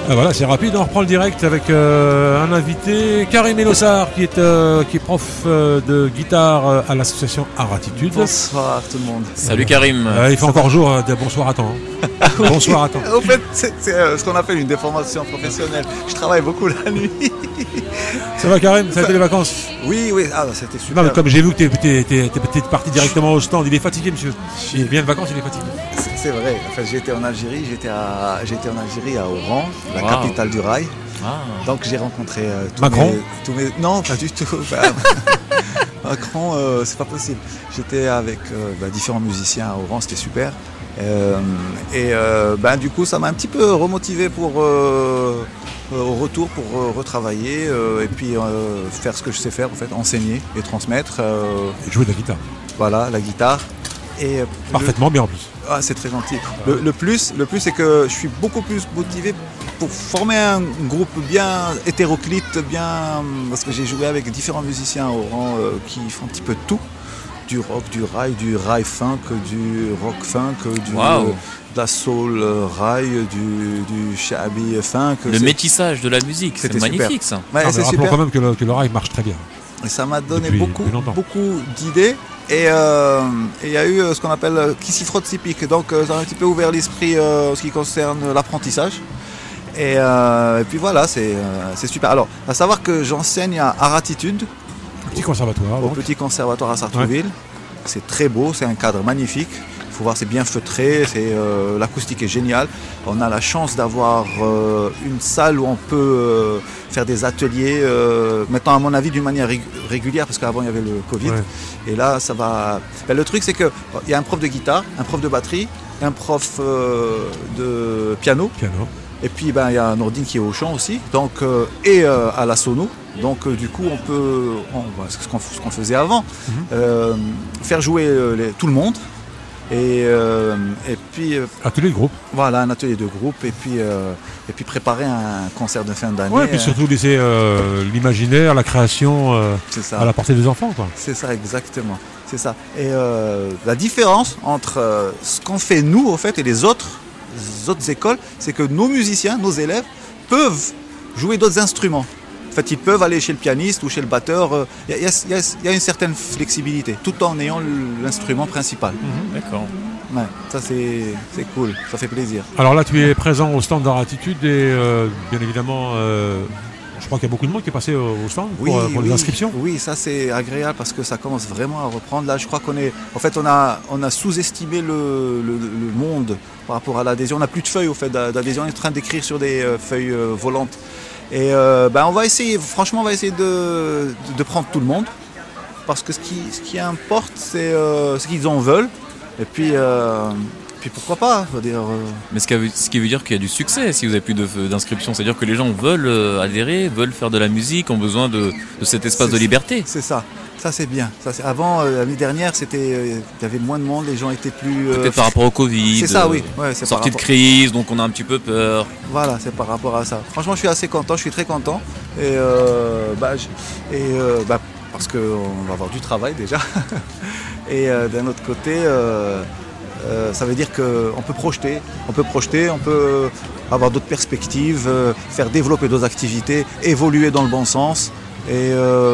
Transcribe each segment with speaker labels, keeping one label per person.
Speaker 1: Ah voilà, c'est rapide, on reprend le direct avec un invité, Karim Enossar, qui est prof de guitare à l'association Art Attitude.
Speaker 2: Bonsoir tout le monde.
Speaker 3: Salut Karim.
Speaker 1: Il fait encore jour, hein, bonsoir à temps. Hein. Bonsoir à temps.
Speaker 2: Au fait, c'est ce qu'on appelle une déformation professionnelle. Je travaille beaucoup la nuit.
Speaker 1: Ça va Karim, ça a été les vacances?
Speaker 2: Oui, c'était super.
Speaker 1: Non, mais comme j'ai vu que t'es parti directement au stand, il est fatigué monsieur. Il vient de vacances, il est fatigué.
Speaker 2: C'est vrai, en fait, j'étais en Algérie, à Oran, la capitale du rail. Donc j'ai rencontré
Speaker 1: Macron.
Speaker 2: Non, pas du tout. Macron, c'est pas possible. J'étais avec différents musiciens à Oran, c'était super. Du coup, ça m'a un petit peu remotivé pour au retour pour retravailler et puis faire ce que je sais faire, en fait, enseigner et transmettre.
Speaker 1: Et jouer de la guitare.
Speaker 2: Voilà, la guitare. Et
Speaker 1: parfaitement bien en plus.
Speaker 2: Ah, c'est très gentil. Le plus, c'est que je suis beaucoup plus motivé pour former un groupe bien hétéroclite, parce que j'ai joué avec différents musiciens au rang qui font un petit peu de tout. Du rock, du rail funk, du rock funk, de la soul rail, du shabby funk.
Speaker 3: Le métissage de la musique, c'est magnifique ça.
Speaker 2: Ouais, c'est
Speaker 1: rappelons
Speaker 2: super.
Speaker 1: Quand même que le rail marche très bien.
Speaker 2: Et ça m'a donné
Speaker 1: Depuis
Speaker 2: beaucoup d'idées. Et il y a eu ce qu'on appelle qui s'y frotte s'y pique. Donc ça a un petit peu ouvert l'esprit en ce qui concerne l'apprentissage. Et puis voilà, c'est super. Alors, à savoir que j'enseigne à Art Attitude.
Speaker 1: Petit conservatoire.
Speaker 2: Au petit conservatoire à Sartrouville. Ouais. C'est très beau, c'est un cadre magnifique. Il faut voir, c'est bien feutré, l'acoustique est géniale. On a la chance d'avoir une salle où on peut faire des ateliers, maintenant à mon avis d'une manière régulière, parce qu'avant il y avait le Covid. Ouais. Et là, ça va... le truc, c'est qu'il y a un prof de guitare, un prof de batterie, un prof de piano. Et puis il y a Nordine qui est au chant aussi, donc, et à la sono. Donc du coup on peut, c'est ce qu'on faisait avant, faire jouer tout le monde. Et puis
Speaker 1: atelier de groupe.
Speaker 2: Voilà, un atelier de groupe et puis préparer un concert de fin d'année.
Speaker 1: Ouais, et puis surtout laisser l'imaginaire, la création à la portée des enfants, quoi.
Speaker 2: C'est ça, exactement. C'est ça. Et la différence entre ce qu'on fait nous au fait et les autres écoles, c'est que nos musiciens, nos élèves peuvent jouer d'autres instruments. En fait, ils peuvent aller chez le pianiste ou chez le batteur. Il y a une certaine flexibilité, tout en ayant l'instrument principal.
Speaker 3: D'accord.
Speaker 2: Ouais, ça c'est cool, ça fait plaisir.
Speaker 1: Alors là, tu es présent au stand d'Art Attitude et bien évidemment, je crois qu'il y a beaucoup de monde qui est passé au stand pour les inscriptions.
Speaker 2: Oui, ça c'est agréable parce que ça commence vraiment à reprendre. Là, je crois on a sous-estimé le monde par rapport à l'adhésion. On n'a plus de feuilles au fait d'adhésion. On est en train d'écrire sur des feuilles volantes. Et on va essayer, franchement, de prendre tout le monde, parce que ce qui importe, c'est ce qu'ils en veulent. Et puis pourquoi pas, je veux dire.
Speaker 3: Mais ce qui veut dire qu'il y a du succès si vous avez plus d'inscriptions, c'est-à-dire que les gens veulent adhérer, veulent faire de la musique, ont besoin de cet espace de liberté.
Speaker 2: C'est ça. Ça c'est bien. Avant l'année dernière, il y avait moins de monde, les gens étaient plus.
Speaker 3: Peut-être par rapport au Covid.
Speaker 2: C'est ça, oui. Ouais,
Speaker 3: sortie de crise, donc on a un petit peu peur.
Speaker 2: Voilà, c'est par rapport à ça. Franchement, je suis assez content, je suis très content. Parce qu'on va avoir du travail déjà. Et d'un autre côté, ça veut dire qu'on peut projeter, on peut avoir d'autres perspectives, faire développer d'autres activités, évoluer dans le bon sens. Et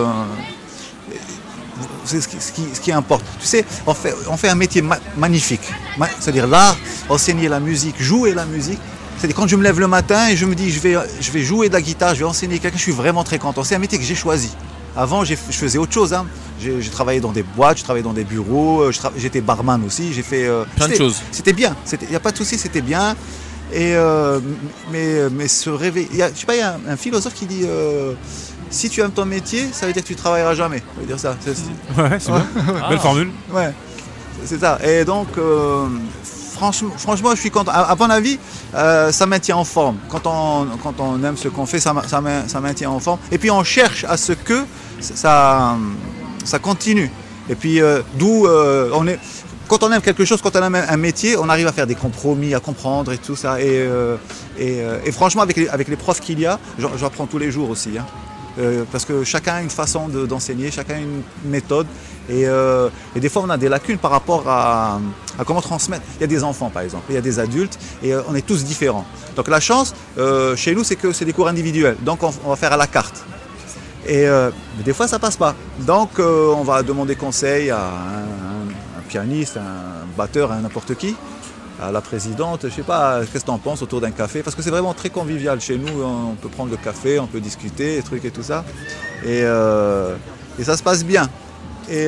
Speaker 2: c'est ce qui importe. Tu sais, on fait un métier magnifique. C'est-à-dire l'art, enseigner la musique, jouer la musique. C'est-à-dire quand je me lève le matin et je me dis je vais jouer de la guitare, je vais enseigner quelqu'un, je suis vraiment très content. C'est un métier que j'ai choisi. Avant, je faisais autre chose. Hein. J'ai travaillé dans des boîtes, je travaillais dans des bureaux, j'étais barman aussi. J'ai fait
Speaker 3: plein de choses.
Speaker 2: C'était bien. Il n'y a pas de souci, c'était bien. Et mais se réveiller. Il y a un philosophe qui dit si tu aimes ton métier, ça veut dire que tu ne travailleras jamais. Ça veut dire ça.
Speaker 1: Ouais, c'est bien. Belle formule.
Speaker 2: Ouais, c'est ça. Et donc, franchement, je suis content. À mon avis, ça maintient en forme. Quand on aime ce qu'on fait, ça maintient en forme. Et puis, on cherche à ce que ça continue. Et puis, quand on aime quelque chose, quand on aime un métier, on arrive à faire des compromis, à comprendre et tout ça. Et franchement, avec les profs qu'il y a, j'apprends tous les jours aussi. Hein. Parce que chacun a une façon d'enseigner, chacun a une méthode. Et des fois, on a des lacunes par rapport à comment transmettre. Il y a des enfants, par exemple, il y a des adultes, et on est tous différents. Donc la chance, chez nous, c'est que c'est des cours individuels. Donc on va faire à la carte. Et des fois, ça passe pas. Donc on va demander conseil à un pianiste, un batteur, à n'importe qui, à la présidente, je sais pas, qu'est-ce que tu en penses autour d'un café, parce que c'est vraiment très convivial chez nous, on peut prendre le café, on peut discuter, des trucs et tout ça, et ça se passe bien. Et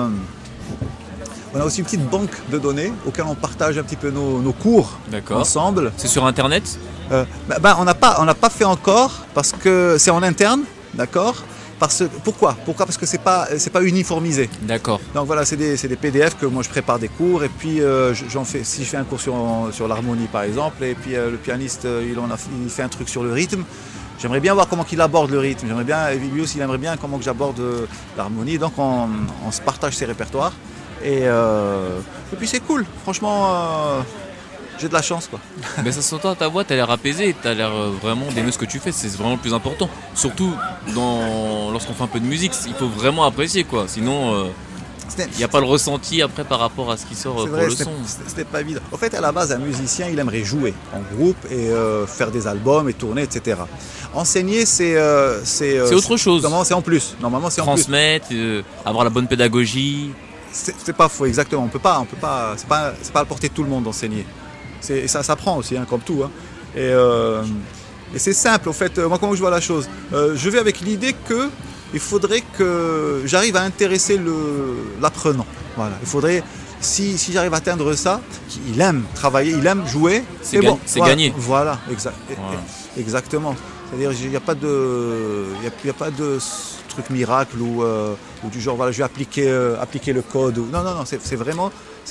Speaker 2: on a aussi une petite banque de données auquel on partage un petit peu nos cours ensemble.
Speaker 3: C'est sur internet?
Speaker 2: On n'a pas fait encore parce que c'est en interne, d'accord. Pourquoi parce que c'est pas uniformisé.
Speaker 3: D'accord.
Speaker 2: Donc voilà, c'est des PDF que moi je prépare des cours et puis si je fais un cours sur l'harmonie par exemple et puis le pianiste il fait un truc sur le rythme. J'aimerais bien voir comment il aborde le rythme. J'aimerais bien, lui aussi il aimerait bien comment que j'aborde l'harmonie. Donc on se partage ses répertoires et puis c'est cool. Franchement. J'ai de la chance quoi.
Speaker 3: Mais ça s'entend à ta voix, t'as l'air apaisé, t'as l'air vraiment d'aimer ce que tu fais, c'est vraiment le plus important. Surtout lorsqu'on fait un peu de musique, il faut vraiment apprécier quoi, sinon il n'y a pas le ressenti après par rapport à ce qui sort pour le son.
Speaker 2: C'était pas évident. En fait à la base un musicien il aimerait jouer en groupe et faire des albums et tourner etc. Enseigner c'est
Speaker 3: autre chose.
Speaker 2: Normalement c'est en plus.
Speaker 3: Transmettre, avoir la bonne pédagogie.
Speaker 2: C'est pas faux exactement, on peut pas, c'est pas à la portée de tout le monde d'enseigner. Ça s'apprend aussi, comme tout. Et c'est simple, en fait, moi comment je vois la chose. Je vais avec l'idée qu'il faudrait que j'arrive à intéresser l'apprenant. Voilà. Il faudrait, si j'arrive à atteindre ça, il aime travailler, il aime jouer,
Speaker 3: c'est gagné.
Speaker 2: Voilà, exactement. C'est-à-dire il n'y a pas de truc miracle ou du genre voilà je vais appliquer le code. Non, c'est vraiment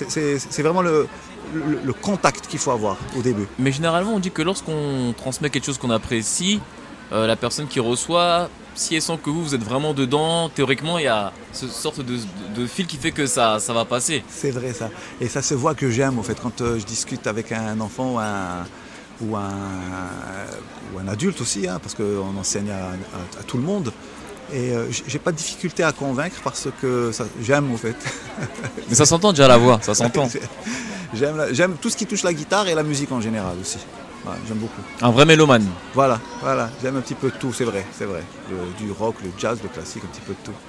Speaker 2: le contact qu'il faut avoir au début.
Speaker 3: Mais généralement on dit que lorsqu'on transmet quelque chose qu'on apprécie, la personne qui reçoit, si elle sent que vous êtes vraiment dedans, théoriquement il y a ce sorte de fil qui fait que ça va passer.
Speaker 2: C'est vrai ça. Et ça se voit que j'aime en fait quand je discute avec un enfant ou un adulte aussi, parce qu'on enseigne à tout le monde. Et j'ai pas de difficulté à convaincre parce que j'aime en fait.
Speaker 3: Mais ça s'entend déjà la voix, ça s'entend.
Speaker 2: J'aime tout ce qui touche la guitare et la musique en général aussi. Ouais, j'aime beaucoup.
Speaker 3: Un vrai mélomane.
Speaker 2: Voilà, j'aime un petit peu de tout, c'est vrai. Du rock, le jazz, le classique, un petit peu de tout.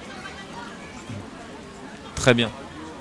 Speaker 3: Très bien.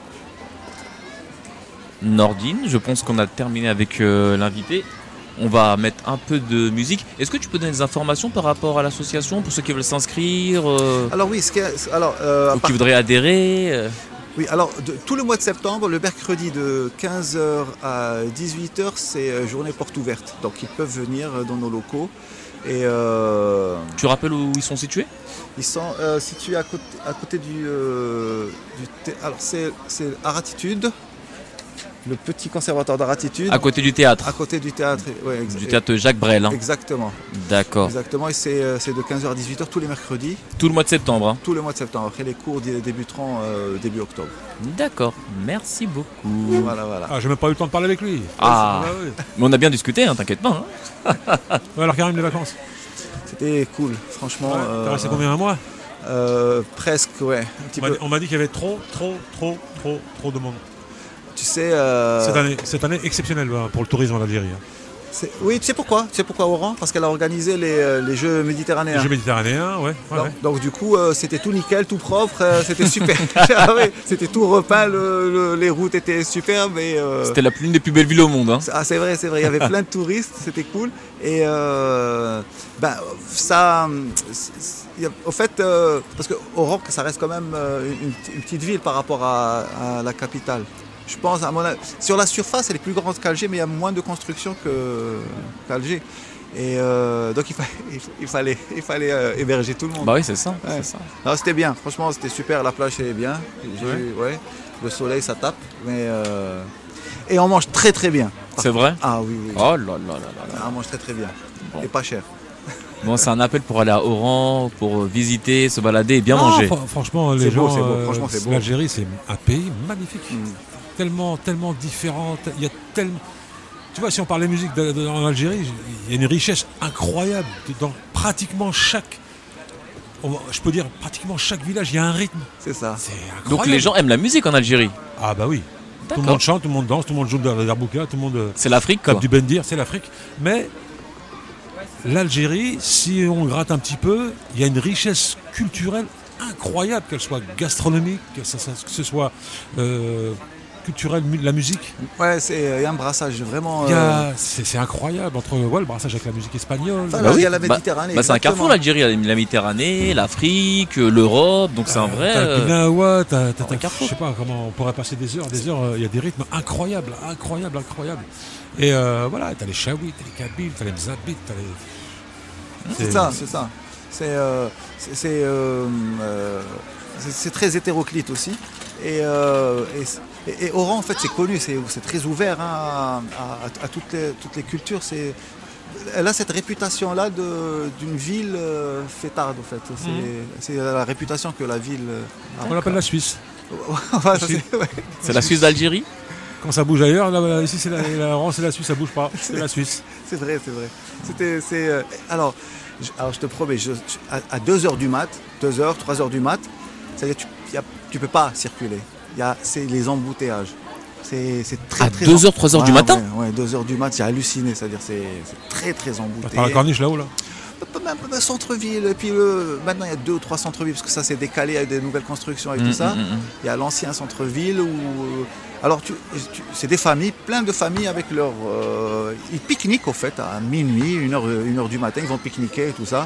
Speaker 3: Nordine, je pense qu'on a terminé avec l'invité. On va mettre un peu de musique. Est-ce que tu peux donner des informations par rapport à l'association pour ceux qui veulent s'inscrire
Speaker 2: Alors oui,
Speaker 3: ou qui voudraient adhérer
Speaker 2: Oui, alors tout le mois de septembre, le mercredi de 15h à 18h, c'est journée porte ouverte. Donc ils peuvent venir dans nos locaux. Et
Speaker 3: tu rappelles où ils sont situés ?
Speaker 2: Ils sont situés à côté du alors c'est Aratitude. Le petit conservatoire d'Aratitude.
Speaker 3: À côté du théâtre.
Speaker 2: À côté du théâtre, ouais,
Speaker 3: du théâtre Jacques Brel.
Speaker 2: Exactement.
Speaker 3: D'accord.
Speaker 2: Exactement, et c'est de 15h à 18h tous les mercredis.
Speaker 3: Tout le mois de septembre.
Speaker 2: Tout le mois de septembre. Après les cours débuteront début octobre.
Speaker 3: D'accord, merci beaucoup.
Speaker 2: Voilà.
Speaker 1: Ah, j'ai même pas eu le temps de parler avec lui.
Speaker 3: Oui. Mais on a bien discuté, t'inquiète pas.
Speaker 1: Alors Karim, les vacances
Speaker 2: c'était cool, franchement.
Speaker 1: T'as resté combien, un mois
Speaker 2: Presque, ouais.
Speaker 1: On m'a dit qu'il y avait trop de monde.
Speaker 2: Tu sais,
Speaker 1: cette année exceptionnelle pour le tourisme en Algérie.
Speaker 2: Oui, tu sais pourquoi Oran ? Parce qu'elle a organisé les Jeux méditerranéens.
Speaker 1: Les Jeux méditerranéens, ouais.
Speaker 2: Donc du coup, c'était tout nickel, tout propre, c'était super. Ah ouais, c'était tout repeint, les routes étaient superbes.
Speaker 3: C'était l'une des plus belles villes au monde.
Speaker 2: Ah, c'est vrai, il y avait plein de touristes, c'était cool. Et ça... au fait, parce que Oran, ça reste quand même une petite ville par rapport à la capitale. Je pense, sur la surface, elle est plus grande qu'Alger, mais il y a moins de construction qu'Alger. Et donc il fallait héberger tout le monde.
Speaker 3: Bah oui, c'est ça.
Speaker 2: Ouais. Non, c'était bien, franchement, c'était super. La plage, c'est bien. Le soleil, ça tape. Et on mange très très bien.
Speaker 3: C'est vrai ?
Speaker 2: Ah oui.
Speaker 3: Oh là.
Speaker 2: On mange très très bien. Bon. Et pas cher.
Speaker 3: Bon, c'est un appel pour aller à Oran, pour visiter, se balader et bien manger.
Speaker 1: Franchement,
Speaker 2: c'est beau. Franchement, c'est beau.
Speaker 1: L'Algérie, c'est un pays magnifique. Tellement différent. Il y a tellement... Tu vois, si on parle de musique en Algérie, il y a une richesse incroyable dans pratiquement chaque je peux dire pratiquement chaque village, il y a un rythme.
Speaker 2: C'est ça.
Speaker 1: C'est incroyable.
Speaker 3: Donc les gens aiment la musique en Algérie.
Speaker 1: Ah bah oui.
Speaker 3: D'accord.
Speaker 1: Tout le monde chante, tout le monde danse, tout le monde joue de la darbouka, tout le monde.
Speaker 3: C'est l'Afrique,
Speaker 1: Comme
Speaker 3: quoi.
Speaker 1: du bendir, c'est l'Afrique. Mais l'Algérie, si on gratte un petit peu, il y a une richesse culturelle incroyable, qu'elle soit gastronomique, que ce soit culturelle, la musique.
Speaker 2: Ouais, il y a un brassage vraiment.
Speaker 1: C'est incroyable entre le brassage avec la musique espagnole.
Speaker 2: Enfin,
Speaker 3: Bah
Speaker 2: il y
Speaker 3: oui.
Speaker 2: a la Méditerranée.
Speaker 3: C'est un carrefour l'Algérie, il y a la Méditerranée, l'Afrique, l'Europe, donc c'est un vrai.
Speaker 1: T'as le Gnawa, t'as
Speaker 3: un carrefour.
Speaker 1: je sais pas comment on pourrait passer des heures. Il y a des rythmes incroyables. Et voilà, t'as les Chaouis, t'as les Kabyles, t'as les Mzabites, t'as les.
Speaker 2: C'est ça. C'est très hétéroclite aussi. Et Oran, en fait, c'est connu, c'est très ouvert à toutes les cultures. Elle a cette réputation-là d'une ville fêtarde, en fait. C'est la réputation que la ville a.
Speaker 1: On l'appelle la Suisse.
Speaker 3: C'est la Suisse d'Algérie.
Speaker 1: Quand ça bouge ailleurs, là, ici c'est Oran, c'est la Suisse, ça bouge pas. C'est la Suisse.
Speaker 2: C'est vrai. Alors, je te promets, à 2h du mat, 2h, 3h du mat, c'est-à-dire tu peux pas circuler. C'est les embouteillages. C'est très,
Speaker 3: à
Speaker 2: très
Speaker 3: 2h, 3h du matin.
Speaker 2: Ouais, 2h du mat, j'ai halluciné. C'est-à-dire c'est très, très embouteillé.
Speaker 1: Par la corniche là-haut, là.
Speaker 2: Même centre-ville. Et puis maintenant, il y a 2 ou 3 centres-villes, parce que ça s'est décalé avec des nouvelles constructions et tout ça. Il y a l'ancien centre-ville où. Alors, c'est des familles, plein de familles avec leur. Ils pique-niquent, au fait, à minuit, 1h du matin, ils vont pique-niquer et tout ça.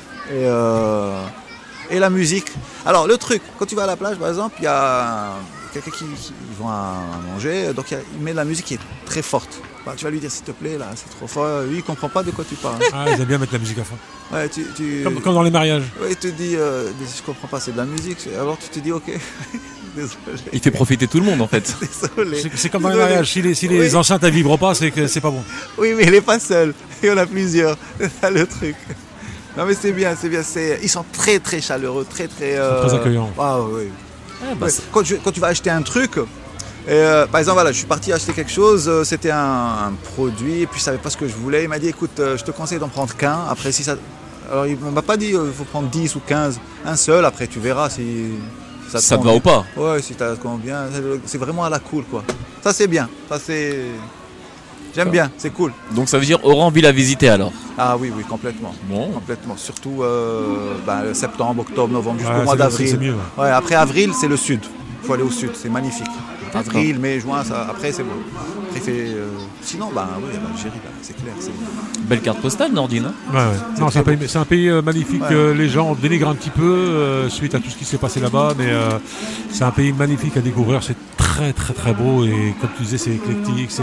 Speaker 2: Et la musique. Alors, le truc, quand tu vas à la plage, par exemple, il y a quelqu'un qui vont à manger, donc il met de la musique qui est très forte. Bah, tu vas lui dire, s'il te plaît, là, c'est trop fort. Lui, il ne comprend pas de quoi tu parles.
Speaker 1: Ah, ils aiment bien mettre la musique à fond.
Speaker 2: Ouais,
Speaker 1: Comme dans les mariages.
Speaker 2: Ouais, il te dit, je comprends pas, c'est de la musique. Alors tu te dis, ok. Désolé.
Speaker 3: Il fait profiter tout le monde en fait.
Speaker 2: Désolé.
Speaker 1: C'est comme dans les mariages. Si les enceintes ne vibrent pas, c'est que c'est pas bon.
Speaker 2: Oui, mais il n'est pas seul. Il y en a plusieurs. C'est ça le truc. Non, mais c'est bien. Ils sont très, très chaleureux, très, très.
Speaker 1: Très accueillants.
Speaker 2: Ah oui.
Speaker 3: Ah, bah,
Speaker 2: Ouais. Quand tu vas acheter un truc. Par exemple, voilà, je suis parti acheter quelque chose, c'était un produit, et puis je ne savais pas ce que je voulais. Il m'a dit, écoute, je te conseille d'en prendre qu'un. Après, si ça. Alors, il ne m'a pas dit, il faut prendre 10 ou 15. Un seul, après, tu verras si
Speaker 3: ça te va ou pas.
Speaker 2: Ouais, si ça te convient. C'est vraiment à la cool, quoi. Ça, c'est bien. Ça, c'est. J'aime bien, c'est cool.
Speaker 3: Donc ça veut dire Oran, ville à visiter alors.
Speaker 2: Ah oui, complètement.
Speaker 3: Bon.
Speaker 2: Complètement. Surtout septembre, octobre, novembre, jusqu'au
Speaker 1: Ouais,
Speaker 2: mois d'avril.
Speaker 1: c'est mieux.
Speaker 2: Ouais, après avril, c'est le sud. Il faut aller au sud, c'est magnifique. Avril, mai, juin, après c'est bon. Après, sinon, oui, l'Algérie, c'est clair.
Speaker 3: Belle carte postale, Nordine. Hein.
Speaker 1: Ouais. Non, c'est un pays magnifique.
Speaker 2: Ouais.
Speaker 1: Les gens dénigrent un petit peu suite à tout ce qui s'est passé là-bas, mais c'est un pays magnifique à découvrir. C'est très très très beau et comme tu disais, c'est éclectique.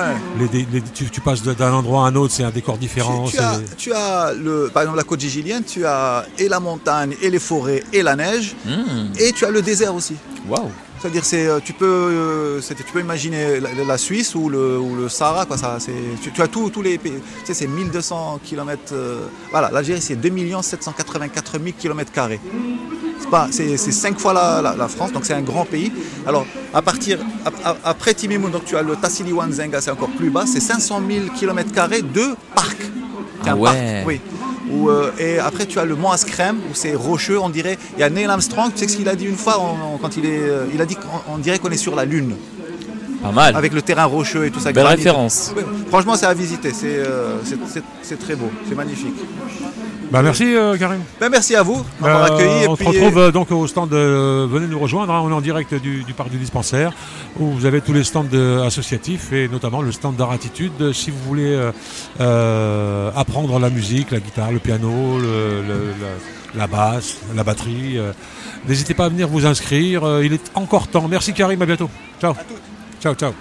Speaker 1: Tu passes d'un endroit à un autre, c'est un décor différent.
Speaker 2: Tu as par exemple la côte gigilienne, tu as et la montagne, et les forêts, et la neige, et tu as le désert aussi.
Speaker 3: Waouh.
Speaker 2: C'est-à-dire, tu peux imaginer la Suisse ou le Sahara, quoi. Tu as tous les pays. Tu sais, c'est 1200 km. Voilà, l'Algérie, c'est 2 784 000 km². C'est 5 fois la France, donc c'est un grand pays. Alors, après Timimoun, donc tu as le Tassili Wanzenga, c'est encore plus bas, c'est 500 000 km² de parc.
Speaker 3: Ah ouais.
Speaker 2: Parc, oui. Et après tu as le mont Askrem où c'est rocheux, on dirait. Il y a Neil Armstrong, tu sais ce qu'il a dit une fois quand il a dit qu'on dirait qu'on est sur la Lune.
Speaker 3: Pas mal.
Speaker 2: Avec le terrain rocheux et tout ça.
Speaker 3: Belle référence.
Speaker 2: Oui, franchement, c'est à visiter. C'est très beau, c'est magnifique.
Speaker 1: Merci Karim.
Speaker 2: Merci à vous de m'avoir accueilli.
Speaker 1: On se retrouve donc au stand. Venez nous rejoindre. On est en direct du parc du dispensaire où vous avez tous les stands associatifs et notamment le stand d'art attitude. Si vous voulez apprendre la musique, la guitare, le piano, la basse, la batterie, n'hésitez pas à venir vous inscrire. Il est encore temps. Merci Karim, à bientôt. Ciao. Ciao, ciao.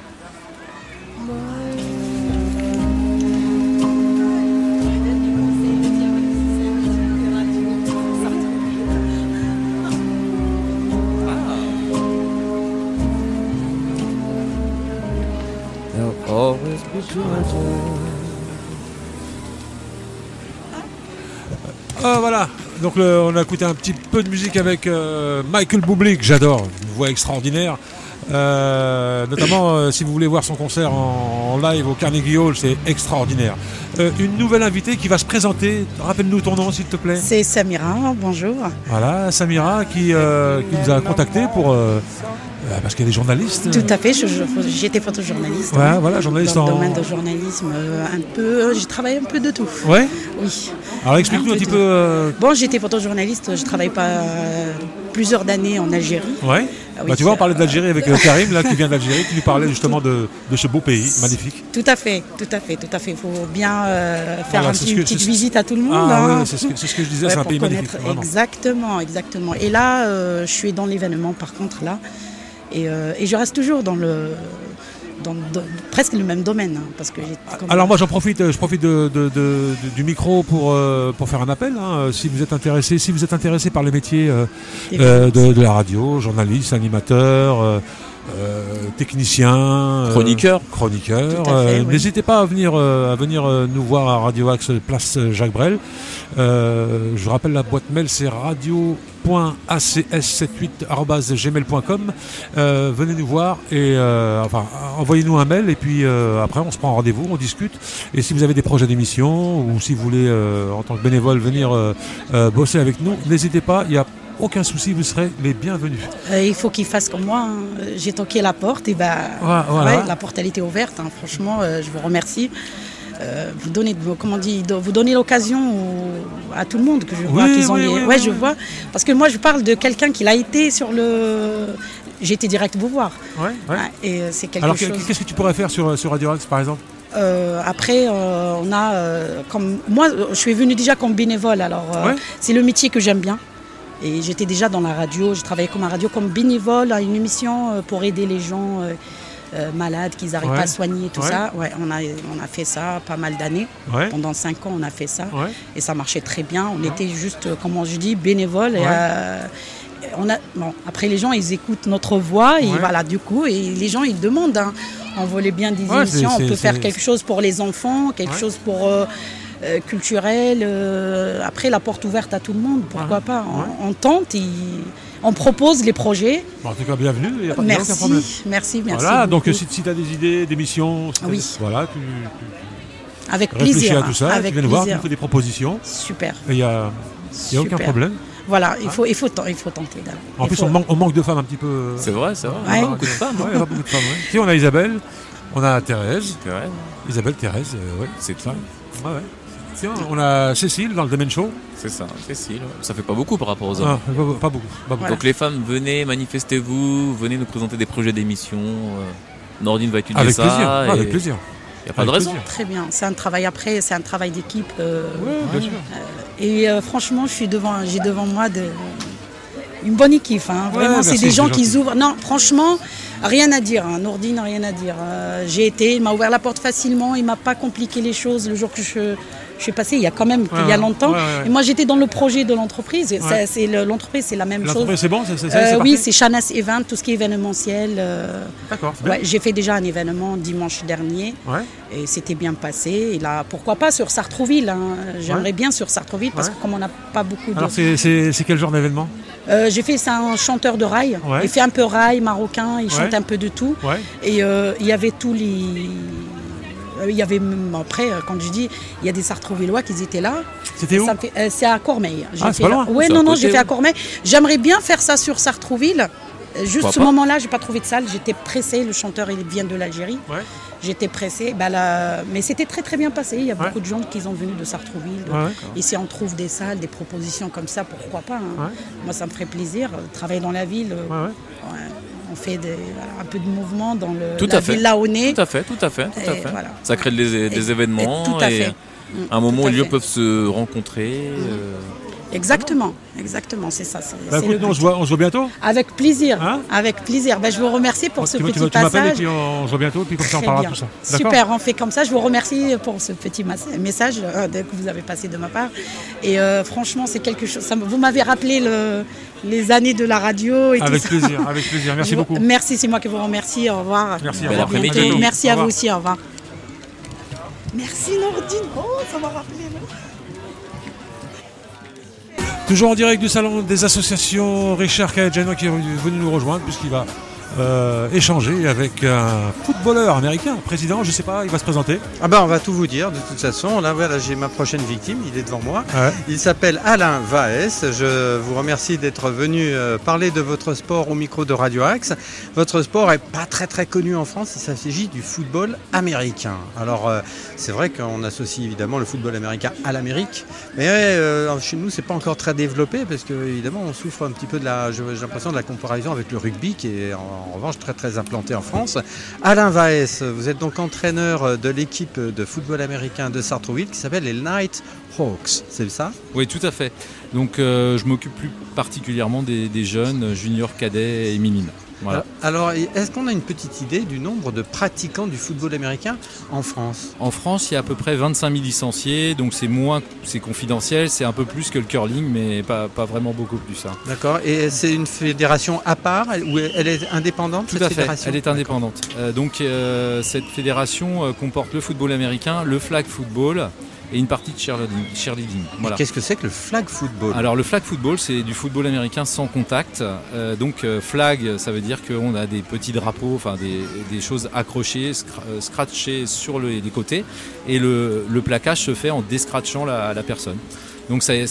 Speaker 1: Voilà, donc on a écouté un petit peu de musique avec Michael Bublé, que j'adore, une voix extraordinaire. Notamment si vous voulez voir son concert en live au Carnegie Hall, c'est extraordinaire. Une nouvelle invitée qui va se présenter. Rappelle-nous ton nom s'il te plaît.
Speaker 4: C'est Samira, bonjour.
Speaker 1: Voilà, Samira qui nous a contacté pour... parce qu'elle est journaliste.
Speaker 4: Tout à fait, j'étais photojournaliste.
Speaker 1: Ouais, voilà, journaliste
Speaker 4: dans le domaine de journalisme, un peu, j'ai travaillé un peu de tout.
Speaker 1: Ouais.
Speaker 4: Oui.
Speaker 1: Alors explique-nous un petit peu.
Speaker 4: Bon, j'étais photojournaliste, je travaille pas plusieurs années en Algérie.
Speaker 1: Ouais. Oui, tu vois, on parlait de l'Algérie avec Karim, là, qui vient d'Algérie, qui nous parlait justement de ce beau pays magnifique.
Speaker 4: Tout à fait. Il faut bien faire une petite visite à tout le monde.
Speaker 1: Oui, c'est ce que je disais, c'est un pays magnifique.
Speaker 4: Exactement. Et là, je suis dans l'événement, par contre, là. Et je reste toujours dans presque le même domaine. Parce que
Speaker 1: alors moi je profite du micro pour faire un appel. Si vous êtes intéressé par les métiers de la radio, journaliste, animateur, technicien,
Speaker 4: chroniqueur.
Speaker 1: N'hésitez pas à venir nous voir à Radio Axe, place Jacques Brel. Je rappelle la boîte mail, c'est radio.acs78@gmail.com. Venez nous voir et envoyez-nous un mail et puis après on se prend un rendez-vous, on discute. Et si vous avez des projets d'émission ou si vous voulez en tant que bénévole venir bosser avec nous, n'hésitez pas, il y a aucun souci, vous serez les bienvenus.
Speaker 4: Il faut qu'ils fassent comme moi. J'ai toqué la porte et voilà. La porte elle était ouverte. Franchement, je vous remercie. Vous donnez l'occasion à tout le monde que je vois je vois. Parce que moi je parle de quelqu'un qui l'a été sur le. J'ai été direct vous voir. Et c'est quelque chose.
Speaker 1: Alors qu'est-ce que tu pourrais faire sur Radio Axe par exemple?
Speaker 4: Après, on a comme moi, je suis venue déjà comme bénévole. Alors c'est le métier que j'aime bien. Et j'étais déjà dans la radio, j'ai travaillé comme comme bénévole à une émission pour aider les gens malades, qu'ils n'arrivent pas à soigner, tout ça. Ouais, on a fait ça pas mal d'années. Pendant 5 ans, on a fait ça. Et ça marchait très bien. On était juste, comment je dis, bénévole. Et, après, les gens, ils écoutent notre voix. Et voilà, du coup, et les gens, ils demandent. On voulait bien des émissions. On peut faire quelque chose pour les enfants, quelque chose pour... culturel, après la porte ouverte à tout le monde, pourquoi pas, on tente, on propose les projets.
Speaker 1: En tout cas, bienvenue, il n'y a aucun problème.
Speaker 4: Merci.
Speaker 1: Voilà, donc si tu as des idées, d'émissions, voilà,
Speaker 4: avec plaisir.
Speaker 1: À tout ça, tu viens nous voir, tu nous fais des propositions.
Speaker 4: Super.
Speaker 1: Il n'y a aucun problème.
Speaker 4: Voilà, il faut tenter.
Speaker 1: En plus, on manque de femmes un petit peu.
Speaker 3: C'est vrai. Il y a beaucoup de femmes.
Speaker 1: Il y a beaucoup de femmes. Si, on a Isabelle, on a Thérèse. Isabelle, Thérèse,
Speaker 3: c'est de femmes.
Speaker 1: Tiens, on a Cécile dans le Domaine Show.
Speaker 3: C'est ça, Cécile. Ça fait pas beaucoup par rapport aux hommes.
Speaker 1: Pas beaucoup.
Speaker 3: Voilà. Donc les femmes, venez, manifestez-vous, venez nous présenter des projets d'émission. Nordine va étudier
Speaker 1: avec
Speaker 3: ça.
Speaker 1: Avec plaisir.
Speaker 3: Il n'y a pas de raison.
Speaker 4: Très bien. C'est un travail c'est un travail d'équipe.
Speaker 1: Bien sûr.
Speaker 4: Et franchement, j'ai devant moi une bonne équipe. Vraiment, c'est des gens qui ouvrent. Non, franchement, rien à dire. Nordine, rien à dire. Il m'a ouvert la porte facilement. Il m'a pas compliqué les choses le jour que je suis passée. Il y a quand même, il y a longtemps. Et moi, j'étais dans le projet de l'entreprise. L'entreprise, c'est la même chose.
Speaker 1: L'entreprise, c'est bon,
Speaker 4: oui, c'est Chanas Event, tout ce qui est événementiel.
Speaker 1: D'accord.
Speaker 4: J'ai fait déjà un événement dimanche dernier. Et c'était bien passé. Et là, pourquoi pas sur Sartrouville. J'aimerais bien sur Sartrouville parce que comme on n'a pas beaucoup de.
Speaker 1: Alors, c'est quel genre d'événement?
Speaker 4: J'ai fait, c'est un chanteur de rail. Il fait un peu rail marocain, il chante un peu de tout. Et il y avait tous les. Il y avait après, quand je dis, il y a des Sartrouvillois qui étaient là.
Speaker 1: C'était où?
Speaker 4: C'est à Cormeilles.
Speaker 1: C'est pas loin.
Speaker 4: Oui, j'ai fait à Cormeilles. J'aimerais bien faire ça sur Sartrouville. Juste ce moment-là, j'ai pas trouvé de salle. J'étais pressée. Le chanteur, il vient de l'Algérie. J'étais pressée. Mais c'était très très bien passé. Il y a beaucoup de gens qui sont venus de Sartrouville. Et si on trouve des salles, des propositions comme ça, pourquoi pas. Moi, ça me ferait plaisir. Travailler dans la ville. On fait un peu de mouvement dans la ville là où on est.
Speaker 3: Tout à fait. Voilà. Ça crée des événements.
Speaker 4: Tout à fait.
Speaker 3: À un moment où les lieux peuvent se rencontrer.
Speaker 4: Exactement, c'est ça.
Speaker 1: Écoute, on se voit bientôt.
Speaker 4: Avec plaisir, avec plair. Je vous remercie pour ce petit passage. Tu m'appelles et
Speaker 1: puis on se voit bientôt, puis comme ça on parlera de tout ça.
Speaker 4: Super, on fait comme ça. Je vous remercie pour ce petit message que vous avez passé de ma part. Et franchement, c'est quelque chose. Vous m'avez rappelé les années de la radio. Et
Speaker 1: avec
Speaker 4: tout
Speaker 1: plaisir, ça. Avec plaisir. Merci beaucoup.
Speaker 4: Merci, c'est moi qui vous remercie. Au revoir.
Speaker 1: Merci,
Speaker 3: à bientôt.
Speaker 4: Merci à vous aussi. Au revoir. Merci Nordine. Ça m'a rappelé.
Speaker 1: Toujours en direct du salon des associations, Richard Kaedjano qui est venu nous rejoindre puisqu'il va échanger avec un footballeur américain, président, je sais pas, il va se présenter.
Speaker 5: On va tout vous dire de toute façon. Là, voilà, j'ai ma prochaine victime, il est devant moi. Ouais. Il s'appelle Alain Vaes. Je vous remercie d'être venu parler de votre sport au micro de Radio Axe. Votre sport est pas très très connu en France, il s'agit du football américain. Alors c'est vrai qu'on associe évidemment le football américain à l'Amérique, mais chez nous c'est pas encore très développé parce que évidemment on souffre un petit peu j'ai l'impression de la comparaison avec le rugby qui est en revanche très très implanté en France. Alain Vaes, vous êtes donc entraîneur de l'équipe de football américain de Sartrouville qui s'appelle les Nighthawks, c'est ça?
Speaker 6: Oui, tout à fait. Donc je m'occupe plus particulièrement des jeunes, juniors, cadets et minimes. Voilà.
Speaker 5: Alors, est-ce qu'on a une petite idée du nombre de pratiquants du football américain en France?
Speaker 6: En France, il y a à peu près 25 000 licenciés, donc c'est confidentiel, c'est un peu plus que le curling, mais pas vraiment beaucoup plus. Hein.
Speaker 5: D'accord, et c'est une fédération à part, ou elle est indépendante?
Speaker 6: Tout à fait, elle est indépendante. Donc cette fédération comporte le football américain, le flag football, et une partie de cheerleading. Voilà.
Speaker 5: Qu'est-ce que c'est que le flag football?
Speaker 6: Alors le flag football, c'est du football américain sans contact. Flag, ça veut dire qu'on a des petits drapeaux, enfin des choses accrochées, scratchées sur les côtés, et le plaquage se fait en descratchant la personne. Donc c'est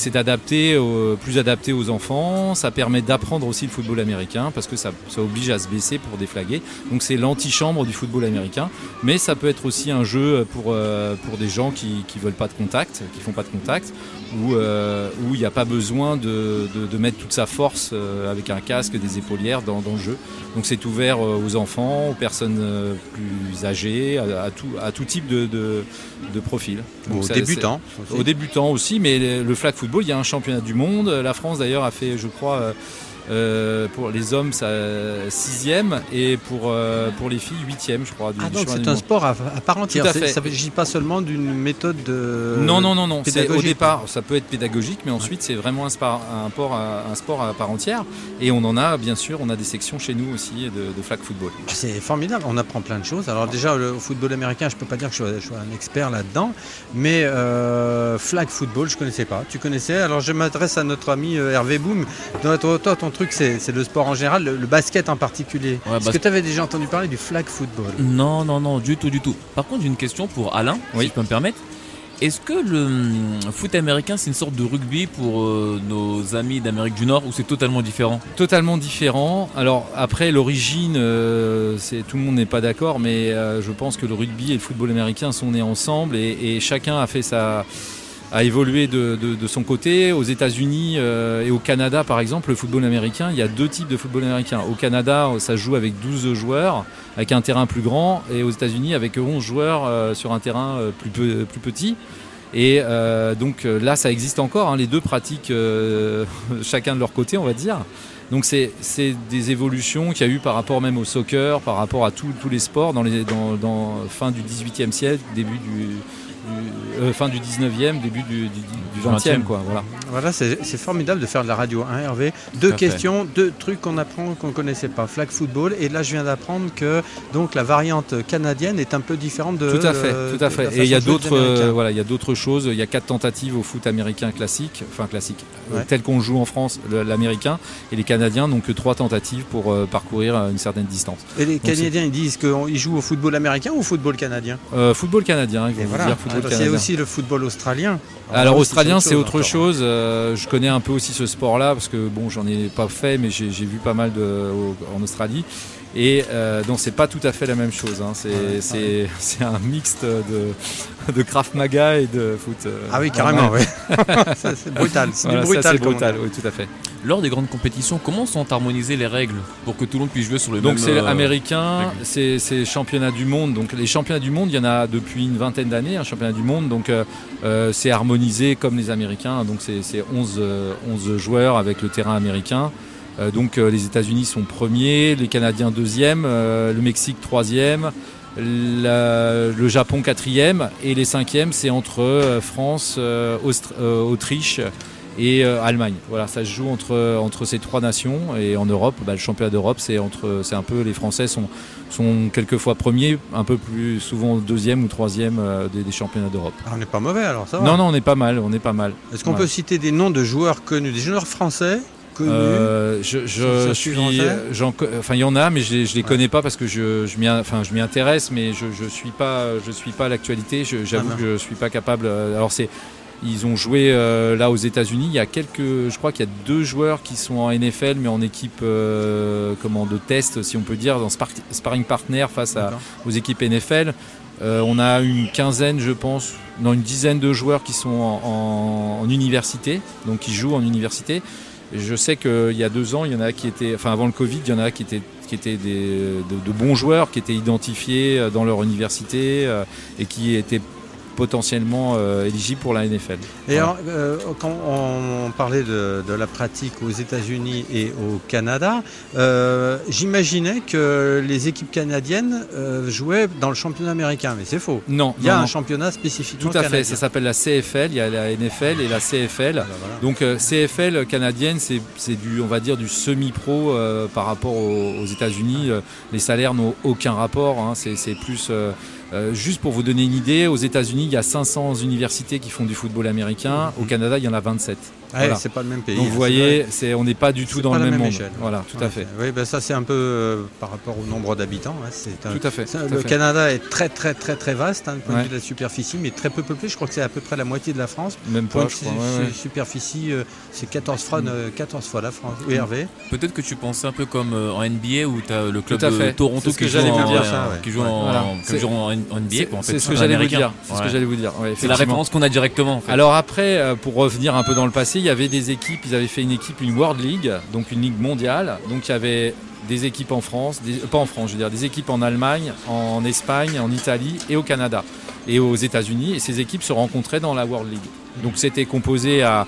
Speaker 6: plus adapté aux enfants, ça permet d'apprendre aussi le football américain parce que ça oblige à se baisser pour déflaguer. Donc c'est l'antichambre du football américain, mais ça peut être aussi un jeu pour des gens qui veulent pas de contact, qui font pas de contact, où il n'y a pas besoin de mettre toute sa force avec un casque, des épaulières dans le jeu. Donc c'est ouvert aux enfants, aux personnes plus âgées, à tout type de profil.
Speaker 5: Donc, aux débutants.
Speaker 6: Aux débutants aussi, mais le flag football, il y a un championnat du monde. La France d'ailleurs a fait, je crois, pour les hommes, ça 6e et pour les filles 8e, je crois.
Speaker 5: Donc c'est un sport à part entière. Ça ne s'agit pas seulement d'une méthode
Speaker 6: Non. Au départ, ça peut être pédagogique, mais ensuite c'est vraiment un sport à part entière. Et on en a, bien sûr, on a des sections chez nous aussi de flag football.
Speaker 5: C'est formidable, on apprend plein de choses. Alors déjà, le football américain, je ne peux pas dire que je sois un expert là-dedans, mais flag football, je ne connaissais pas. Tu connaissais? Alors je m'adresse à notre ami Hervé Boum. Toi, ton truc, c'est le sport en général, le basket en particulier. Ouais, Est-ce que tu avais déjà entendu parler du flag football?
Speaker 3: Non, du tout. Par contre, j'ai une question pour Alain, si je peux me permettre. Est-ce que le foot américain, c'est une sorte de rugby pour nos amis d'Amérique du Nord ou c'est totalement différent?
Speaker 6: Totalement différent. Alors après, l'origine, tout le monde n'est pas d'accord, mais je pense que le rugby et le football américain sont nés ensemble et chacun a fait a évolué de son côté. Aux États-Unis et au Canada, par exemple, le football américain, il y a deux types de football américain. Au Canada, ça joue avec 12 joueurs, avec un terrain plus grand, et aux États-Unis, avec 11 joueurs sur un terrain plus petit. Et donc là, ça existe encore. Hein, les deux pratiquent chacun de leur côté, on va dire. Donc c'est des évolutions qu'il y a eu par rapport même au soccer, par rapport à tous les sports dans fin du XVIIIe siècle, début fin du 19e, début du 20e. Quoi,
Speaker 5: voilà, c'est formidable de faire de la radio, hein, Hervé. Deux questions, deux trucs qu'on apprend qu'on ne connaissait pas. Flag football, et là je viens d'apprendre que donc, la variante canadienne est un peu différente de...
Speaker 6: Tout à fait. Et il y a d'autres choses. Il y a 4 tentatives au foot américain classique, tel qu'on joue en France, l'américain, et les Canadiens n'ont que 3 tentatives pour parcourir une certaine distance.
Speaker 5: Et les Canadiens, ils disent qu'ils jouent au football américain ou au football canadien?
Speaker 6: Football canadien, ils vont dire football canadien.
Speaker 5: C'est aussi le football australien.
Speaker 6: Alors australien, c'est autre chose. Je connais un peu aussi ce sport-là parce que j'en ai pas fait, mais j'ai vu pas mal en Australie. Et donc c'est pas tout à fait la même chose. Hein. C'est un mixte de Krav Maga et de foot.
Speaker 5: Ah oui, carrément. Oui. C'est brutal. C'est
Speaker 6: voilà,
Speaker 5: brutal.
Speaker 6: C'est brutal. Oui, tout à fait.
Speaker 3: Lors des grandes compétitions, comment sont harmonisées les règles pour que tout le monde puisse jouer sur le
Speaker 6: même...
Speaker 3: Donc
Speaker 6: c'est américain, c'est championnats du monde. Donc les championnats du monde, il y en a depuis une vingtaine d'années, un championnat du monde. Donc c'est harmonisé comme les Américains. Donc c'est 11 joueurs avec le terrain américain. Donc les États-Unis sont premiers, les Canadiens deuxième, le Mexique troisième, le Japon quatrième et les cinquièmes c'est entre France, Autriche et Allemagne. Voilà, ça se joue entre ces 3 nations. Et en Europe, le championnat d'Europe, c'est un peu, les Français sont quelquefois premiers, un peu plus souvent deuxième ou troisième des championnats d'Europe.
Speaker 5: Alors on n'est pas mauvais alors, ça va?
Speaker 6: Non, on est pas mal.
Speaker 5: Est-ce qu'on peut citer des noms de joueurs connus, des joueurs français connus.
Speaker 6: Il y en a, mais je les connais pas parce que je m'y intéresse, mais je suis pas à l'actualité. J'avoue que je suis pas capable. Alors ils ont joué là aux États-Unis. Je crois qu'il y a 2 joueurs qui sont en NFL, mais en équipe de test, si on peut dire, dans sparring partner face aux équipes NFL. On a une dizaine de joueurs qui sont en université, donc qui jouent en université. Je sais qu'il y a 2 ans, il y en a qui étaient, avant le Covid, il y en a qui étaient de bons joueurs, qui étaient identifiés dans leur université et qui étaient potentiellement éligibles pour la NFL.
Speaker 5: Et alors, quand on parlait de la pratique aux États-Unis et au Canada, j'imaginais que les équipes canadiennes jouaient dans le championnat américain, mais c'est faux.
Speaker 6: Non,
Speaker 5: il y a un championnat spécifiquement canadien.
Speaker 6: Tout à fait, ça s'appelle la CFL, il y a la NFL et la CFL. Voilà. Donc CFL canadienne, c'est du semi-pro par rapport aux États-Unis. Les salaires n'ont aucun rapport, hein, c'est plus... juste pour vous donner une idée, aux États-Unis, il y a 500 universités qui font du football américain. Au Canada, il y en a 27.
Speaker 5: Voilà. C'est pas le même pays.
Speaker 6: Donc vous voyez, on n'est pas du tout dans le même monde.
Speaker 5: Échelle.
Speaker 6: Voilà, tout à fait.
Speaker 5: Oui, ça c'est un peu par rapport au nombre d'habitants.
Speaker 6: Tout à fait.
Speaker 5: Le Canada est très très très très vaste du point de vue de la superficie, mais très peu peuplé. Je crois que c'est à peu près la moitié de la France.
Speaker 6: Même pas, je crois.
Speaker 5: Superficie, c'est 14 fois la France. Oui, Hervé.
Speaker 3: Peut-être que tu pensais un peu comme en NBA où tu as le club de Toronto qui joue en NBA.
Speaker 6: C'est ce que j'allais vous dire.
Speaker 3: C'est la référence qu'on a directement. En fait.
Speaker 6: Alors après, pour revenir un peu dans le passé, il y avait des équipes, ils avaient fait une World League, donc une ligue mondiale. Donc il y avait des équipes en France, des équipes en Allemagne, en Espagne, en Italie et au Canada et aux États-Unis. Et ces équipes se rencontraient dans la World League. Donc c'était composé à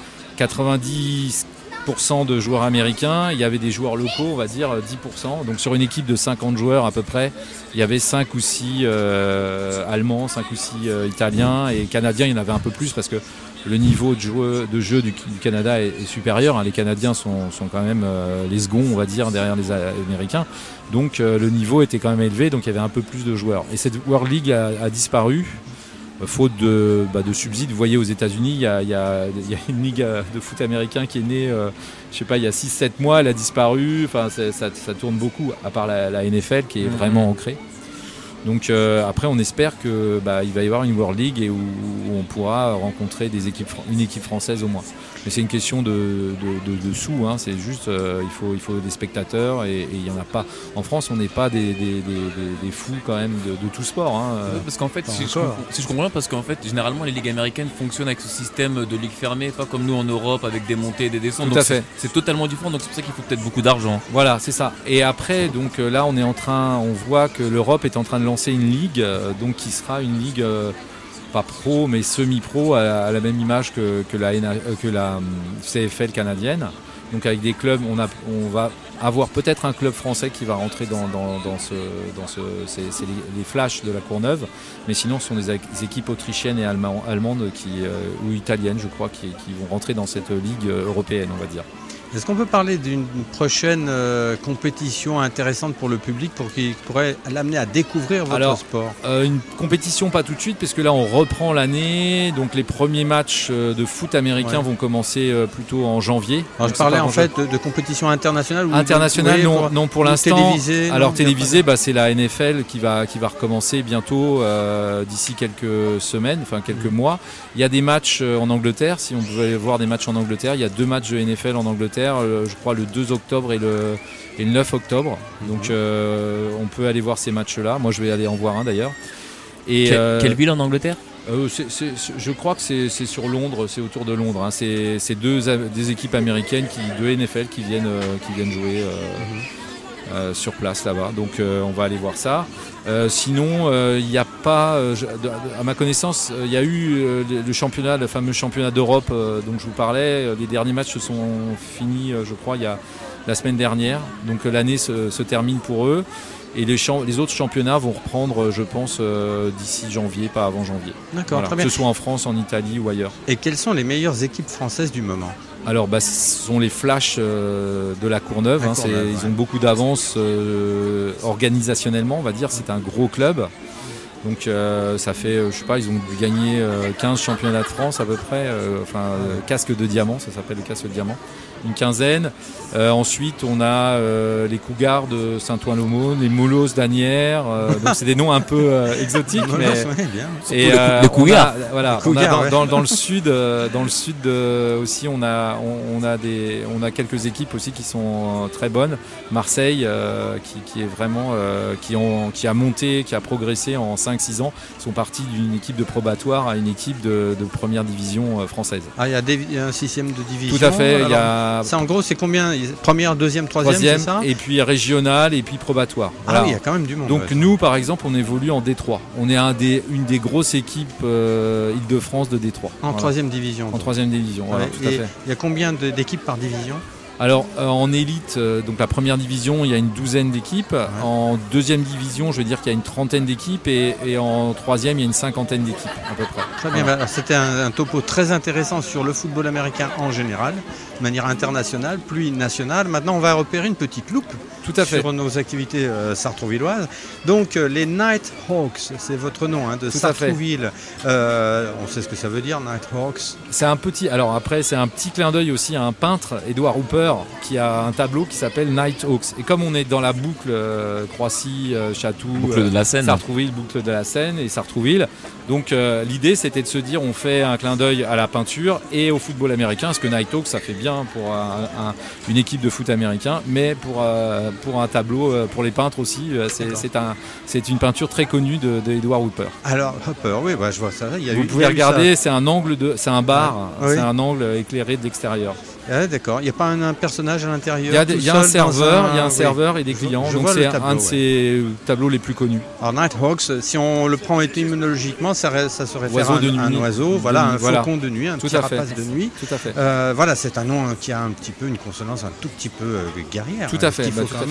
Speaker 6: 90% de joueurs américains, il y avait des joueurs locaux, on va dire 10%. Donc sur une équipe de 50 joueurs à peu près, il y avait 5 ou 6 Allemands, 5 ou 6 Italiens et Canadiens, il y en avait un peu plus parce que le niveau de jeu du Canada est supérieur. Les Canadiens sont quand même les seconds, on va dire, derrière les Américains. Donc le niveau était quand même élevé, donc il y avait un peu plus de joueurs. Et cette World League a disparu. Faute de subsides. Vous voyez, aux États-Unis, il y a une ligue de foot américain qui est née, il y a 6-7 mois, elle a disparu. Enfin, ça tourne beaucoup, à part la NFL qui est vraiment ancrée. Donc après, on espère qu'il va y avoir une World League et où on pourra rencontrer une équipe française au moins. Mais c'est une question de sous, hein. C'est juste, il faut des spectateurs et il n'y en a pas. En France, on n'est pas des fous quand même de tout sport. Hein.
Speaker 3: Parce qu'en fait, si je comprends bien, parce qu'en fait, généralement, les ligues américaines fonctionnent avec ce système de ligue fermée, pas comme nous en Europe avec des montées et des descentes.
Speaker 6: Tout à fait.
Speaker 3: C'est totalement différent, donc c'est pour ça qu'il faut peut-être beaucoup d'argent.
Speaker 6: Voilà, c'est ça. Et après, donc là, on voit que l'Europe est en train de lancer une ligue, donc qui sera une ligue pas pro mais semi-pro à la même image que la CFL canadienne. Donc avec des clubs, on va avoir peut-être un club français qui va rentrer dans les flashs de la Courneuve, mais sinon ce sont des équipes autrichiennes et allemandes ou italiennes, je crois, qui vont rentrer dans cette ligue européenne, on va dire.
Speaker 5: Est-ce qu'on peut parler d'une prochaine compétition intéressante pour le public qui pourrait l'amener à découvrir votre sport ?
Speaker 6: Une compétition pas tout de suite, parce que là on reprend l'année, donc les premiers matchs de foot américain vont commencer plutôt en janvier.
Speaker 5: Alors je parlais en fait de compétition internationale.
Speaker 6: Internationale, non pour l'instant. Télévisée. Alors télévisée, c'est la NFL qui va recommencer bientôt d'ici quelques semaines, quelques mois. Il y a des matchs en Angleterre, si on pouvait voir des matchs en Angleterre, il y a 2 matchs de NFL en Angleterre. Je crois le 2 octobre et le 9 octobre. Donc on peut aller voir ces matchs-là. Moi je vais aller en voir un d'ailleurs.
Speaker 3: Et quelle ville en Angleterre ?
Speaker 6: Je crois que c'est sur Londres, c'est autour de Londres. Hein. C'est des équipes américaines de NFL qui viennent jouer sur place là-bas. Donc on va aller voir ça. Sinon, il n'y a pas, à ma connaissance, il y a eu le fameux championnat d'Europe dont je vous parlais. Les derniers matchs se sont finis, je crois, il y a la semaine dernière. Donc l'année se termine pour eux. Et les autres championnats vont reprendre, je pense, d'ici janvier, pas avant janvier.
Speaker 5: D'accord, très bien.
Speaker 6: Que ce soit en France, en Italie ou ailleurs.
Speaker 5: Et quelles sont les meilleures équipes françaises du moment ?
Speaker 6: Alors, ce sont les Flashs de la Courneuve. Ils ont beaucoup d'avance organisationnellement, on va dire. C'est un gros club. Donc ça fait, je sais pas, ils ont gagné 15 championnats de France à peu près, casque de diamant, ça s'appelle le casque de diamant, une quinzaine. Ensuite on a les Cougars de Saint-Ouen-l'Aumône, les Moulos d'Anières, donc c'est des noms un peu exotiques, mais
Speaker 3: et les Cougars.
Speaker 6: Dans le sud aussi on a quelques équipes aussi qui sont très bonnes. Marseille qui est vraiment qui a monté, qui a progressé en 5-6 ans, ils sont partis d'une équipe de probatoire à une équipe de première division française.
Speaker 5: Ah, il y a un système de division.
Speaker 6: Tout à fait.
Speaker 5: Ça, en gros, c'est combien? Première, deuxième, troisième, c'est ça?
Speaker 6: Et puis régional, et puis probatoire. Voilà.
Speaker 5: Ah oui, il y a quand même du monde.
Speaker 6: Donc nous, par exemple, on évolue en D3. On est une des grosses équipes Île-de-France de D3.
Speaker 5: En troisième division.
Speaker 6: En troisième division, voilà, tout à fait.
Speaker 5: Il y a combien d'équipes par division?
Speaker 6: Alors en élite, donc la première division, il y a une douzaine d'équipes. Ouais. En deuxième division, je veux dire qu'il y a une trentaine d'équipes. Et en troisième, il y a une cinquantaine d'équipes à peu près.
Speaker 5: Très bien, voilà. C'était un topo très intéressant sur le football américain en général, de manière internationale, puis nationale. Maintenant, on va repérer une petite loupe sur nos activités sartrouvilloises. Donc les Nighthawks, c'est votre nom de Sartrouville. On sait ce que ça veut dire, Nighthawks.
Speaker 6: C'est un petit clin d'œil aussi à un peintre, Edward Hooper, qui a un tableau qui s'appelle Nighthawks. Et comme on est dans la boucle Croissy, Chatou,
Speaker 3: boucle de la Seine,
Speaker 6: Sartrouville, boucle de la Seine et Sartrouville. Donc l'idée c'était de se dire on fait un clin d'œil à la peinture et au football américain, parce que Nighthawks ça fait bien pour une équipe de foot américain, mais pour un tableau, pour les peintres aussi, c'est une peinture très connue d'Edward Hooper.
Speaker 5: Alors Hooper, oui, je vois ça.
Speaker 6: Vous pouvez regarder, c'est un bar, c'est un angle éclairé de l'extérieur.
Speaker 5: Ah, d'accord. Il n'y a pas un personnage à l'intérieur?
Speaker 6: Il y a un serveur et des clients. Donc c'est un de ces tableaux les plus connus.
Speaker 5: Alors Nighthawks, si on le prend étymologiquement, ça se réfère à un oiseau, un faucon de nuit, un petit rapace de nuit.
Speaker 6: Tout à fait.
Speaker 5: C'est un nom qui a un petit peu une consonance un tout petit peu guerrière.
Speaker 6: Tout à fait.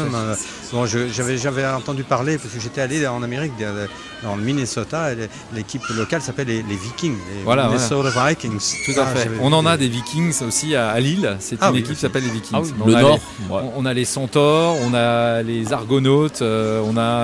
Speaker 5: J'avais entendu parler, parce que j'étais allé en Amérique, dans le Minnesota, l'équipe locale s'appelle les Vikings, les Minnesota Vikings.
Speaker 6: Tout à fait. On en a des Vikings aussi à Lille. C'est une équipe qui s'appelle les Vikings.
Speaker 3: Le Nord.
Speaker 6: On a les Centaures, on a les Argonautes, on a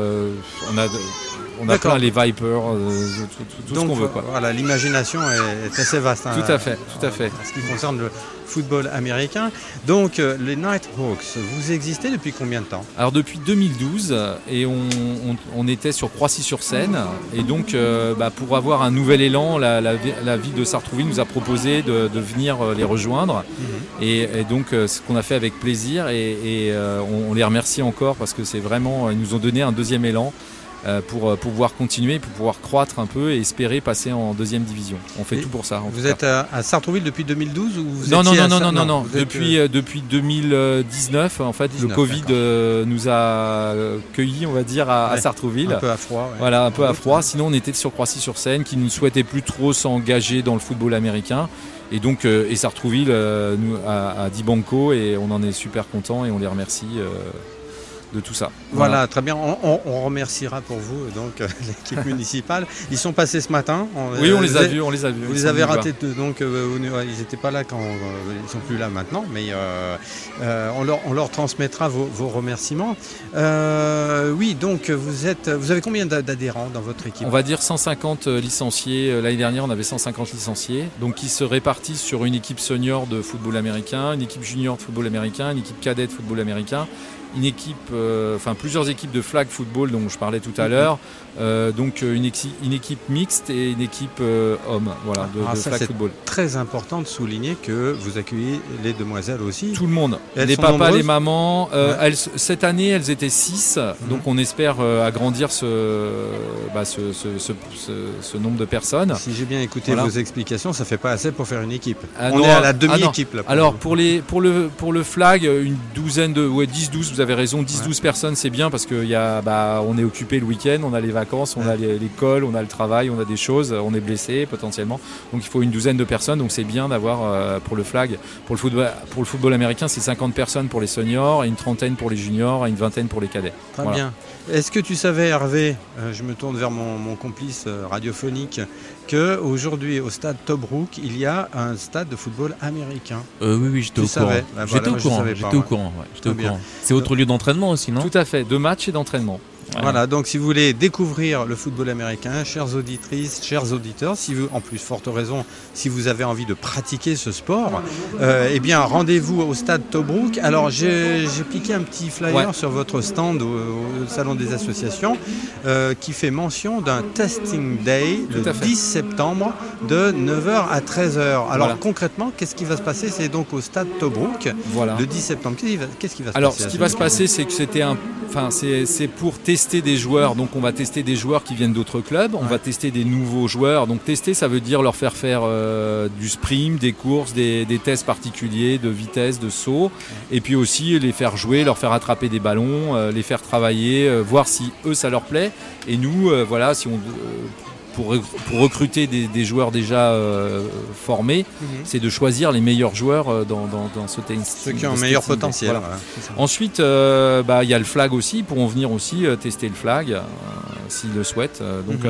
Speaker 6: plein les Vipers, tout ce qu'on veut.
Speaker 5: Voilà, l'imagination est assez vaste.
Speaker 6: Tout à fait.
Speaker 5: En ce qui concerne le football américain. Donc les Nighthawks, vous existez depuis combien de temps?
Speaker 6: Alors depuis 2012, et on était sur Croissy-sur-Seine, et donc pour avoir un nouvel élan, la ville de Sartrouville nous a proposé de venir les rejoindre, et donc ce qu'on a fait avec plaisir, et on les remercie encore parce que c'est vraiment, ils nous ont donné un deuxième élan pour pouvoir continuer, pour pouvoir croître un peu et espérer passer en deuxième division. On fait tout pour ça.
Speaker 5: Vous êtes à Sartrouville depuis 2012 ou vous
Speaker 6: Non. Depuis 2019, en fait, le Covid nous a cueillis, on va dire, à Sartrouville.
Speaker 5: Un peu à froid.
Speaker 6: Voilà, un peu à froid. Sinon, on était sur Croissy-sur-Seine, qui ne souhaitait plus trop s'engager dans le football américain. Et donc, Sartrouville nous a dit banco, et on en est super content et on les remercie. De tout ça.
Speaker 5: Voilà, très bien. On remerciera pour vous donc l'équipe municipale. Ils sont passés ce matin.
Speaker 6: Oui, on les a vus.
Speaker 5: Vous les avez ratés, donc ils n'étaient pas là quand ils sont plus là maintenant, mais on leur transmettra vos remerciements. Oui, donc vous avez combien d'adhérents dans votre équipe?
Speaker 6: On va dire 150 licenciés. L'année dernière, on avait 150 licenciés, donc qui se répartissent sur une équipe senior de football américain, une équipe junior de football américain, une équipe cadet de football américain, une équipe, plusieurs équipes de flag football dont je parlais tout à l'heure, donc une équipe mixte et une équipe homme, de flag football.
Speaker 5: Très important de souligner que vous accueillez les demoiselles aussi.
Speaker 6: Tout le monde, les papas, nombreuses. Les mamans. Cette année, elles étaient 6, donc on espère agrandir ce nombre de personnes.
Speaker 5: Si j'ai bien écouté vos explications, ça fait pas assez pour faire une équipe. On est à la demi-équipe là.
Speaker 6: Alors pour le flag, une douzaine 10-12. Vous avez raison, 10-12 personnes, c'est bien parce qu'on est occupé le week-end, on a les vacances, on a l'école, on a le travail, on a des choses, on est blessé potentiellement. Donc il faut une douzaine de personnes, donc c'est bien d'avoir pour le flag. Pour le football américain, c'est 50 personnes pour les seniors, et une trentaine pour les juniors, et une vingtaine pour les cadets.
Speaker 5: Très bien. Est-ce que tu savais, Hervé, je me tourne vers mon complice radiophonique, qu'aujourd'hui au stade Tobruk, il y a un stade de football américain?
Speaker 3: Oui, j'étais au courant. J'étais au courant. C'est votre lieu d'entraînement aussi, non?
Speaker 6: Tout à fait, de match et d'entraînement.
Speaker 5: Voilà, donc si vous voulez découvrir le football américain, chères auditrices, chers auditeurs, si vous, en plus, forte raison, si vous avez envie de pratiquer ce sport, eh bien, rendez-vous au stade Tobruk. Alors, j'ai piqué un petit flyer sur votre stand au Salon des associations qui fait mention d'un testing day le 10 septembre de 9h à 13h. Alors, concrètement, qu'est-ce qui va se passer? C'est donc au stade Tobruk le 10 septembre. Qu'est-ce qui va se passer?
Speaker 6: Alors, ce qui va se passer, c'est que c'est pour tester des joueurs. Donc, on va tester des joueurs qui viennent d'autres clubs. On va tester des nouveaux joueurs. Donc, tester, ça veut dire leur faire faire du sprint, des courses, des tests particuliers de vitesse, de saut. Et puis aussi, les faire jouer, leur faire attraper des ballons, les faire travailler, voir si eux, ça leur plaît. Et nous, si on... Pour recruter des joueurs déjà formés, c'est de choisir les meilleurs joueurs dans ce tennis.
Speaker 5: Ceux qui ont un meilleur potentiel.
Speaker 6: Voilà. Ensuite, il y a le flag aussi. Ils pourront venir aussi tester le flag s'ils le souhaitent.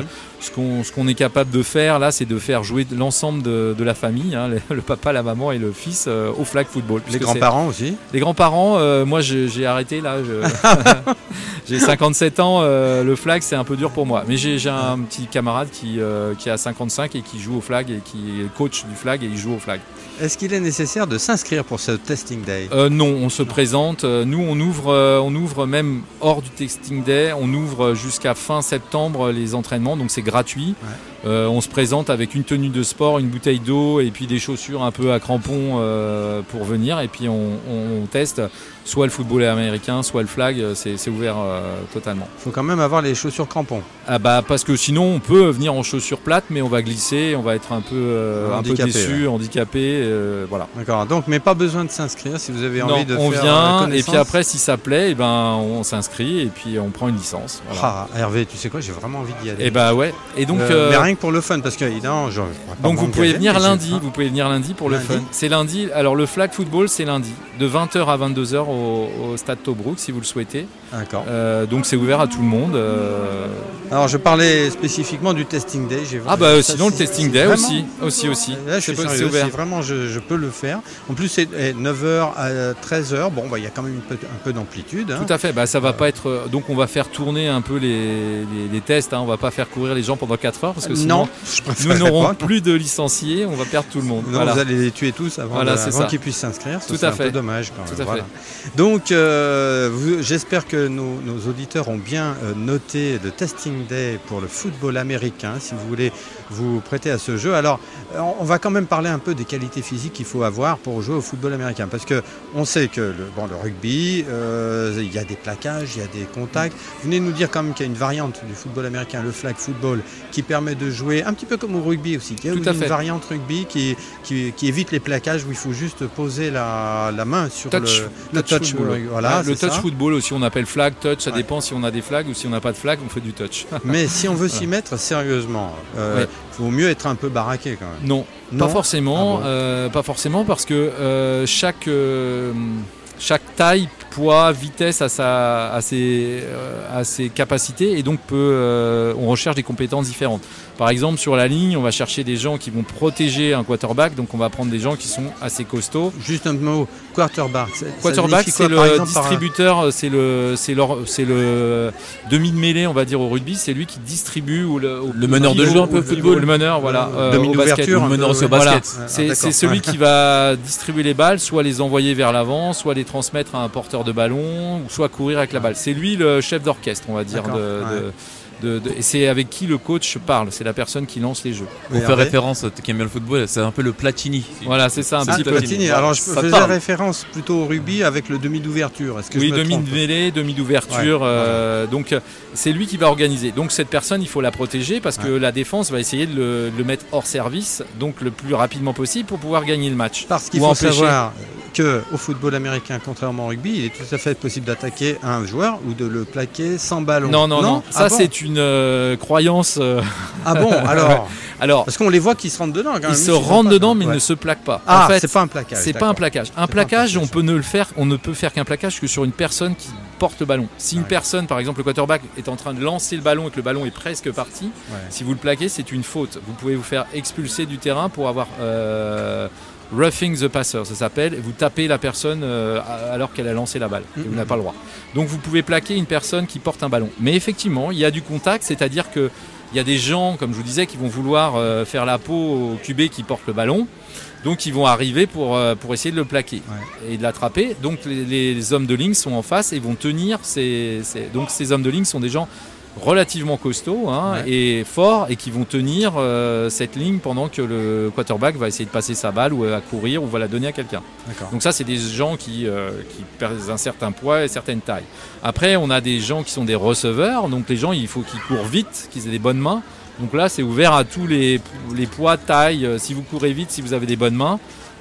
Speaker 6: Ce qu'on est capable de faire là, c'est de faire jouer l'ensemble de la famille, le papa, la maman et le fils au flag football.
Speaker 5: Les grands-parents aussi.
Speaker 6: Les grands-parents, moi j'ai arrêté là. J'ai 57 ans. Le flag c'est un peu dur pour moi. Mais j'ai un petit camarade qui a 55 et qui joue au flag et qui est coach du flag et il joue au flag.
Speaker 5: Est-ce qu'il est nécessaire de s'inscrire pour ce testing day?
Speaker 6: Non, on se présente. Nous, on ouvre même hors du testing day. On ouvre jusqu'à fin septembre les entraînements, donc c'est gratuit. On se présente avec une tenue de sport, une bouteille d'eau et puis des chaussures un peu à crampons pour venir. Et puis on teste soit le football américain, soit le flag. C'est ouvert totalement.
Speaker 5: Il faut quand même avoir les chaussures crampons.
Speaker 6: Parce que sinon on peut venir en chaussures plates, mais on va glisser, on va être un peu déçu, handicapé. Voilà.
Speaker 5: D'accord. Donc, mais pas besoin de s'inscrire si vous avez envie de faire.
Speaker 6: On vient et puis après, si ça plaît, on s'inscrit et puis on prend une licence.
Speaker 5: Voilà. Hervé, tu sais quoi, j'ai vraiment envie d'y aller.
Speaker 6: Et donc.
Speaker 5: Mais rien que pour le fun, parce que évidemment,
Speaker 6: donc vous pouvez venir lundi. Vous pouvez venir lundi pour le fun. C'est lundi. Alors le flag football, c'est lundi, de 20h à 22h au stade Tobruk, si vous le souhaitez. D'accord. Donc c'est ouvert à tout le monde.
Speaker 5: Alors je parlais spécifiquement du testing day.
Speaker 6: Sinon le testing day aussi.
Speaker 5: Là, je suis sérieux, si vraiment je peux le faire. En plus, c'est 9h à 13h. Bon, il y a quand même un peu d'amplitude.
Speaker 6: Tout à fait. Ça va pas être. Donc, on va faire tourner un peu les tests. On va pas faire courir les gens pendant 4 heures parce que sinon, nous n'aurons plus de licenciés. On va perdre tout le monde.
Speaker 5: Non, vous allez les tuer tous avant qu'ils puissent s'inscrire. C'est un peu dommage quand même.
Speaker 6: Tout à fait.
Speaker 5: Donc, j'espère que nos auditeurs ont bien noté le testing day pour le football américain. Si vous voulez vous prêter à ce jeu. Alors, on va quand même parler un peu des qualités physiques qu'il faut avoir pour jouer au football américain. Parce qu'on sait que le rugby, il y a des plaquages, il y a des contacts. Vous venez de nous dire quand même qu'il y a une variante du football américain, le flag football, qui permet de jouer un petit peu comme au rugby aussi. Il y a une variante rugby qui évite les plaquages où il faut juste poser la main sur le touch football.
Speaker 6: Voilà, le touch football aussi, on appelle flag, touch, ça dépend si on a des flags ou si on n'a pas de flag, on fait du touch.
Speaker 5: Mais si on veut s'y mettre sérieusement, il vaut mieux être un peu baraqué quand même.
Speaker 6: Non, pas forcément. Pas forcément parce que chaque taille, poids, vitesse a ses capacités et donc on recherche des compétences différentes. Par exemple, sur la ligne, on va chercher des gens qui vont protéger un quarterback, donc on va prendre des gens qui sont assez costauds.
Speaker 5: Juste un mot, quarterback.
Speaker 6: Quarterback, c'est le distributeur, c'est le demi de mêlée, on va dire au rugby, c'est lui qui distribue
Speaker 3: le meneur de jeu un peu au football.
Speaker 6: Le meneur, voilà.
Speaker 5: Demi d'ouverture,
Speaker 3: le meneur aussi au basket.
Speaker 6: C'est celui qui va distribuer les balles, soit les envoyer vers l'avant, soit les transmettre à un porteur de ballon, ou soit courir avec la balle. C'est lui le chef d'orchestre, on va dire, et c'est avec qui le coach parle, c'est la personne qui lance les jeux.
Speaker 3: Pour faire référence, qui aime bien le football, c'est un peu le Platini.
Speaker 6: Voilà, c'est ça, un petit peu.
Speaker 5: Platini. Alors je faisais référence plutôt au rugby avec le demi d'ouverture.
Speaker 6: Demi de mêlée, demi d'ouverture. Donc c'est lui qui va organiser. Donc cette personne, il faut la protéger parce que la défense va essayer de le mettre hors service, donc le plus rapidement possible pour pouvoir gagner le match.
Speaker 5: Parce qu'il faut savoir qu'au football américain, contrairement au rugby, il est tout à fait possible d'attaquer un joueur ou de le plaquer sans ballon.
Speaker 6: Non. Ça, c'est une croyance.
Speaker 5: Ah bon, alors parce qu'on les voit qui se rentrent dedans. Quand même.
Speaker 6: Ils se rentrent dedans, mais ils ne se plaquent pas.
Speaker 5: En fait, c'est pas un plaquage.
Speaker 6: C'est pas un plaquage. Un plaquage, on ne peut faire qu'un plaquage que sur une personne qui porte le ballon. Si une personne, par exemple le quarterback, est en train de lancer le ballon et que le ballon est presque parti, si vous le plaquez, c'est une faute. Vous pouvez vous faire expulser du terrain pour avoir roughing the passer, ça s'appelle. Vous tapez la personne alors qu'elle a lancé la balle. Et vous n'avez pas le droit. Donc vous pouvez plaquer une personne qui porte un ballon. Mais effectivement, il y a du contact, c'est-à-dire que il y a des gens, comme je vous disais, qui vont vouloir faire la peau au QB qui porte le ballon. Donc ils vont arriver pour essayer de le plaquer et de l'attraper. Donc les hommes de ligne sont en face et vont tenir. Donc ces hommes de ligne sont des gens relativement costauds et forts et qui vont tenir cette ligne pendant que le quarterback va essayer de passer sa balle ou à courir ou va la donner à quelqu'un. D'accord. Donc ça, c'est des gens qui perdent un certain poids et certaines tailles. Après, on a des gens qui sont des receveurs. Donc les gens, il faut qu'ils courent vite, qu'ils aient des bonnes mains. Donc là, c'est ouvert à tous les poids, tailles. Si vous courez vite, si vous avez des bonnes mains,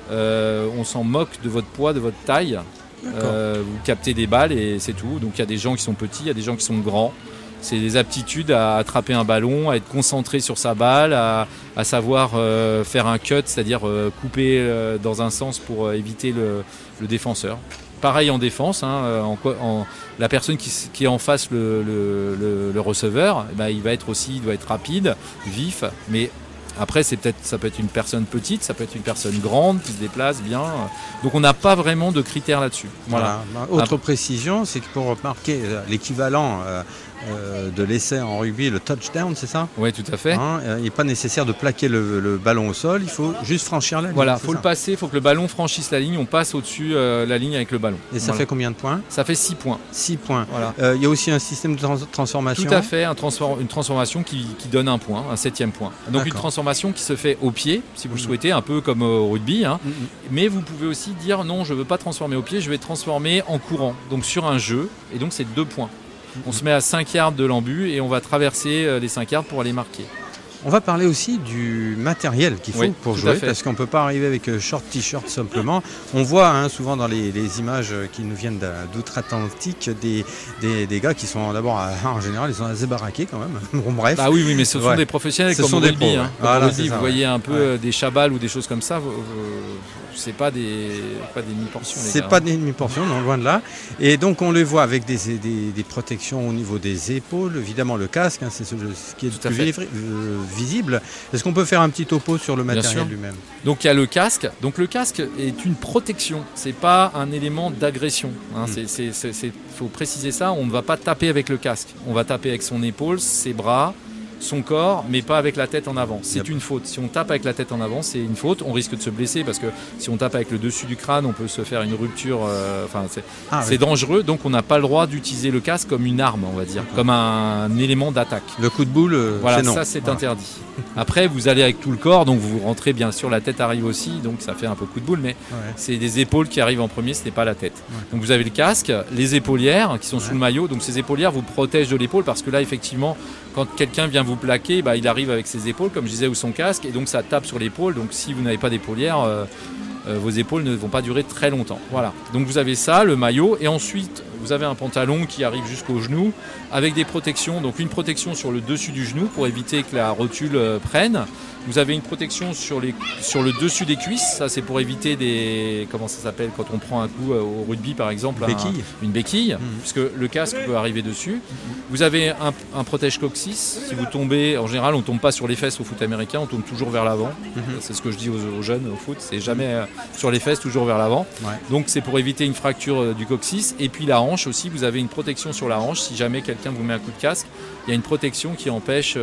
Speaker 6: on s'en moque de votre poids, de votre taille. Vous captez des balles et c'est tout. Donc il y a des gens qui sont petits, il y a des gens qui sont grands. C'est des aptitudes à attraper un ballon, à être concentré sur sa balle, à savoir faire un cut, c'est-à-dire couper dans un sens pour éviter le défenseur. Pareil en défense, la personne qui est en face le receveur, il doit être rapide, vif, mais après ça peut être une personne petite, ça peut être une personne grande qui se déplace bien. Donc on n'a pas vraiment de critères là-dessus. Voilà.
Speaker 5: Autre précision, c'est que pour marquer l'équivalent de l'essai en rugby, le touchdown, c'est ça ?
Speaker 6: Oui, tout à fait.
Speaker 5: Il n'est pas nécessaire de plaquer le ballon au sol, il faut juste franchir la ligne.
Speaker 6: Voilà, il faut le passer, il faut que le ballon franchisse la ligne, on passe au-dessus la ligne avec le ballon.
Speaker 5: Et ça fait combien de points ?
Speaker 6: Ça fait 6 points.
Speaker 5: 6 points.
Speaker 6: Voilà.
Speaker 5: Il y a aussi un système de transformation ?
Speaker 6: Tout à fait, une transformation qui donne un point, un 7e point. Donc une transformation qui se fait au pied, si vous le souhaitez, un peu comme au rugby. Mais vous pouvez aussi dire non, je ne veux pas transformer au pied, je vais transformer en courant, donc sur un jeu, et donc c'est 2 points. On se met à 5 yards de l'embut et on va traverser les 5 yards pour aller marquer.
Speaker 5: On va parler aussi du matériel qu'il faut pour jouer, parce qu'on ne peut pas arriver avec short t-shirt simplement. On voit souvent dans les images qui nous viennent d'outre-Atlantique des gars qui sont d'abord, en général, ils sont assez baraqués quand même. Bon, bref.
Speaker 6: Ah oui, mais ce sont des professionnels comme au rugby. Vous voyez un peu des chabals ou des choses comme ça. C'est pas des demi-portions.
Speaker 5: C'est pas des demi-portions, non, loin de là. Et donc on les voit avec des protections au niveau des épaules, évidemment le casque, c'est ce qui est le plus visible. Est-ce qu'on peut faire un petit topo sur le matériel lui-même ?
Speaker 6: Donc il y a le casque. Donc le casque est une protection, c'est pas un élément d'agression. Faut préciser ça. On ne va pas taper avec le casque. On va taper avec son épaule, ses bras, son corps, mais pas avec la tête en avant. C'est une faute. Si on tape avec la tête en avant, c'est une faute. On risque de se blesser parce que si on tape avec le dessus du crâne, on peut se faire une rupture. C'est dangereux. Donc on n'a pas le droit d'utiliser le casque comme une arme, on va dire, comme un élément d'attaque.
Speaker 5: Le coup de boule, c'est non.
Speaker 6: Ça c'est interdit. Après, vous allez avec tout le corps, donc vous rentrez bien sûr, la tête arrive aussi, donc ça fait un peu coup de boule, mais c'est des épaules qui arrivent en premier, ce n'est pas la tête. Donc vous avez le casque, les épaulières qui sont sous le maillot. Donc ces épaulières vous protègent de l'épaule parce que là, effectivement, quand quelqu'un vient vous plaquer, il arrive avec ses épaules, comme je disais, ou son casque, et donc ça tape sur l'épaule. Donc si vous n'avez pas d'épaulières, vos épaules ne vont pas durer très longtemps. Voilà. Donc vous avez ça, le maillot, et ensuite vous avez un pantalon qui arrive jusqu'au genou avec des protections. Donc une protection sur le dessus du genou pour éviter que la rotule prenne. Vous avez une protection sur le dessus des cuisses. Ça, c'est pour éviter comment ça s'appelle quand on prend un coup au rugby, par exemple, une béquille, puisque le casque peut arriver dessus. Vous avez un protège-coccyx. Si vous tombez, en général, on ne tombe pas sur les fesses au foot américain, on tombe toujours vers l'avant. C'est ce que je dis aux jeunes au foot, c'est jamais sur les fesses, toujours vers l'avant. Donc c'est pour éviter une fracture du coccyx. Et puis la hanche aussi, vous avez une protection sur la hanche. Si jamais quelqu'un vous met un coup de casque, il y a une protection qui empêche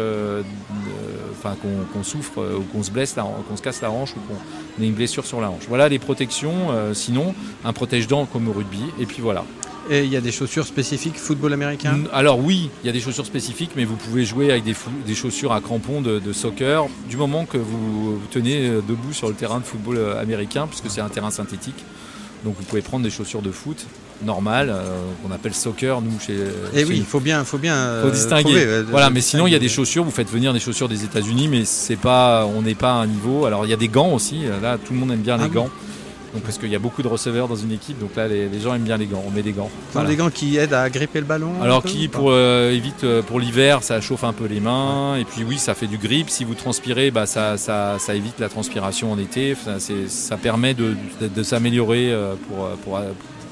Speaker 6: qu'on souffre ou qu'on se blesse, qu'on se casse la hanche ou qu'on ait une blessure sur la hanche. Voilà les protections. Sinon, un protège-dents comme au rugby. Et puis voilà.
Speaker 5: Et il y a des chaussures spécifiques football américain ?
Speaker 6: Alors oui, il y a des chaussures spécifiques, mais vous pouvez jouer avec des chaussures à crampons de soccer du moment que vous tenez debout sur le terrain de football américain, puisque c'est un terrain synthétique. Donc vous pouvez prendre des chaussures de foot normales, qu'on appelle soccer, nous chez.
Speaker 5: Et oui, il faut bien
Speaker 6: distinguer. Voilà, mais sinon il y a des chaussures, vous faites venir des chaussures des États-Unis, mais on n'est pas à un niveau. Alors il y a des gants aussi. Là, tout le monde aime bien les gants. Donc, parce qu'il y a beaucoup de receveurs dans une équipe, donc là les gens aiment bien les gants, on met des gants.
Speaker 5: Des gants qui aident à gripper le ballon.
Speaker 6: Alors évite pour l'hiver, ça chauffe un peu les mains, et puis oui, ça fait du grip. Si vous transpirez, ça évite la transpiration en été. Ça permet de s'améliorer pour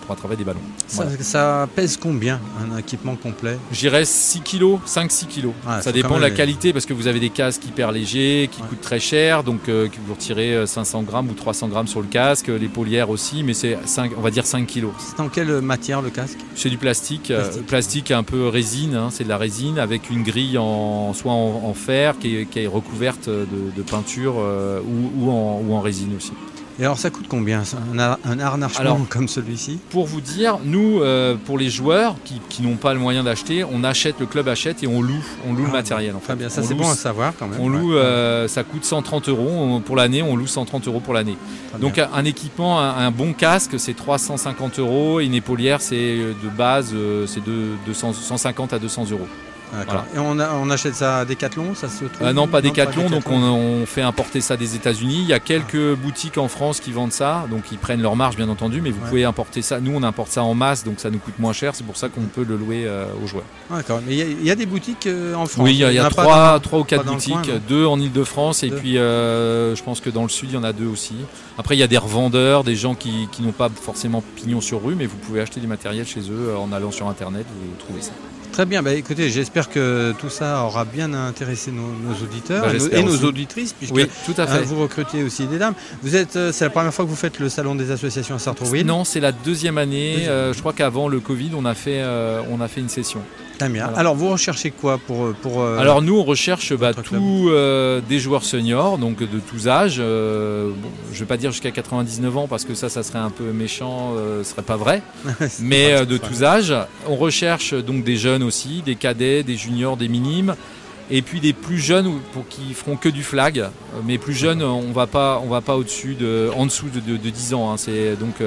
Speaker 6: pourra travailler des ballons.
Speaker 5: Voilà. Ça pèse combien un équipement complet?
Speaker 6: Je dirais 6 kg, 5-6 kg. Ça dépend de la qualité parce que vous avez des casques hyper légers qui coûtent très cher, donc vous retirez 500 grammes ou 300 grammes sur le casque, l'épaulière aussi, mais c'est on va dire 5 kg.
Speaker 5: C'est en quelle matière le casque?
Speaker 6: C'est du plastique. Plastique un peu résine, c'est de la résine avec une grille soit en fer qui est recouverte de peinture ou en résine aussi.
Speaker 5: Et alors ça coûte combien un harnachement comme celui-ci?
Speaker 6: Pour vous dire, nous, pour les joueurs qui n'ont pas le moyen d'acheter, le club achète et on loue le matériel. En fait.
Speaker 5: Très bien, ça c'est bon à savoir quand même.
Speaker 6: On loue, ça coûte 130 € pour l'année, on loue 130 € pour l'année. Donc un équipement, un bon casque, c'est 350 € et une épaulière, c'est de base, c'est de 150 à 200 €.
Speaker 5: Voilà. Et on achète ça à Decathlon, ça se trouve?
Speaker 6: Non, pas Decathlon, donc on fait importer ça des États-Unis. Il y a quelques boutiques en France qui vendent ça, donc ils prennent leur marge bien entendu, mais vous pouvez importer ça. Nous, on importe ça en masse, donc ça nous coûte moins cher. C'est pour ça qu'on peut le louer aux joueurs.
Speaker 5: D'accord, mais il y a des boutiques en France?
Speaker 6: Oui, il y a 3 ou 4 boutiques, 2 en Ile-de-France, et puis je pense que dans le sud, il y en a 2 aussi. Après, il y a des revendeurs, des gens qui n'ont pas forcément pignon sur rue, mais vous pouvez acheter du matériel chez eux en allant sur Internet, vous trouvez ça.
Speaker 5: Très bien, écoutez, j'espère que tout ça aura bien intéressé nos auditeurs et nos auditrices, puisque
Speaker 6: tout à fait.
Speaker 5: Vous recrutez aussi des dames. C'est la première fois que vous faites le salon des associations à Sartrouville?
Speaker 6: Non, c'est la deuxième année. Je crois qu'avant le Covid, on a fait une session.
Speaker 5: Très bien. Voilà. Alors vous recherchez quoi pour
Speaker 6: Alors nous on recherche tous des joueurs seniors, donc de tous âges. Je ne vais pas dire jusqu'à 99 ans parce que ça serait un peu méchant, ce serait pas vrai. Mais de tous âges. On recherche donc des jeunes aussi, des cadets, des juniors, des minimes. Et puis des plus jeunes qui feront que du flag. Mais plus jeunes, on va pas en dessous de 10 ans. C'est donc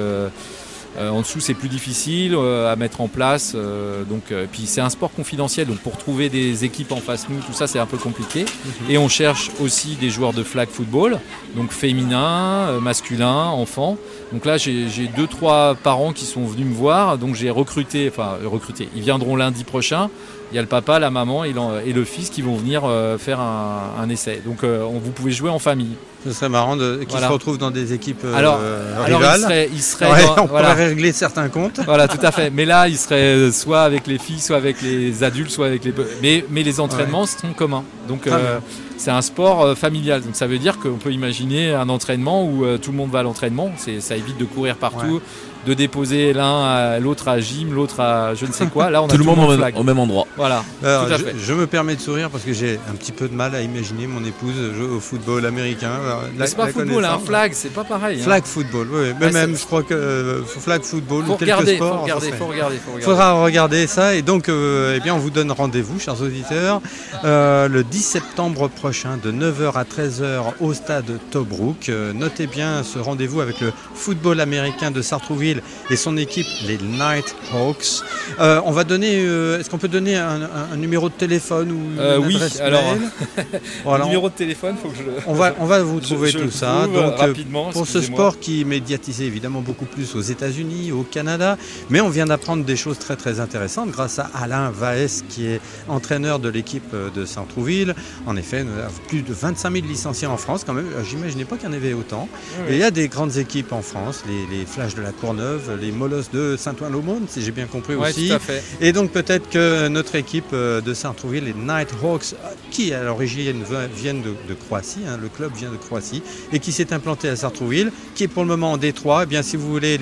Speaker 6: en dessous c'est plus difficile à mettre en place, puis c'est un sport confidentiel, donc pour trouver des équipes en face nous, tout ça c'est un peu compliqué. Et on cherche aussi des joueurs de flag football, donc féminin, masculin, enfant. Donc là j'ai 2-3 parents qui sont venus me voir, donc j'ai recruté, ils viendront lundi prochain. Il y a le papa, la maman et le fils qui vont venir faire un essai. Donc vous pouvez jouer en famille.
Speaker 5: Ce serait marrant qu'ils se retrouvent dans des équipes
Speaker 6: rivales. Il serait
Speaker 5: on pourrait régler certains comptes.
Speaker 6: Voilà, tout à fait. Mais là, il serait soit avec les filles, soit avec les adultes, soit avec les... Mais les entraînements seront communs. Donc c'est un sport familial. Donc ça veut dire qu'on peut imaginer un entraînement où tout le monde va à l'entraînement. Ça évite de courir partout. De déposer l'autre à gym, l'autre à je ne sais quoi. Là, on a
Speaker 3: tout le monde au même endroit.
Speaker 6: Voilà.
Speaker 5: Alors, tout à fait. Je me permets de sourire parce que j'ai un petit peu de mal à imaginer mon épouse jouer au football américain.
Speaker 6: C'est pas football, un flag, c'est pas pareil.
Speaker 5: Flag football, oui. Mais même, je crois que flag football ou quelques sports.
Speaker 6: Faut regarder.
Speaker 5: Faudra regarder ça. Et donc, on vous donne rendez-vous, chers auditeurs, le 10 septembre prochain, de 9h à 13h au stade Tobruk. Notez bien ce rendez-vous avec le football américain de Sartrouville et son équipe, les Nighthawks. On va donner. Est-ce qu'on peut donner un numéro de téléphone ou une adresse mail?
Speaker 6: Voilà, numéro de téléphone, faut que je le.
Speaker 5: On va vous trouver tout ça. Donc
Speaker 6: rapidement.
Speaker 5: Pour ce sport qui est médiatisé évidemment beaucoup plus aux États-Unis, au Canada, mais on vient d'apprendre des choses très très intéressantes grâce à Alain Vaes qui est entraîneur de l'équipe de Sartrouville. En effet, nous avons plus de 25 000 licenciés en France quand même. J'imaginais pas qu'il y en avait autant. Et il y a des grandes équipes en France, les Flashs de la Courneuve, les Molosses de Saint-Ouen-l'Aumône, si j'ai bien compris aussi.
Speaker 6: Tout à fait.
Speaker 5: Et donc peut-être que notre équipe de Sartrouville, les Nighthawks, qui à l'origine viennent de Croatie, le club vient de Croatie, et qui s'est implanté à Sartrouville, qui est pour le moment en Détroit. Eh bien, si vous voulez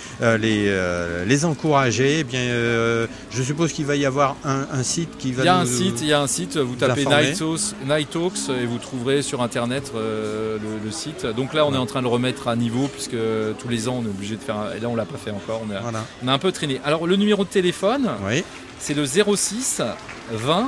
Speaker 5: les encourager, eh bien, je suppose qu'il va y avoir un site qui va.
Speaker 6: Il y a un site. Vous tapez Nighthawks et vous trouverez sur internet le site. Donc là, on est en train de le remettre à niveau puisque tous les ans on est obligé de faire. Et là, on l'a pas fait encore. On a un peu traîné. Alors le numéro de téléphone, c'est le 06 20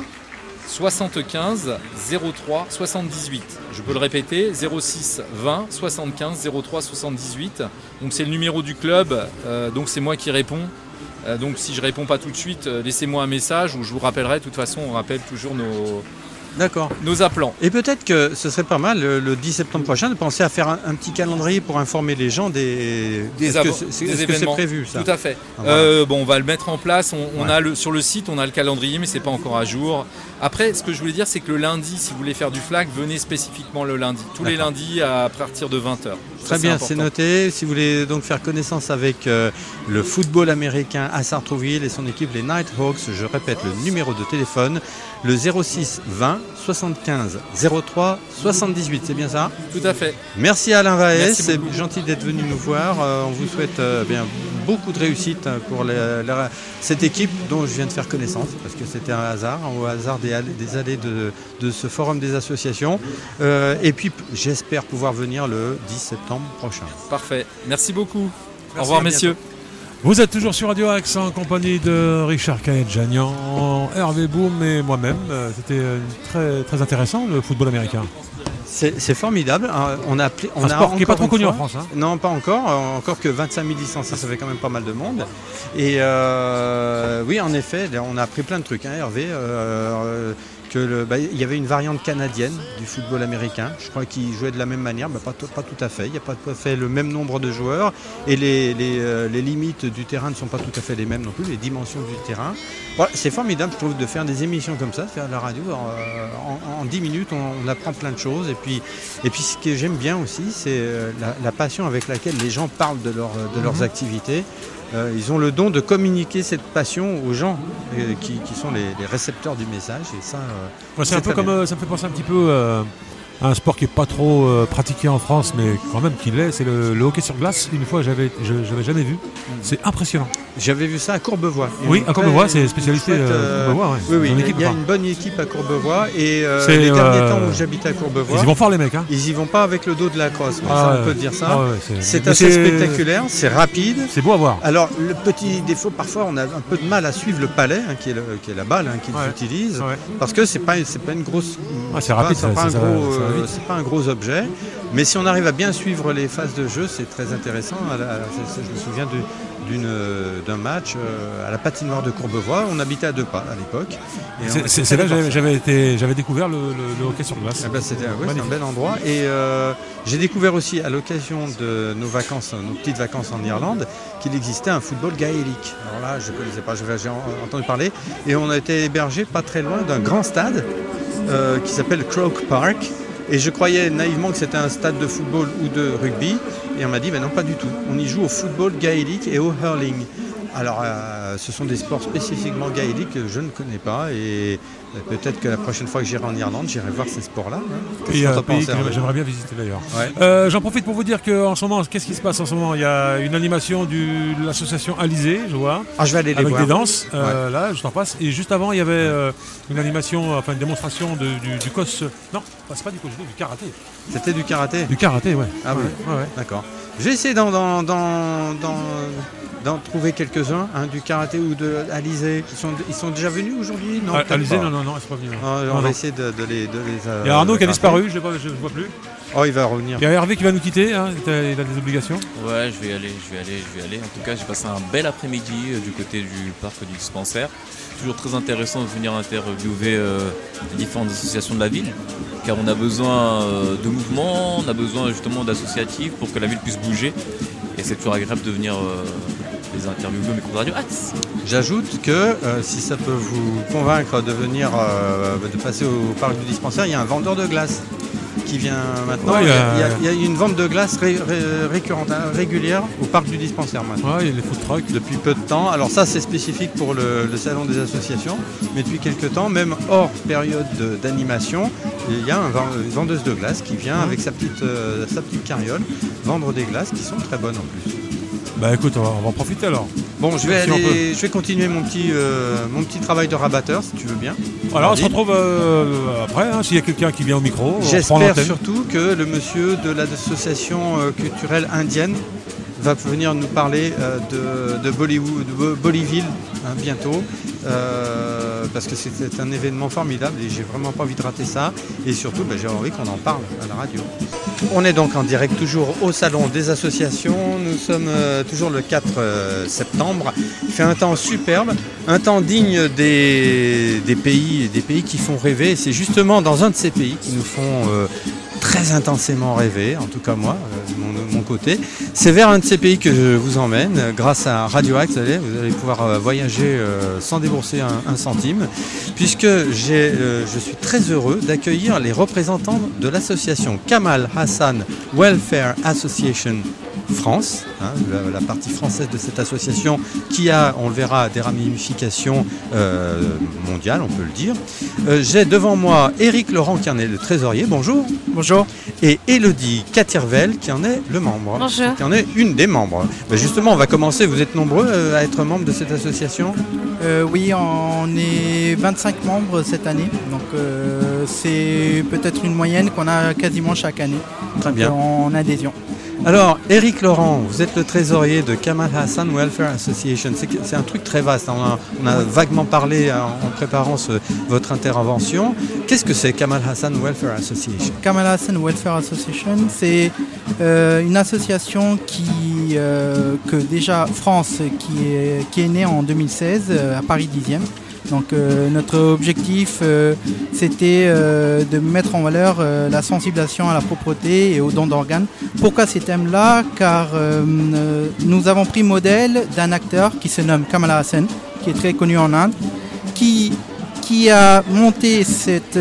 Speaker 6: 75 03 78. Je peux le répéter, 06 20 75 03 78. Donc c'est le numéro du club. Donc c'est moi qui réponds. Donc si je réponds pas tout de suite, laissez-moi un message ou je vous rappellerai. De toute façon, on rappelle toujours
Speaker 5: D'accord.
Speaker 6: Nos appelants.
Speaker 5: Et peut-être que ce serait pas mal le 10 septembre prochain de penser à faire un petit calendrier pour informer les gens des
Speaker 6: événements.
Speaker 5: Que c'est prévu ça?
Speaker 6: Tout à fait. On va le mettre en place. On a sur le site, on a le calendrier, mais c'est pas encore à jour. Après, ce que je voulais dire, c'est que le lundi, si vous voulez faire du flag, venez spécifiquement le lundi. Tous les lundis à partir de 20h.
Speaker 5: Très bien, c'est noté. Si vous voulez donc faire connaissance avec le football américain à Sartrouville et son équipe, les Nighthawks, je répète le numéro de téléphone, le 06 20 75 03 78, c'est bien ça?
Speaker 6: Tout à fait.
Speaker 5: Merci Alain Vaès, c'est gentil d'être venu nous voir. On vous souhaite beaucoup de réussite pour cette équipe dont je viens de faire connaissance, parce que c'était un hasard, au hasard des allées de ce forum des associations. Et puis j'espère pouvoir venir le 10 septembre prochain.
Speaker 6: Parfait. Merci beaucoup. Merci, au revoir messieurs.
Speaker 1: Vous êtes toujours sur Radio Axe en compagnie de Richard Canet-Jagnan, Hervé Boum et moi-même. C'était très, très intéressant le football américain.
Speaker 5: C'est formidable. On a
Speaker 1: un sport qui n'est pas trop connu en France. Hein.
Speaker 5: Non, pas encore. Encore que 25 000 licenciés, ça fait quand même pas mal de monde. Et oui, en effet, on a appris plein de trucs, hein, Hervé. Il y avait une variante canadienne du football américain. Je crois qu'ils jouaient de la même manière, mais pas tout à fait. Il n'y a pas tout à fait le même nombre de joueurs et les limites du terrain ne sont pas tout à fait les mêmes non plus, les dimensions du terrain. Voilà, c'est formidable, je trouve, de faire des émissions comme ça, de faire de la radio. En 10 minutes, on apprend plein de choses. Et puis ce que j'aime bien aussi, c'est la passion avec laquelle les gens parlent de leurs activités. Ils ont le don de communiquer cette passion aux gens qui sont les récepteurs du message. Et ça,
Speaker 1: c'est un peu comme ça me fait penser un petit peu à un sport qui n'est pas trop pratiqué en France, mais quand même qui l'est, c'est le hockey sur glace. Une fois, je n'avais jamais vu. C'est impressionnant.
Speaker 5: J'avais vu ça à Courbevoie.
Speaker 1: Oui, à Courbevoie, c'est spécialité Courbevoie. Ouais.
Speaker 5: Oui, il y a une bonne équipe à Courbevoie. Et les derniers temps où j'habitais à Courbevoie,
Speaker 1: ils y vont fort les mecs. Hein.
Speaker 5: Ils y vont pas avec le dos de la crosse. On peut dire ça. C'est assez spectaculaire, c'est rapide.
Speaker 1: C'est beau à voir.
Speaker 5: Alors, le petit défaut, parfois, on a un peu de mal à suivre le palais, qui est la balle qu'ils utilisent, parce que c'est pas une grosse.
Speaker 1: C'est rapide,
Speaker 5: c'est pas un gros objet, mais si on arrive à bien suivre les phases de jeu, c'est très intéressant. Je me souviens d'un match à la patinoire de Courbevoie. On habitait à 2 pas à l'époque.
Speaker 1: C'est là que j'avais découvert le hockey sur glace.
Speaker 5: C'est un bel endroit. Et j'ai découvert aussi à l'occasion de nos petites vacances en Irlande, qu'il existait un football gaélique. Alors là, je ne connaissais pas, j'ai entendu parler. Et on a été hébergé pas très loin d'un grand stade qui s'appelle Croke Park. Et je croyais naïvement que c'était un stade de football ou de rugby. Et on m'a dit, mais non, pas du tout. On y joue au football gaélique et au hurling. Alors, ce sont des sports spécifiquement gaéliques que je ne connais pas. Et peut-être que la prochaine fois que j'irai en Irlande, j'irai voir ces sports-là.
Speaker 1: Hein. Pays que j'aimerais bien visiter d'ailleurs. Ouais. J'en profite pour vous dire qu'en ce moment, qu'est-ce qui se passe en ce moment? Il y a une animation de l'association Alizé, je vois.
Speaker 5: Je vais aller les voir.
Speaker 1: Avec des danses, là, je t'en passe. Et juste avant, il y avait une animation, une démonstration du COS. Non, c'est pas du COS, du karaté.
Speaker 5: C'était du karaté? Du
Speaker 1: karaté, ouais.
Speaker 5: Ah oui, ouais. D'accord. Je vais essayer d'en trouver quelques-uns, du karaté ou de Alizé. Ils sont déjà venus aujourd'hui? Non,
Speaker 1: Alizé, non, elle n'est pas venue.
Speaker 5: On va essayer de les
Speaker 1: il y a Arnaud qui a disparu, je ne vois plus.
Speaker 5: Oh, il va revenir.
Speaker 1: Il y a Hervé qui va nous quitter, hein. Il a des obligations.
Speaker 3: Ouais, je vais y aller. En tout cas, j'ai passé un bel après-midi du côté du parc du dispensaire. Toujours très intéressant de venir interviewer les différentes associations de la ville, car on a besoin de mouvements, on a besoin justement d'associatifs pour que la ville puisse bouger. Et c'est toujours agréable de venir les interviewer au micro de Radio Axe.
Speaker 5: J'ajoute que si ça peut vous convaincre de venir, de passer au parc du dispensaire, il y a un vendeur de glace qui vient maintenant. Ouais, il y a une vente de glace récurrente, régulière au parc du dispensaire maintenant.
Speaker 1: Ouais, il y a les food trucks.
Speaker 5: Depuis peu de temps. Alors ça, c'est spécifique pour le salon des associations, mais depuis quelques temps, même hors période d'animation, il y a une vendeuse de glace qui vient avec sa petite carriole vendre des glaces qui sont très bonnes en plus.
Speaker 1: Bah écoute, on va en profiter alors.
Speaker 5: Bon, je vais continuer mon petit travail de rabatteur, si tu veux bien.
Speaker 1: Alors on se retrouve après, hein, s'il y a quelqu'un qui vient au micro.
Speaker 5: J'espère surtout que le monsieur de l'association culturelle indienne va venir nous parler de Bollyville bientôt. Parce que c'est un événement formidable et j'ai vraiment pas envie de rater ça. Et surtout, j'ai envie qu'on en parle à la radio. On est donc en direct toujours au Salon des associations. Nous sommes toujours le 4 septembre. septembre. Il fait un temps superbe, un temps digne des pays qui font rêver. C'est justement dans un de ces pays qui nous font très intensément rêver, en tout cas moi, de mon côté. C'est vers un de ces pays que je vous emmène. Grâce à Radio Axe, vous allez pouvoir voyager sans débourser un centime, puisque je suis très heureux d'accueillir les représentants de l'association Kamal Hassan Welfare Association France, la partie française de cette association qui a, on le verra, des ramifications mondiales, on peut le dire. J'ai devant moi Éric Laurent qui en est le trésorier, bonjour.
Speaker 7: Bonjour.
Speaker 5: Et Élodie Catirvel qui en est le membre.
Speaker 7: Bonjour.
Speaker 5: Qui en est une des membres. Ben justement, on va commencer, vous êtes nombreux à être membres de cette association ?
Speaker 7: Oui, on est 25 membres cette année, donc c'est peut-être une moyenne qu'on a quasiment chaque année.
Speaker 5: Très bien.
Speaker 7: En adhésion.
Speaker 5: Alors, Éric Laurent, vous êtes le trésorier de Kamal Hassan Welfare Association. C'est un truc très vaste. On a vaguement parlé en préparant votre intervention. Qu'est-ce que c'est Kamal Hassan Welfare Association ?
Speaker 7: Kamal Hassan Welfare Association, c'est une association que déjà France, qui est née en 2016 à Paris 10e. Donc notre objectif c'était de mettre en valeur la sensibilisation à la propreté et aux dons d'organes. Pourquoi ces thèmes-là ? Car nous avons pris modèle d'un acteur qui se nomme Kamal Hassan, qui est très connu en Inde, qui a monté cette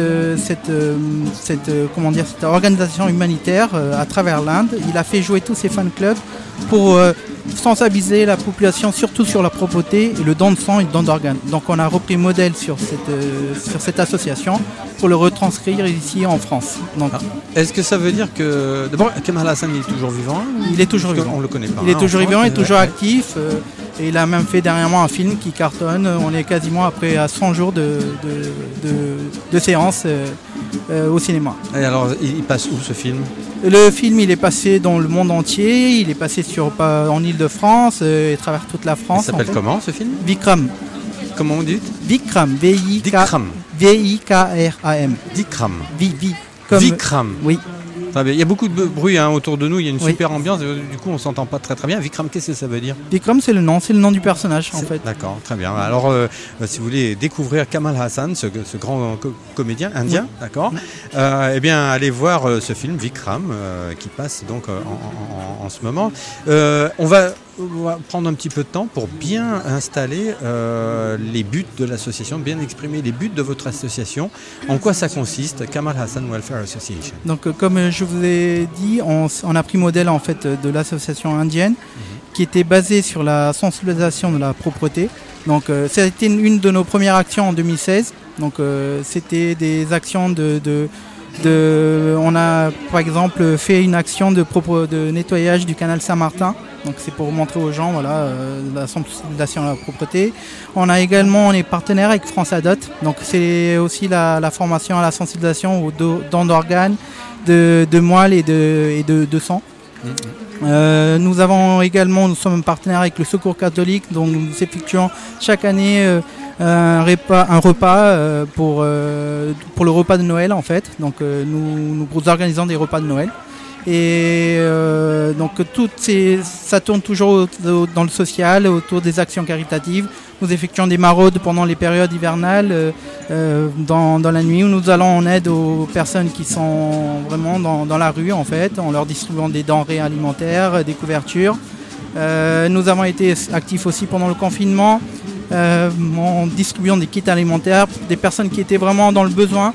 Speaker 7: organisation humanitaire à travers l'Inde. Il a fait jouer tous ses fan clubs pour sensibiliser la population surtout sur la propreté et le don de sang et le don d'organes. Donc on a repris modèle sur cette association pour le retranscrire ici en France. Donc,
Speaker 5: est-ce que ça veut dire que... D'abord, Kamal Hassan, il est toujours vivant ?
Speaker 7: Il est toujours vivant.
Speaker 5: On le connaît pas.
Speaker 7: Il est toujours vivant, il est toujours actif. Et il a même fait dernièrement un film qui cartonne. On est quasiment après à 100 jours de séance au cinéma.
Speaker 5: Et alors, il passe où ce film ?
Speaker 7: Le film, il est passé dans le monde entier. Il est passé en Ile-de-France et à travers toute la France.
Speaker 5: Il s'appelle comment ce film ?
Speaker 7: Vikram.
Speaker 5: Comment on dit ?
Speaker 7: Vikram.
Speaker 5: Vikram.
Speaker 7: V-I-K-R-A-M.
Speaker 5: Vikram.
Speaker 7: Vikram. Oui.
Speaker 5: Il y a beaucoup de bruit autour de nous, il y a une super ambiance, du coup on ne s'entend pas très très bien. Vikram, qu'est-ce que ça veut dire ?
Speaker 7: Vikram, c'est le nom du personnage en fait.
Speaker 5: D'accord, très bien. Alors si vous voulez découvrir Kamal Hassan, ce grand comédien indien, oui. D'accord, eh bien allez voir ce film Vikram qui passe donc en ce moment. On va prendre un petit peu de temps pour bien installer les buts de l'association, bien exprimer les buts de votre association. En quoi ça consiste, Kamal Hassan Welfare Association ? Donc,
Speaker 7: comme je vous ai dit, on a pris modèle en fait de l'association indienne qui était basée sur la sensibilisation de la propreté. Donc, ça a été une de nos premières actions en 2016. Donc, c'était des actions on a par exemple fait une action de nettoyage du canal Saint-Martin. Donc c'est pour montrer aux gens la sensibilisation à la propreté. On est partenaire avec France Adot. Donc c'est aussi la formation à la sensibilisation aux dons d'organes, de moelle et de sang. Nous sommes partenaires avec le Secours catholique, donc nous effectuons chaque année un repas pour le repas de Noël en fait. Donc nous organisons des repas de Noël. Et donc ça tourne toujours dans le social, autour des actions caritatives. Nous effectuons des maraudes pendant les périodes hivernales, dans la nuit, où nous allons en aide aux personnes qui sont vraiment dans la rue en fait, en leur distribuant des denrées alimentaires, des couvertures. Nous avons été actifs aussi pendant le confinement, en distribuant des kits alimentaires pour des personnes qui étaient vraiment dans le besoin.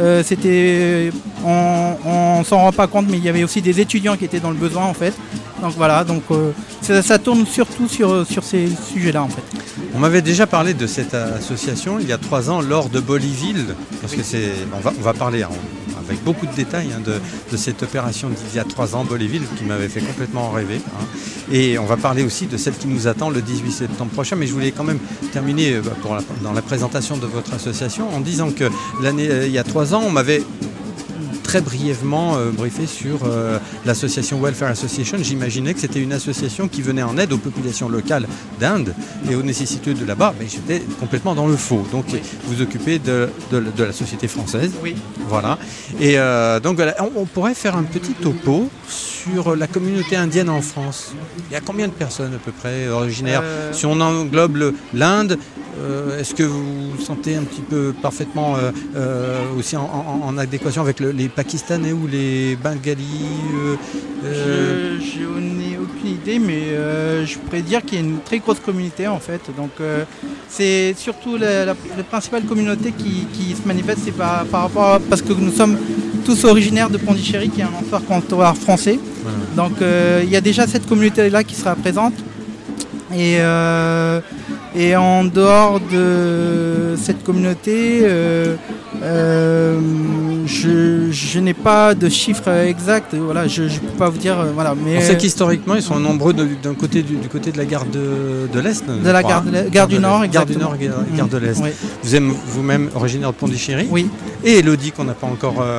Speaker 7: On s'en rend pas compte, mais il y avait aussi des étudiants qui étaient dans le besoin en fait. Donc voilà, ça tourne surtout sur ces sujets-là en fait.
Speaker 5: On m'avait déjà parlé de cette association il y a 3 ans lors de Boliville, parce que on va parler avec beaucoup de détails de cette opération d'il y a 3 ans, Boliville, qui m'avait fait complètement rêver. Et on va parler aussi de celle qui nous attend le 18 septembre prochain. Mais je voulais quand même terminer dans la présentation de votre association en disant que il y a 3 ans, on m'avait très brièvement briefé sur l'association Welfare Association. J'imaginais que c'était une association qui venait en aide aux populations locales d'Inde et aux nécessiteux de là-bas. Mais j'étais complètement dans le faux. Donc vous occupez de la société française.
Speaker 7: Oui.
Speaker 5: Voilà. Et donc on pourrait faire un petit topo sur sur la communauté indienne en France. Il y a combien de personnes à peu près originaires? Si on englobe l'Inde, est-ce que vous vous sentez un petit peu parfaitement aussi en adéquation avec les Pakistanais ou les Bengalis?
Speaker 7: Je n'ai aucune idée, mais je pourrais dire qu'il y a une très grosse communauté en fait. Donc c'est surtout la principale communauté qui se manifeste, c'est par rapport parce que nous sommes tous originaires de Pondichéry, qui est un ancêtre français. Voilà. Donc il y a déjà cette communauté-là qui sera présente. Et en dehors de cette communauté, je n'ai pas de chiffres exacts. Voilà, je ne peux pas vous dire. Voilà, mais
Speaker 5: on sait qu'historiquement, ils sont nombreux du côté de la gare de l'Est.
Speaker 7: De la gare du Nord,
Speaker 5: gare du Nord, gare de l'Est. Oui. Vous êtes vous-même originaire de Pondichéry.
Speaker 7: Oui.
Speaker 5: Et Elodie, qu'on n'a pas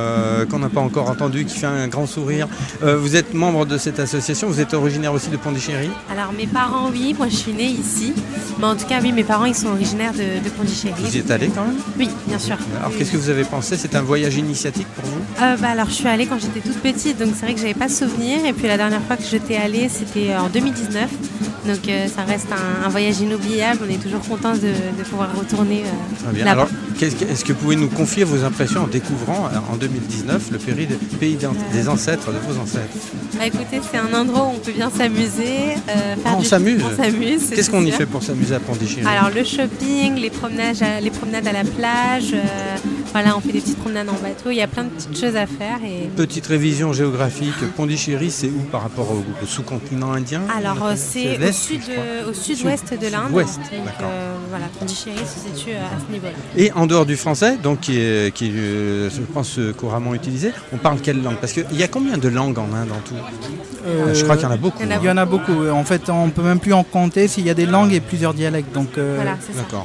Speaker 5: encore entendu, qui fait un grand sourire. Vous êtes membre de cette association. Vous êtes originaire aussi de Pondichéry.
Speaker 8: Alors mes parents, oui. Moi, je suis née ici. Mais en tout cas, oui, mes parents, ils sont originaires de Pondichéry.
Speaker 5: Vous y êtes allé quand même?
Speaker 8: Oui, bien sûr.
Speaker 5: Alors, qu'est-ce que vous avez pensé? C'est un voyage initiatique pour vous?
Speaker 8: Alors, je suis allée quand j'étais toute petite, donc c'est vrai que j'avais pas souvenir. Et puis la dernière fois que j'étais allée, c'était en 2019. Donc, ça reste un voyage inoubliable. On est toujours contents de pouvoir retourner là-bas.
Speaker 5: Alors, est-ce que vous pouvez nous confier vos impressions en découvrant en 2019 le pays des ancêtres, de vos ancêtres?
Speaker 8: Écoutez, c'est un endroit où on peut bien s'amuser.
Speaker 5: On s'amuse.
Speaker 8: Qu'est-ce
Speaker 5: qu'on y fait pour s'amuser à Pondichéry?
Speaker 8: Alors le shopping, les promenades à la plage, voilà, on fait des petites promenades en bateau, il y a plein de petites choses à faire.
Speaker 5: Petite révision géographique, Pondichéry, c'est où par rapport au sous-continent indien?
Speaker 8: Alors c'est au sud-ouest de l'Inde.
Speaker 5: Ouest,
Speaker 8: donc voilà, Pondichéry se situe à ce niveau-là.
Speaker 5: Et en dehors du français, donc qui est je pense couramment utilisé, on parle quelle langue? Parce qu'il y a combien de langues en Inde en tout? Je crois qu'il y en a beaucoup.
Speaker 7: Il y en a beaucoup. En fait, on ne peut même plus en compter s'il y a des langues et plusieurs dialectes. Donc,
Speaker 8: voilà, c'est ça.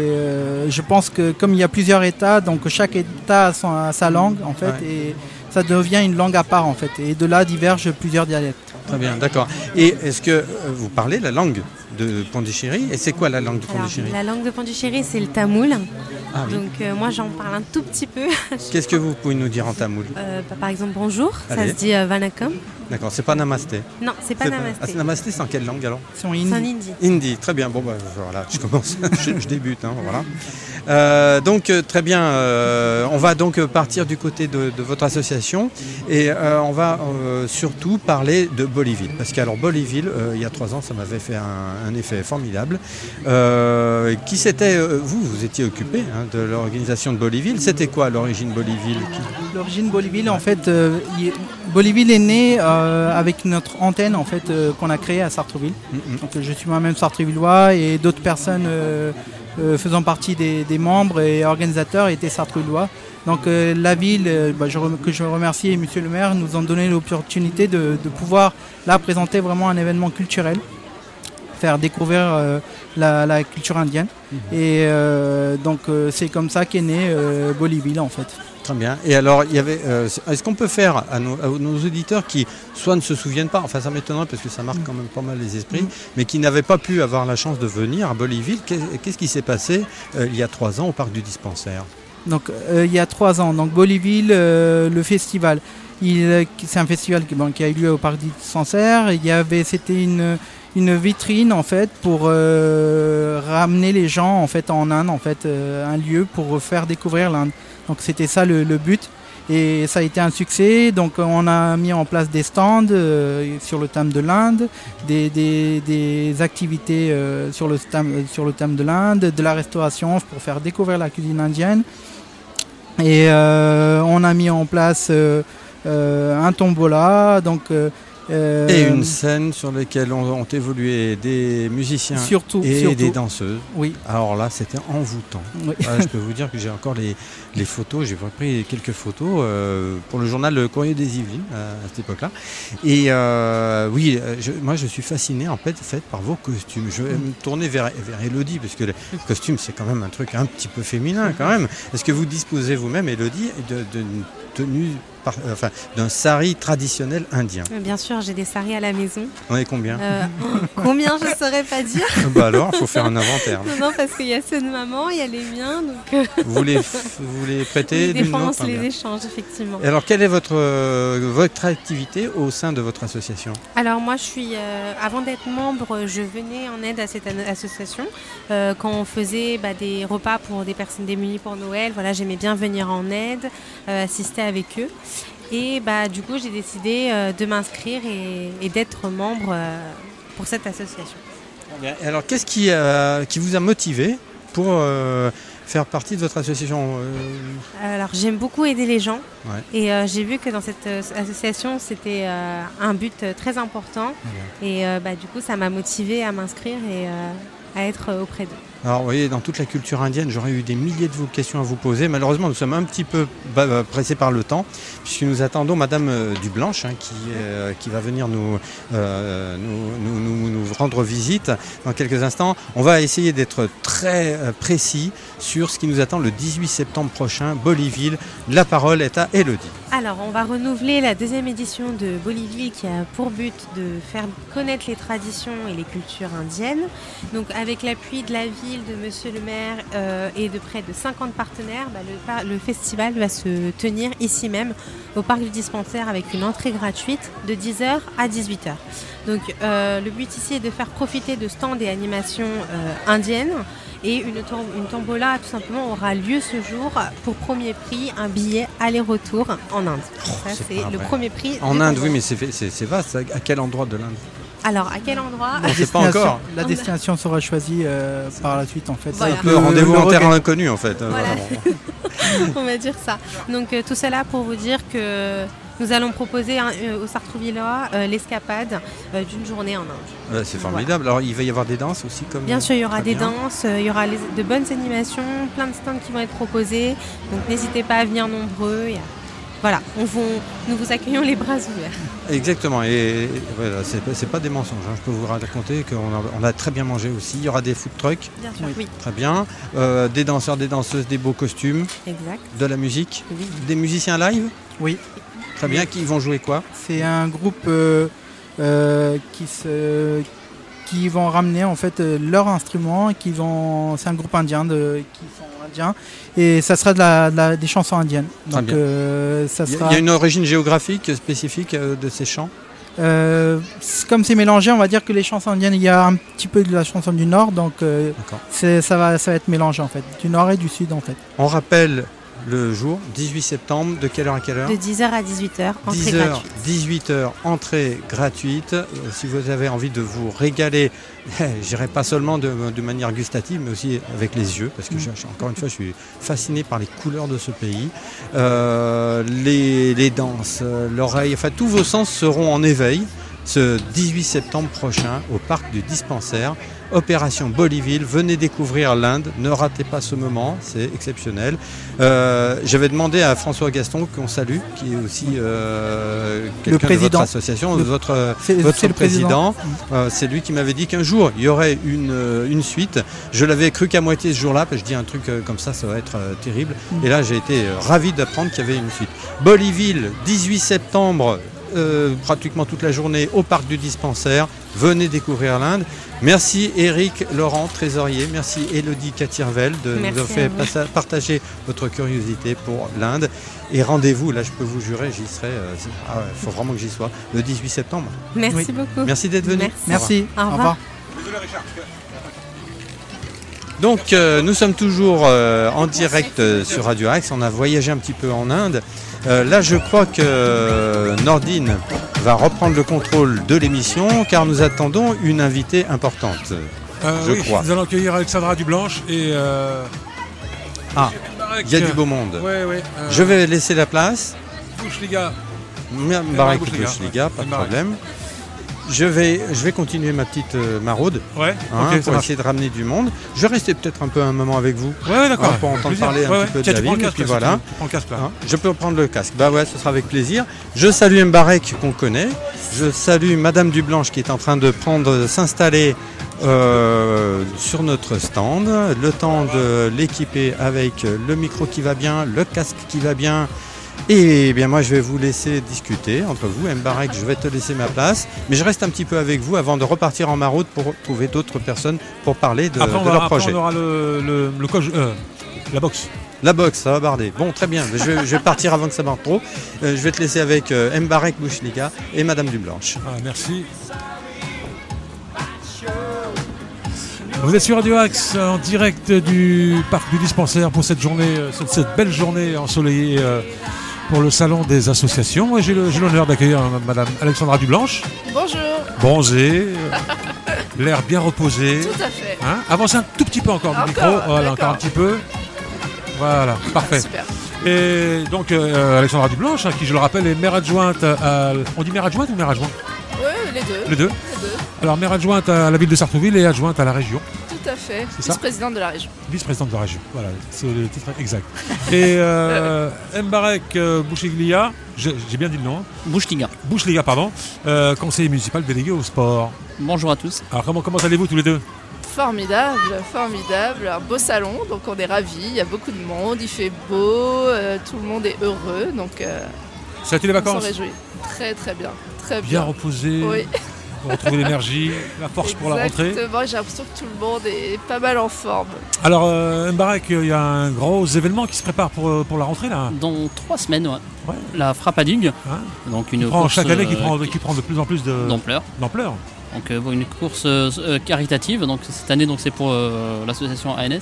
Speaker 7: Je pense que comme il y a plusieurs États, donc chaque État a sa langue en fait, et ça devient une langue à part en fait. Et de là divergent plusieurs dialectes.
Speaker 5: Très bien, d'accord. Et est-ce que vous parlez la langue de Pondichéry? Et c'est quoi la langue de Pondichéry?
Speaker 8: La langue de Pondichéry, c'est le tamoul.
Speaker 5: Ah, oui.
Speaker 8: Donc moi j'en parle un tout petit peu.
Speaker 5: Qu'est-ce que vous pouvez nous dire en tamoul?
Speaker 8: Par exemple bonjour, ça se dit Vanakkam.
Speaker 5: D'accord, c'est pas namasté.
Speaker 8: Non, c'est pas namasté.
Speaker 5: Namasté, c'est en quelle langue alors?
Speaker 8: C'est en hindi.
Speaker 5: Hindi, très bien. Bon, voilà, je commence, je débute, voilà. Donc très bien, on va donc partir du côté de votre association et on va surtout parler de Boliville. Parce qu'alors Boliville, il y a 3 ans, ça m'avait fait un effet formidable. Qui c'était, vous étiez occupé de l'organisation de Boliville. C'était quoi l'origine Boliville?
Speaker 7: L'origine Boliville, en fait, Boliville est née avec notre antenne en fait, qu'on a créée à Sartrouville. Donc, je suis moi-même sartrouvillois et d'autres personnes faisant partie des membres et organisateurs étaient sartrouvillois. Donc la ville, que je remercie, et Monsieur le maire, nous ont donné l'opportunité de pouvoir là présenter vraiment un événement culturel, faire découvrir la culture indienne. Et donc c'est comme ça qu'est né Boliville en fait.
Speaker 5: Très bien. Et alors, il y avait, est-ce qu'on peut faire à nos auditeurs qui soit ne se souviennent pas, enfin ça m'étonnerait parce que ça marque quand même pas mal les esprits, mais qui n'avaient pas pu avoir la chance de venir à Boliville, qu'est-ce qui s'est passé il y a 3 ans au parc du Dispensaire?
Speaker 7: Donc il y a 3 ans, donc Boliville, le festival, c'est un festival qui a eu lieu au parc du Dispensaire. C'était une vitrine en fait pour ramener les gens en fait en Inde, en fait un lieu pour faire découvrir l'Inde. Donc c'était ça le but et ça a été un succès. Donc on a mis en place des stands sur le thème de l'Inde, des activités sur le thème de l'Inde, de la restauration pour faire découvrir la cuisine indienne. Et on a mis en place un tombola, donc
Speaker 5: et une scène sur laquelle ont évolué des musiciens et des danseuses.
Speaker 7: Oui.
Speaker 5: Alors là, c'était envoûtant. Oui. Je peux vous dire que j'ai encore les photos. J'ai pris quelques photos pour le journal Le Courrier des Yvelines à cette époque-là. Et oui, moi je suis fasciné en fait par vos costumes. Je vais me tourner vers Elodie parce que le costume c'est quand même un truc un petit peu féminin quand même. Est-ce que vous disposez vous-même, Elodie, d'une tenue d'un sari traditionnel indien.
Speaker 8: Bien sûr, j'ai des saris à la maison.
Speaker 5: On est combien?
Speaker 8: Combien, je ne saurais pas dire.
Speaker 5: Alors, il faut faire un inventaire.
Speaker 8: Non, parce qu'il y a ceux de maman, il y a les miens. Donc,
Speaker 5: vous les prêtez
Speaker 8: des fois,
Speaker 5: d'une
Speaker 8: on
Speaker 5: autre,
Speaker 8: se les échange, effectivement.
Speaker 5: Et alors, quelle est votre activité au sein de votre association?
Speaker 8: Alors, moi, avant d'être membre, je venais en aide à cette association. Quand on faisait des repas pour des personnes démunies pour Noël, voilà, j'aimais bien venir en aide, assister avec eux. Et du coup, j'ai décidé de m'inscrire et d'être membre pour cette association.
Speaker 5: Alors, qu'est-ce qui vous a motivé pour faire partie de votre association?
Speaker 8: Alors, j'aime beaucoup aider les gens.
Speaker 5: Ouais.
Speaker 8: Et j'ai vu que dans cette association, c'était un but très important. Ouais. Et du coup, ça m'a motivée à m'inscrire et à être auprès d'eux.
Speaker 5: Alors, vous voyez, dans toute la culture indienne, j'aurais eu des milliers de questions à vous poser. Malheureusement, nous sommes un petit peu pressés par le temps, puisque nous attendons Madame Dublanche, qui va venir nous rendre visite dans quelques instants. On va essayer d'être très précis sur ce qui nous attend le 18 septembre prochain, Boliville. La parole est à Élodie.
Speaker 8: Alors, on va renouveler la deuxième édition de Boliville qui a pour but de faire connaître les traditions et les cultures indiennes. Donc, avec l'appui de la ville, de Monsieur le maire et de près de 50 partenaires, le festival va se tenir ici même au parc du dispensaire avec une entrée gratuite de 10h à 18h. Donc, le but ici est de faire profiter de stands et animations indiennes. Et une tombola, tout simplement, aura lieu ce jour pour premier prix, un billet aller-retour en Inde. Ça, c'est le premier prix.
Speaker 5: En Inde, oui, mais c'est vaste. À quel endroit de l'Inde?
Speaker 8: Alors, à quel endroit?
Speaker 5: On ne sait pas encore.
Speaker 7: La destination sera choisie par la suite, en fait.
Speaker 8: Voilà.
Speaker 5: C'est un peu rendez-vous en terrain inconnu, en fait.
Speaker 8: Voilà. On va dire ça. Donc, tout cela pour vous dire que nous allons proposer aux Sartrouvillois l'escapade d'une journée en Inde.
Speaker 5: C'est formidable. Voilà. Alors, il va y avoir des danses aussi comme...
Speaker 8: Bien sûr, il y aura des danses, il y aura de bonnes animations, plein de stands qui vont être proposés. Donc, n'hésitez pas à venir nombreux. Voilà, nous vous accueillons les bras ouverts. Exactement,
Speaker 5: et voilà, c'est pas des mensonges. Je peux vous raconter qu'on a très bien mangé aussi. Il y aura des food trucks.
Speaker 8: Bien sûr, oui.
Speaker 5: Très bien. Des danseurs, des danseuses, des beaux costumes.
Speaker 8: Exact.
Speaker 5: De la musique.
Speaker 8: Oui.
Speaker 5: Des musiciens live.
Speaker 7: Oui.
Speaker 5: Très bien, qui vont jouer quoi?
Speaker 7: C'est un groupe qui vont ramener en fait leurs instruments, c'est un groupe indien qui sont indiens et ça sera des chansons indiennes. Donc
Speaker 5: ça sera... Il y a une origine géographique spécifique de ces chants?
Speaker 7: Comme c'est mélangé, on va dire que les chansons indiennes, il y a un petit peu de la chanson du Nord, donc ça va être mélangé en fait, du Nord et du Sud en fait.
Speaker 5: On rappelle le jour, 18 septembre, de quelle heure à quelle heure?
Speaker 8: De 10h à 18h, entrée
Speaker 5: 10h,
Speaker 8: gratuite.
Speaker 5: 18h, entrée gratuite. Si vous avez envie de vous régaler, je dirais pas seulement de manière gustative, mais aussi avec les yeux, parce que encore une fois, je suis fasciné par les couleurs de ce pays. Les danses, l'oreille, enfin tous vos sens seront en éveil ce 18 septembre prochain au parc du dispensaire. Opération Boliville, venez découvrir l'Inde, ne ratez pas ce moment, c'est exceptionnel. J'avais demandé à François Gaston, qu'on salue, qui est aussi quelqu'un de votre association, votre président. C'est lui qui m'avait dit qu'un jour, il y aurait une suite. Je l'avais cru qu'à moitié ce jour-là, parce que je dis un truc comme ça va être terrible. Et là, j'ai été ravi d'apprendre qu'il y avait une suite. Boliville, 18 septembre, pratiquement toute la journée au parc du dispensaire. Venez découvrir l'Inde. Merci Eric Laurent, trésorier. Merci Élodie Catirvel de nous avoir fait partager votre curiosité pour l'Inde. Et rendez-vous, là je peux vous jurer, j'y serai. Il faut vraiment que j'y sois, le 18 septembre.
Speaker 8: Merci beaucoup.
Speaker 5: Merci d'être venu.
Speaker 7: Merci. Au revoir.
Speaker 5: Donc nous sommes toujours en direct sur Radio Axe. On a voyagé un petit peu en Inde. Là je crois que Nordine va reprendre le contrôle de l'émission car nous attendons une invitée importante. Je crois.
Speaker 1: Nous allons accueillir Alexandra Dublanche et...
Speaker 5: il y a du beau monde.
Speaker 1: Ouais,
Speaker 5: je vais laisser la place.
Speaker 1: Bouchliga.
Speaker 5: Mbarek Bouchliga, pas de problème. Je vais continuer ma petite maraude pour essayer de ramener du monde. Je vais rester peut-être un peu un moment avec vous pour entendre parler un petit peu de la ville. Et puis voilà. Je peux prendre le casque. Ce sera avec plaisir. Je salue Mbarek qu'on connaît. Je salue Madame Dublanche qui est en train de s'installer sur notre stand. Le temps de l'équiper avec le micro qui va bien, le casque qui va bien. Et bien moi je vais vous laisser discuter entre vous. Mbarek, je vais te laisser ma place, mais je reste un petit peu avec vous avant de repartir en maraude pour trouver d'autres personnes pour parler de leur projet.
Speaker 1: Après on aura le coach, la boxe.
Speaker 5: La boxe, ça va barder. Bon, très bien, je vais partir avant que ça barde trop. Je vais te laisser avec Mbarek Bouchliga et Madame Dublanche.
Speaker 1: Ah, merci. Vous êtes sur Radio Axe en direct du parc du dispensaire pour cette journée, cette belle journée ensoleillée pour le salon des associations. Et j'ai l'honneur d'accueillir Madame Alexandra Dublanche.
Speaker 9: Bonjour.
Speaker 1: Bronzée, l'air bien reposé.
Speaker 9: Tout à fait.
Speaker 1: Hein, avancez un tout petit peu encore du micro. Voilà, encore un petit peu. Voilà, parfait.
Speaker 9: Super.
Speaker 1: Et donc Alexandra Dublanche, qui je le rappelle est maire adjointe on dit maire adjointe ou maire adjoint?
Speaker 9: Oui, les deux.
Speaker 1: Les deux. Alors maire adjointe à la ville de Sartrouville et adjointe à la région.
Speaker 9: Tout à fait.
Speaker 1: C'est
Speaker 9: Vice-présidente de la région.
Speaker 1: Vice-présidente de la région, voilà, c'est le titre exact. Et Mbarek Bouchliga, j'ai bien dit le nom. Bouchliga, pardon, conseiller municipal délégué au sport.
Speaker 10: Bonjour à tous.
Speaker 1: Alors comment allez-vous tous les deux?
Speaker 9: Formidable. Un beau salon, donc on est ravis, il y a beaucoup de monde, il fait beau, tout le monde est heureux, donc
Speaker 1: ça a été les vacances?
Speaker 9: On s'en réjouit. Très très bien. Très
Speaker 1: bien reposé.
Speaker 9: Oui.
Speaker 1: Pour retrouver l'énergie, la force pour la rentrée.
Speaker 9: Exactement, j'ai l'impression que tout le monde est pas mal en forme.
Speaker 1: Alors Mbarek, il y a un gros événement qui se prépare pour la rentrée là.
Speaker 10: Dans 3 semaines, ouais. La Frappading.
Speaker 1: Hein,
Speaker 10: donc une course
Speaker 1: chaque année qui prend de plus en plus
Speaker 10: d'ampleur. Donc une course caritative. Donc cette année c'est pour l'association ANS.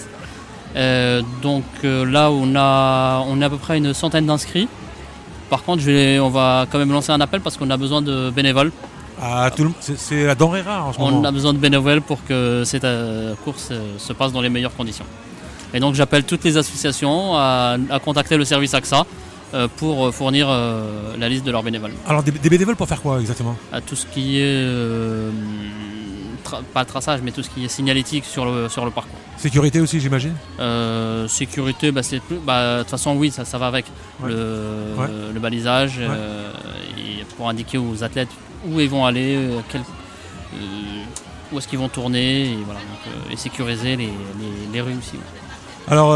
Speaker 10: Là on a à peu près une centaine d'inscrits. Par contre on va quand même lancer un appel parce qu'on a besoin de bénévoles.
Speaker 1: C'est la denrée rare en ce moment.
Speaker 10: On a besoin de bénévoles pour que cette course se passe dans les meilleures conditions. Et donc j'appelle toutes les associations à contacter le service AXA pour fournir la liste de leurs bénévoles.
Speaker 1: Alors des bénévoles pour faire quoi exactement?
Speaker 10: Tout ce qui est, pas traçage, mais tout ce qui est signalétique sur le parcours.
Speaker 1: Sécurité aussi j'imagine?
Speaker 10: Sécurité, de toute façon oui, ça va avec le balisage et pour indiquer aux athlètes où ils vont aller, où est-ce qu'ils vont tourner, et, voilà, et sécuriser les rues aussi. Ouais.
Speaker 1: Alors,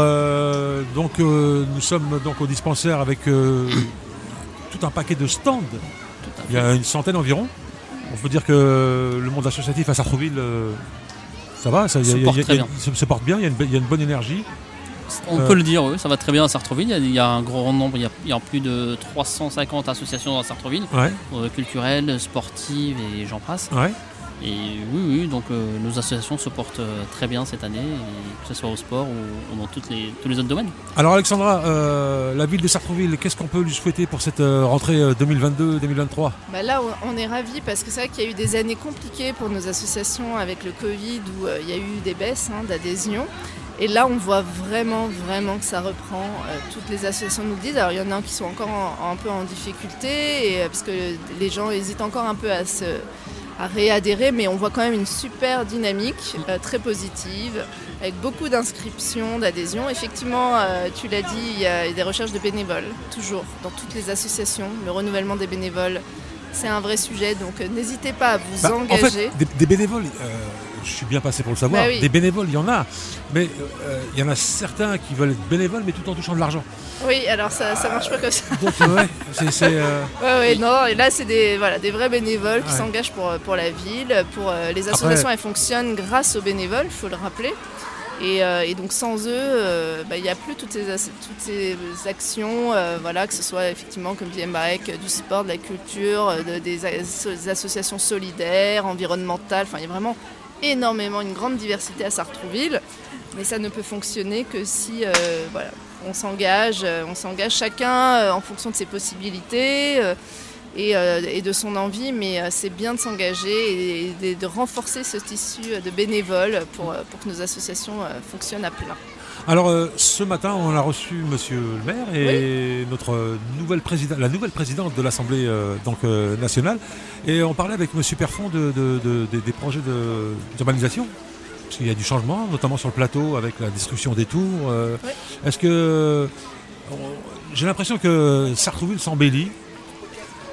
Speaker 1: nous sommes donc au dispensaire avec tout un paquet de stands. Il y a une centaine environ. On peut dire que le monde associatif à Sartrouville, ça va, se porte bien, il y a une bonne énergie.
Speaker 10: On peut le dire, oui, ça va très bien à Sartrouville. Il y a un grand nombre, il y a plus de 350 associations à Sartrouville, culturelles, sportives et j'en passe.
Speaker 1: Ouais.
Speaker 10: Et oui, donc nos associations se portent très bien cette année, que ce soit au sport ou dans tous les autres domaines.
Speaker 1: Alors Alexandra, la ville de Sartrouville, qu'est-ce qu'on peut lui souhaiter pour cette rentrée 2022-2023 ?
Speaker 9: Là, on est ravis parce que c'est vrai qu'il y a eu des années compliquées pour nos associations avec le Covid où il y a eu des baisses d'adhésion. Et là, on voit vraiment que ça reprend. Toutes les associations nous le disent. Alors, il y en a qui sont encore un peu en difficulté parce que les gens hésitent encore un peu à réadhérer, mais on voit quand même une super dynamique, très positive, avec beaucoup d'inscriptions, d'adhésions. Effectivement, tu l'as dit, il y a des recherches de bénévoles, toujours, dans toutes les associations. Le renouvellement des bénévoles, c'est un vrai sujet, donc n'hésitez pas à vous engager.
Speaker 1: En fait, des bénévoles, je suis bien passé pour le savoir, des bénévoles, il y en a, mais il y en a certains qui veulent être bénévoles, mais tout en touchant de l'argent.
Speaker 9: Oui, alors ça marche pas comme ça.
Speaker 1: Donc,
Speaker 9: non, et là c'est des vrais bénévoles qui s'engagent pour la ville, pour les associations. Elles fonctionnent grâce aux bénévoles, il faut le rappeler. Et donc sans eux, il n'y a plus toutes ces actions, que ce soit effectivement, comme dit Mbarek, du sport, de la culture, des associations solidaires, environnementales. Enfin, il y a vraiment une grande diversité à Sartrouville. Mais ça ne peut fonctionner que si on s'engage chacun en fonction de ses possibilités. Et de son envie, mais c'est bien de s'engager et de renforcer ce tissu de bénévoles pour que nos associations fonctionnent à plein.
Speaker 1: Alors ce matin, on a reçu Monsieur le maire et la nouvelle présidente de l'Assemblée nationale, et on parlait avec Monsieur Perfond des projets d'urbanisation. Parce qu'il y a du changement, notamment sur le plateau avec la destruction des tours. Est-ce que j'ai l'impression que Sartrouville s'embellit?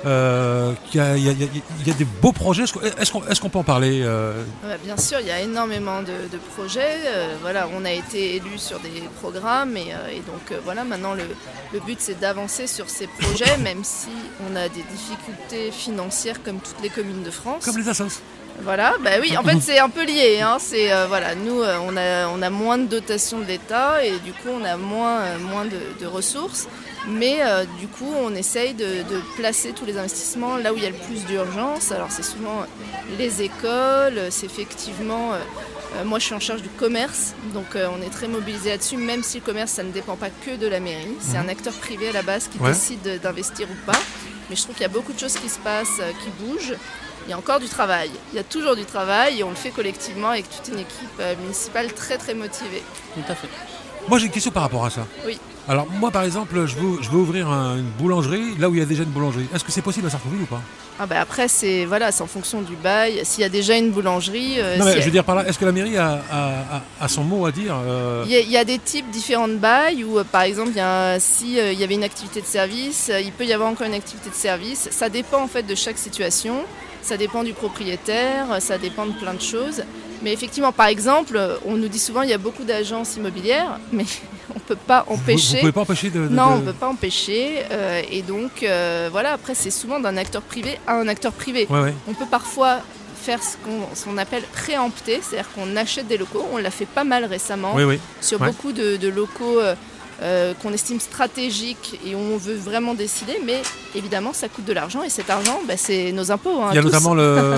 Speaker 1: qu'il y a des beaux projets. Est-ce qu'on peut en parler
Speaker 9: Bien sûr, il y a énormément de projets. Voilà, on a été élus sur des programmes et donc voilà, maintenant le but c'est d'avancer sur ces projets, même si on a des difficultés financières comme toutes les communes de France.
Speaker 1: Comme les assos.
Speaker 9: Voilà, oui, en fait c'est un peu lié. C'est voilà, nous on a moins de dotation de l'État et du coup on a moins de ressources. Mais du coup, on essaye de placer tous les investissements là où il y a le plus d'urgence. Alors c'est souvent les écoles, c'est effectivement... moi je suis en charge du commerce, donc on est très mobilisé là-dessus, même si le commerce ça ne dépend pas que de la mairie. C'est un acteur privé à la base qui décide d'investir ou pas. Mais je trouve qu'il y a beaucoup de choses qui se passent, qui bougent. Il y a encore du travail. Il y a toujours du travail et on le fait collectivement avec toute une équipe municipale très très motivée.
Speaker 10: Tout à fait.
Speaker 1: Moi j'ai une question par rapport à ça.
Speaker 9: Oui.
Speaker 1: Alors moi par exemple, je veux ouvrir une boulangerie là où il y a déjà une boulangerie. Est-ce que c'est possible à Sartrouville ou pas ?
Speaker 9: Après c'est en fonction du bail. S'il y a déjà une boulangerie...
Speaker 1: non mais je veux dire par là, est-ce que la mairie a son mot à dire
Speaker 9: Il y a des types différents de bails où par exemple s'il y avait une activité de service, il peut y avoir encore une activité de service. Ça dépend en fait de chaque situation. Ça dépend du propriétaire, ça dépend de plein de choses. Mais effectivement, par exemple, on nous dit souvent qu'il y a beaucoup d'agences immobilières, mais on ne peut pas empêcher.
Speaker 1: Vous pouvez pas empêcher
Speaker 9: Non, on ne peut pas empêcher. Et donc, voilà, après, c'est souvent d'un acteur privé à un acteur privé.
Speaker 1: Ouais.
Speaker 9: On peut parfois faire ce qu'on appelle préempter, c'est-à-dire qu'on achète des locaux. On l'a fait pas mal récemment sur beaucoup de locaux qu'on estime stratégiques et où on veut vraiment décider, mais évidemment ça coûte de l'argent et cet argent c'est nos impôts.
Speaker 1: Il y a notamment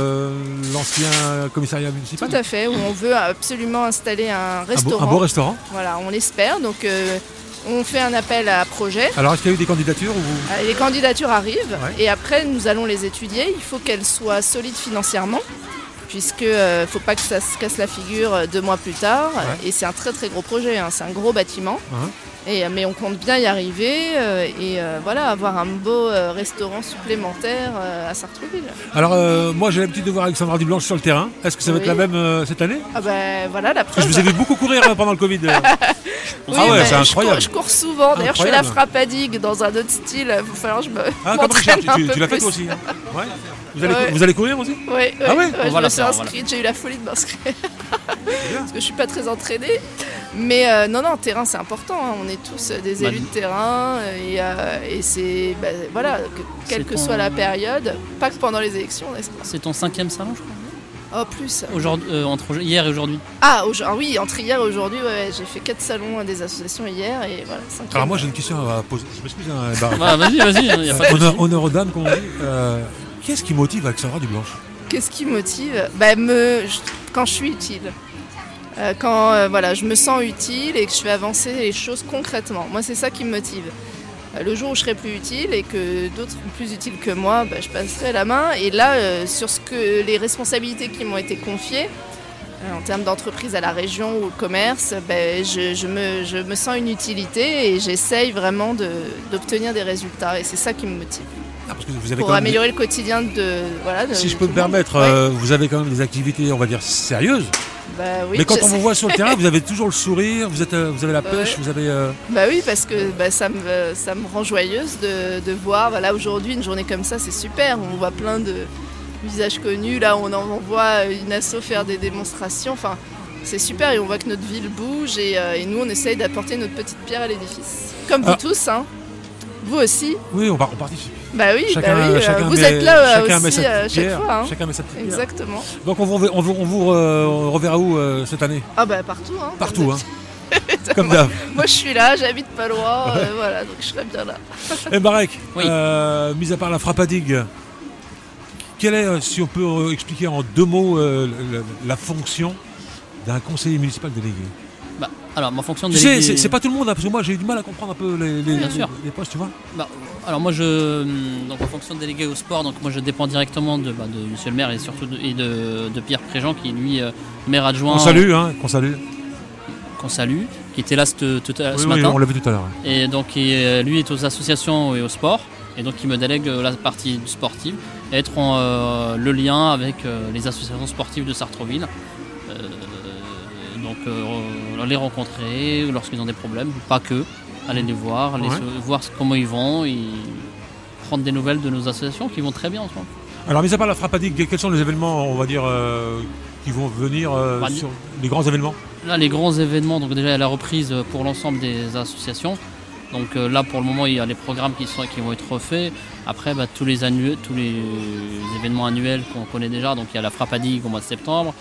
Speaker 1: l'ancien commissariat municipal.
Speaker 9: Tout à fait, où on veut absolument installer un restaurant.
Speaker 1: Un beau restaurant.
Speaker 9: Voilà, on l'espère, donc on fait un appel à projet.
Speaker 1: Alors est-ce qu'il y a eu des candidatures ou...
Speaker 9: Les candidatures arrivent et après nous allons les étudier. Il faut qu'elles soient solides financièrement, puisque faut pas que ça se casse la figure 2 mois plus tard. Et c'est un très très gros projet, c'est un gros bâtiment. Mais on compte bien y arriver et avoir un beau restaurant supplémentaire à Sartrouville.
Speaker 1: Alors moi j'ai l'habitude de voir Alexandra Dublanche sur le terrain. Est-ce que ça va être la même cette année ?
Speaker 9: La preuve.
Speaker 1: Je vous ai vu beaucoup courir pendant le Covid. C'est incroyable.
Speaker 9: Je cours souvent. D'ailleurs je fais la frappe à digue dans un autre style. Il va falloir que je me
Speaker 1: comme Richard, tu l'as fait
Speaker 9: plus.
Speaker 1: toi aussi. Vous allez courir aussi ?
Speaker 9: Oui.
Speaker 1: Je
Speaker 9: me suis inscrite. J'ai eu la folie de m'inscrire. Parce que je suis pas très entraînée. Mais non, terrain c'est important. On est tous des élus de terrain et c'est quelle que soit la période, pas que pendant les élections, n'est-ce pas ?
Speaker 10: C'est ton 5e salon, je crois.
Speaker 9: Oh, plus.
Speaker 10: Entre hier et aujourd'hui.
Speaker 9: Oui, entre hier et aujourd'hui, j'ai fait 4 salons des associations hier et voilà. 5e.
Speaker 1: Alors moi j'ai une question à poser. Je m'excuse.
Speaker 10: Vas-y. Y a pas de
Speaker 1: honneur aux dames, comme on dit. Qu'est-ce qui motive Alexandra Dublanche ?
Speaker 9: Qu'est-ce qui motive ? Quand je suis utile. Quand je me sens utile et que je fais avancer les choses concrètement. Moi, c'est ça qui me motive. Le jour où je serai plus utile et que d'autres seront plus utiles que moi, je passerai la main. Et là, sur les responsabilités qui m'ont été confiées, en termes d'entreprise à la région ou au commerce, je me sens une utilité et j'essaye vraiment d'obtenir des résultats. Et c'est ça qui me motive.
Speaker 1: Parce que vous avez
Speaker 9: pour améliorer le quotidien
Speaker 1: si je peux me permettre, vous avez quand même des activités, on va dire, sérieuses.
Speaker 9: Oui,
Speaker 1: mais quand on vous voit sur le terrain, vous avez toujours le sourire, vous avez la pêche, vous avez...
Speaker 9: oui, parce que ça me rend joyeuse de voir, aujourd'hui, une journée comme ça, c'est super. On voit plein de visages connus, là on voit une asso faire des démonstrations, c'est super et on voit que notre ville bouge et nous on essaye d'apporter notre petite pierre à l'édifice. Comme vous tous, vous aussi.
Speaker 1: Oui, on participe.
Speaker 9: Chacun vous êtes là aussi chaque fois.
Speaker 1: Chacun met sa petite pierre.
Speaker 9: Exactement.
Speaker 1: Donc on vous reverra où cette année ?
Speaker 9: Partout.
Speaker 1: Partout, comme d'hab.
Speaker 9: Moi je suis là, j'habite pas loin, donc je serai bien là.
Speaker 1: Et Marek, mis à part la frappe à digue, quelle est, si on peut expliquer en 2 mots, la fonction d'un conseiller municipal délégué ?
Speaker 10: Alors ma fonction de délégué...
Speaker 1: Tu sais, c'est pas tout le monde, parce que moi j'ai eu du mal à comprendre un peu les postes, tu vois.
Speaker 10: Alors moi donc en fonction de délégué au sport, donc moi je dépends directement de Monsieur le maire et surtout de Pierre Préjean qui est lui maire adjoint. Qu'on salue, qui était là ce matin.
Speaker 1: Oui, on l'a vu tout à l'heure.
Speaker 10: Et donc lui est aux associations et au sport, et donc il me délègue la partie sportive, et être le lien avec les associations sportives de Sartrouville. Donc les rencontrer lorsqu'ils ont des problèmes, pas que, aller les voir, voir comment ils vont et prendre des nouvelles de nos associations qui vont très bien en ce moment.
Speaker 1: Alors, mis à part la Frappadique, quels sont les événements, on va dire, qui vont venir sur les grands événements?
Speaker 10: Là, les grands événements, donc déjà il y a la reprise pour l'ensemble des associations. Donc là, pour le moment, il y a les programmes qui vont être refaits. Après, tous les événements annuels qu'on connaît déjà. Donc il y a la Frappadique au mois de septembre,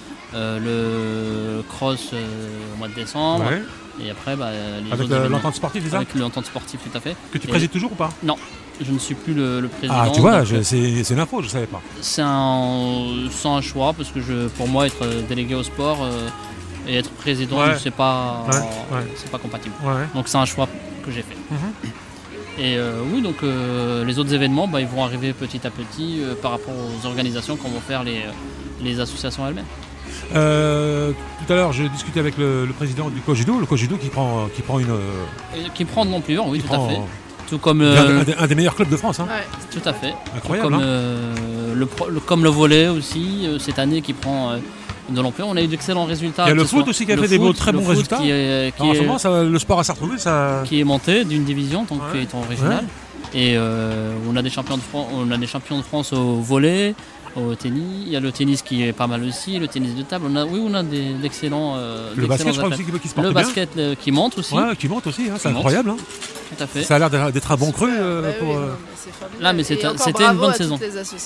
Speaker 10: le cross au mois de décembre. Ouais. Et après, les
Speaker 1: avec l'entente sportive, c'est ça?
Speaker 10: Avec l'entente sportive, tout à fait.
Speaker 1: Que tu présides toujours ou pas?
Speaker 10: Non, je ne suis plus le président.
Speaker 1: Ah, tu vois, c'est l'info, je ne savais pas.
Speaker 10: C'est un choix, parce que pour moi, être délégué au sport et être président, c'est pas compatible. Ouais. Donc c'est un choix que j'ai fait. Et oui, donc les autres événements, ils vont arriver petit à petit par rapport aux organisations qu'on va faire les associations elles-mêmes.
Speaker 1: Tout à l'heure, je discutais avec le président du Cojudo, le Cojudo qui prend une...
Speaker 10: Qui prend de l'ampleur, oui, tout à fait. Tout comme
Speaker 1: un des meilleurs clubs de France. Hein.
Speaker 10: Ouais. Tout à fait.
Speaker 1: Incroyable.
Speaker 10: Comme le volley aussi, cette année qui prend de l'ampleur. On a eu d'excellents résultats.
Speaker 1: Il y a le foot aussi qui a fait des très bons résultats. En ce moment, le sport à Sartrouville, ça...
Speaker 10: Qui est monté d'une division, donc qui est en régional. Ouais. Et on a des champions de France au volley, au tennis. Il y a le tennis qui est pas mal aussi, le tennis de table. On a d'excellents.
Speaker 1: Le basket, je crois aussi qui se porte bien.
Speaker 10: Le basket qui monte aussi.
Speaker 1: Ouais, qui monte aussi, c'est incroyable. Hein.
Speaker 10: Tout à fait.
Speaker 1: Ça a l'air d'être un bon cru pour.
Speaker 10: Là, mais c'était une bonne saison.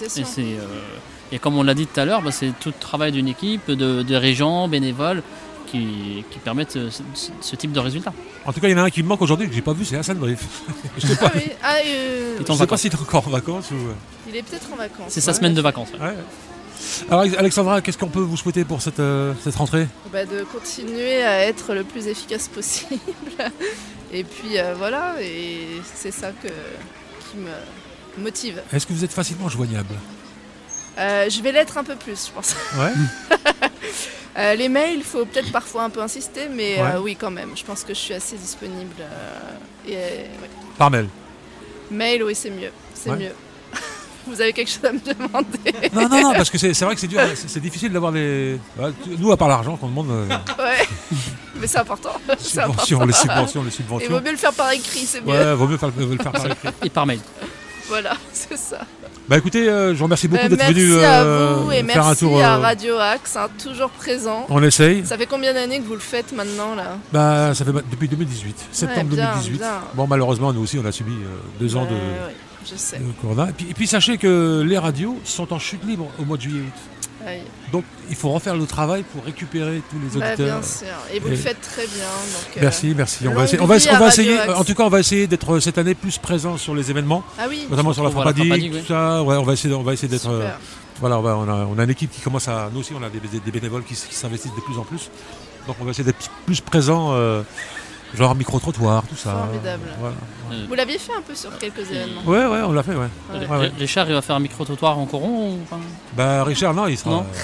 Speaker 10: Et comme on l'a dit tout à l'heure, c'est tout le travail d'une équipe, de régents, bénévoles, qui permettent ce type de résultat.
Speaker 1: En tout cas, il y en a un qui me manque aujourd'hui que j'ai pas vu, c'est Hassan Brief. Je sais pas. Je sais pas s'il est encore en vacances ou.
Speaker 9: Il est peut-être en vacances.
Speaker 10: C'est sa semaine de vacances.
Speaker 1: Ouais. Alors Alexandra, qu'est-ce qu'on peut vous souhaiter pour cette rentrée?
Speaker 9: De continuer à être le plus efficace possible. Et puis voilà, et c'est ça qui me motive.
Speaker 1: Est-ce que vous êtes facilement joignable?
Speaker 9: Je vais l'être un peu plus, je pense. Ouais. Les mails, il faut peut-être parfois un peu insister, mais oui quand même. Je pense que je suis assez disponible.
Speaker 1: Par mail?
Speaker 9: Mail, oui, c'est mieux. C'est mieux. Vous avez quelque chose à me demander?
Speaker 1: Non, parce que c'est vrai que c'est dur, c'est difficile d'avoir les... Nous, à part l'argent qu'on demande...
Speaker 9: Ouais, mais c'est important.
Speaker 1: Les subventions.
Speaker 9: Il vaut mieux le faire par écrit, c'est mieux.
Speaker 1: Ouais, vaut mieux le faire par écrit.
Speaker 10: Et par mail.
Speaker 9: Voilà, c'est ça.
Speaker 1: Écoutez, je vous remercie beaucoup d'être venu
Speaker 9: à vous et
Speaker 1: faire un tour.
Speaker 9: Merci à Radio Axe, toujours présent.
Speaker 1: On essaye.
Speaker 9: Ça fait combien d'années que vous le faites maintenant là?
Speaker 1: Ça fait depuis 2018, septembre 2018. Bien. Bon, malheureusement, nous aussi, on a subi 2 ans de corona. Et puis sachez que les radios sont en chute libre au mois de juillet-août.
Speaker 9: Oui.
Speaker 1: Donc il faut refaire le travail pour récupérer tous les auditeurs.
Speaker 9: Bien sûr, et vous le faites très bien. Donc,
Speaker 1: merci. On va essayer. En tout cas, on va essayer d'être cette année plus présent sur les événements, notamment sur la Frappadique, tout ça. Ouais, on va essayer d'être. Voilà, on a une équipe qui commence à. Nous aussi, on a des bénévoles qui s'investissent de plus en plus. Donc on va essayer d'être plus présent. Genre micro-trottoir, tout ça.
Speaker 9: Formidable. Voilà. Vous l'aviez fait un peu sur quelques événements?
Speaker 1: Ouais, on l'a fait, ouais.
Speaker 10: Richard, il va faire un micro-trottoir en coron ou pas?
Speaker 1: Richard, non, il sera... Non.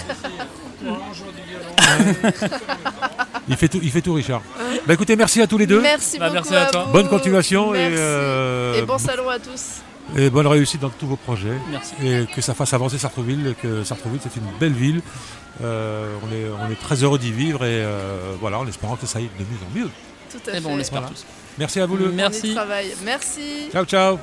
Speaker 1: Il fait tout, Richard. Écoutez, merci à tous les deux.
Speaker 9: Merci beaucoup
Speaker 10: merci à toi.
Speaker 1: Bonne continuation.
Speaker 9: Merci. Et bon salon à tous.
Speaker 1: Et bonne réussite dans tous vos projets.
Speaker 10: Merci.
Speaker 1: Et que ça fasse avancer Sartrouville, que Sartrouville, c'est une belle ville. On est très heureux d'y vivre et en espérant que ça aille de mieux en mieux.
Speaker 9: Tout à fait.
Speaker 10: On l'espère tous.
Speaker 1: Merci à vous deux.
Speaker 10: Merci.
Speaker 9: Merci.
Speaker 1: Ciao.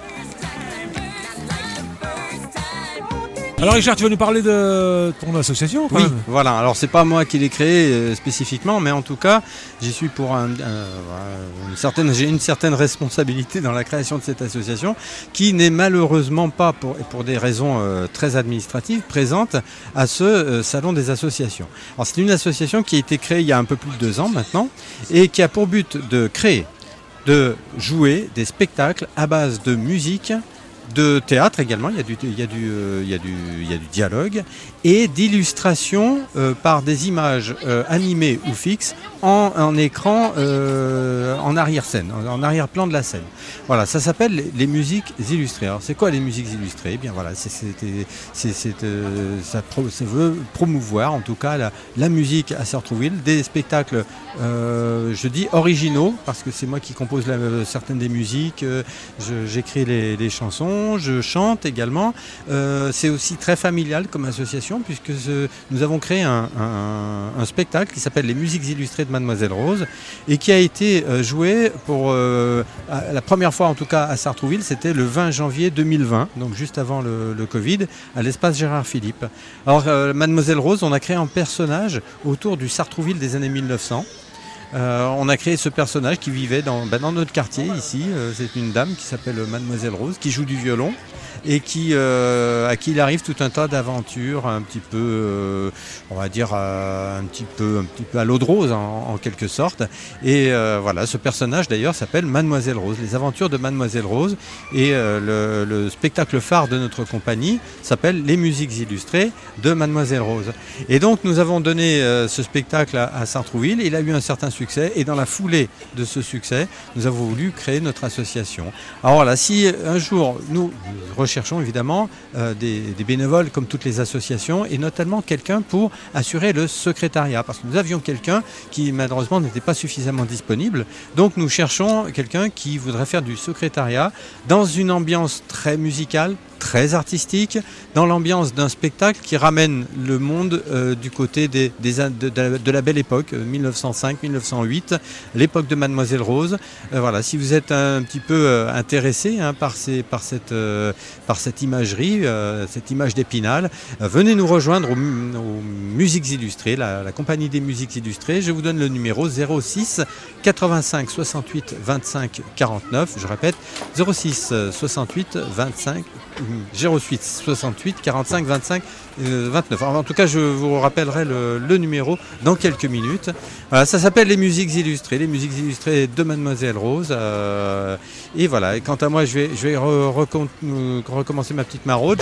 Speaker 1: Alors Richard, tu vas nous parler de ton association?
Speaker 5: Oui, voilà. Alors c'est pas moi qui l'ai créé spécifiquement, mais en tout cas, j'y suis pour j'ai une certaine responsabilité dans la création de cette association, qui n'est malheureusement pas pour des raisons très administratives présente à ce salon des associations. Alors c'est une association qui a été créée il y a un peu plus de 2 ans maintenant et qui a pour but de de jouer des spectacles à base de musique, de théâtre également, il y a du dialogue et d'illustration par des images animées ou fixes en écran en arrière-scène, en arrière-plan de la scène. Voilà, ça s'appelle les musiques illustrées. Alors c'est quoi les musiques illustrées? Eh bien voilà, ça veut promouvoir en tout cas la musique à Sartrouville, des spectacles, je dis originaux parce que c'est moi qui compose certaines des musiques, j'écris les chansons. association, je chante également. C'est aussi très familial comme association puisque nous avons créé un spectacle qui s'appelle Les musiques illustrées de Mademoiselle Rose et qui a été joué pour la première fois en tout cas à Sartrouville, c'était le 20 janvier 2020, donc juste avant le Covid, à l'espace Gérard Philippe. Alors Mademoiselle Rose, on a créé un personnage autour du Sartrouville des années 1900. On a créé ce personnage qui vivait dans notre quartier ici. C'est une dame qui s'appelle Mademoiselle Rose, qui joue du violon et à qui il arrive tout un tas d'aventures un petit peu, on va dire, un petit peu à l'eau de rose en quelque sorte. Et voilà, ce personnage d'ailleurs s'appelle Mademoiselle Rose, les aventures de Mademoiselle Rose. Et le spectacle phare de notre compagnie s'appelle Les musiques illustrées de Mademoiselle Rose. Et donc nous avons donné ce spectacle à Sartrouville. Il a eu un certain succès et dans la foulée de ce succès, nous avons voulu créer notre association. Alors voilà, si un jour nous recherchons évidemment des bénévoles comme toutes les associations et notamment quelqu'un pour assurer le secrétariat parce que nous avions quelqu'un qui malheureusement n'était pas suffisamment disponible, donc nous cherchons quelqu'un qui voudrait faire du secrétariat dans une ambiance très musicale, très artistique, dans l'ambiance d'un spectacle qui ramène le monde du côté de la belle époque, 1905-1908, l'époque de Mademoiselle Rose. Voilà, si vous êtes un petit peu intéressé par cette imagerie, cette image d'Épinal, venez nous rejoindre aux musiques illustrées, la compagnie des musiques illustrées. Je vous donne le numéro 06 85 68 25 49. Je répète, 06 68 25 08 68 45 25 29. En tout cas, je vous rappellerai le numéro dans quelques minutes. Voilà, ça s'appelle Les musiques illustrées de Mademoiselle Rose. Et voilà. Et quant à moi, je vais recommencer ma petite maraude.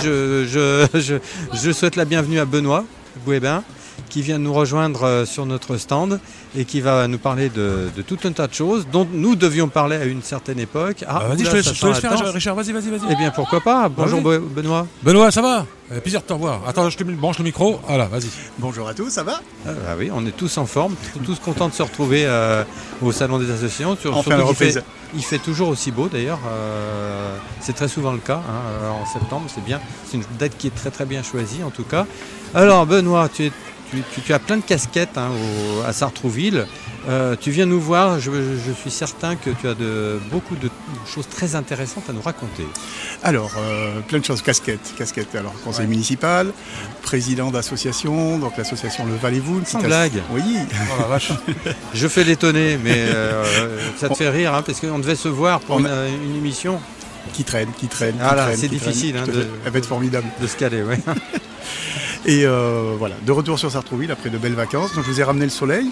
Speaker 5: Je souhaite la bienvenue à Benoît Bouébin, qui vient nous rejoindre sur notre stand et qui va nous parler de tout un tas de choses dont nous devions parler à une certaine époque.
Speaker 1: Vas-y, je te laisse faire, Richard, vas-y.
Speaker 5: Eh bien, pourquoi pas. Bonjour Benoît.
Speaker 1: Benoît, ça va? Plaisir de te revoir. Attends, je te branche le micro. Voilà, vas-y.
Speaker 11: Bonjour à tous, ça va?
Speaker 5: Oui, on est tous en forme, tous contents de se retrouver au Salon des Associations. Il fait toujours aussi beau d'ailleurs. C'est très souvent le cas en septembre, c'est bien. C'est une date qui est très très bien choisie en tout cas. Alors Benoît, tu as plein de casquettes à Sartrouville. Tu viens nous voir, je suis certain que tu as beaucoup de choses très intéressantes à nous raconter.
Speaker 11: Alors, plein de choses, casquettes. Alors, conseil municipal, président d'association, donc l'association Le Valais-Vous.
Speaker 5: Sans blague.
Speaker 11: Oui.
Speaker 1: Oh la vache.
Speaker 5: Je fais l'étonner, mais ça te fait rire, parce qu'on devait se voir pour une émission.
Speaker 11: Qui traîne.
Speaker 5: C'est difficile.
Speaker 11: Elle va être formidable.
Speaker 5: De se caler, oui.
Speaker 11: Et voilà, de retour sur Sartrouville après de belles vacances. Donc je vous ai ramené le soleil.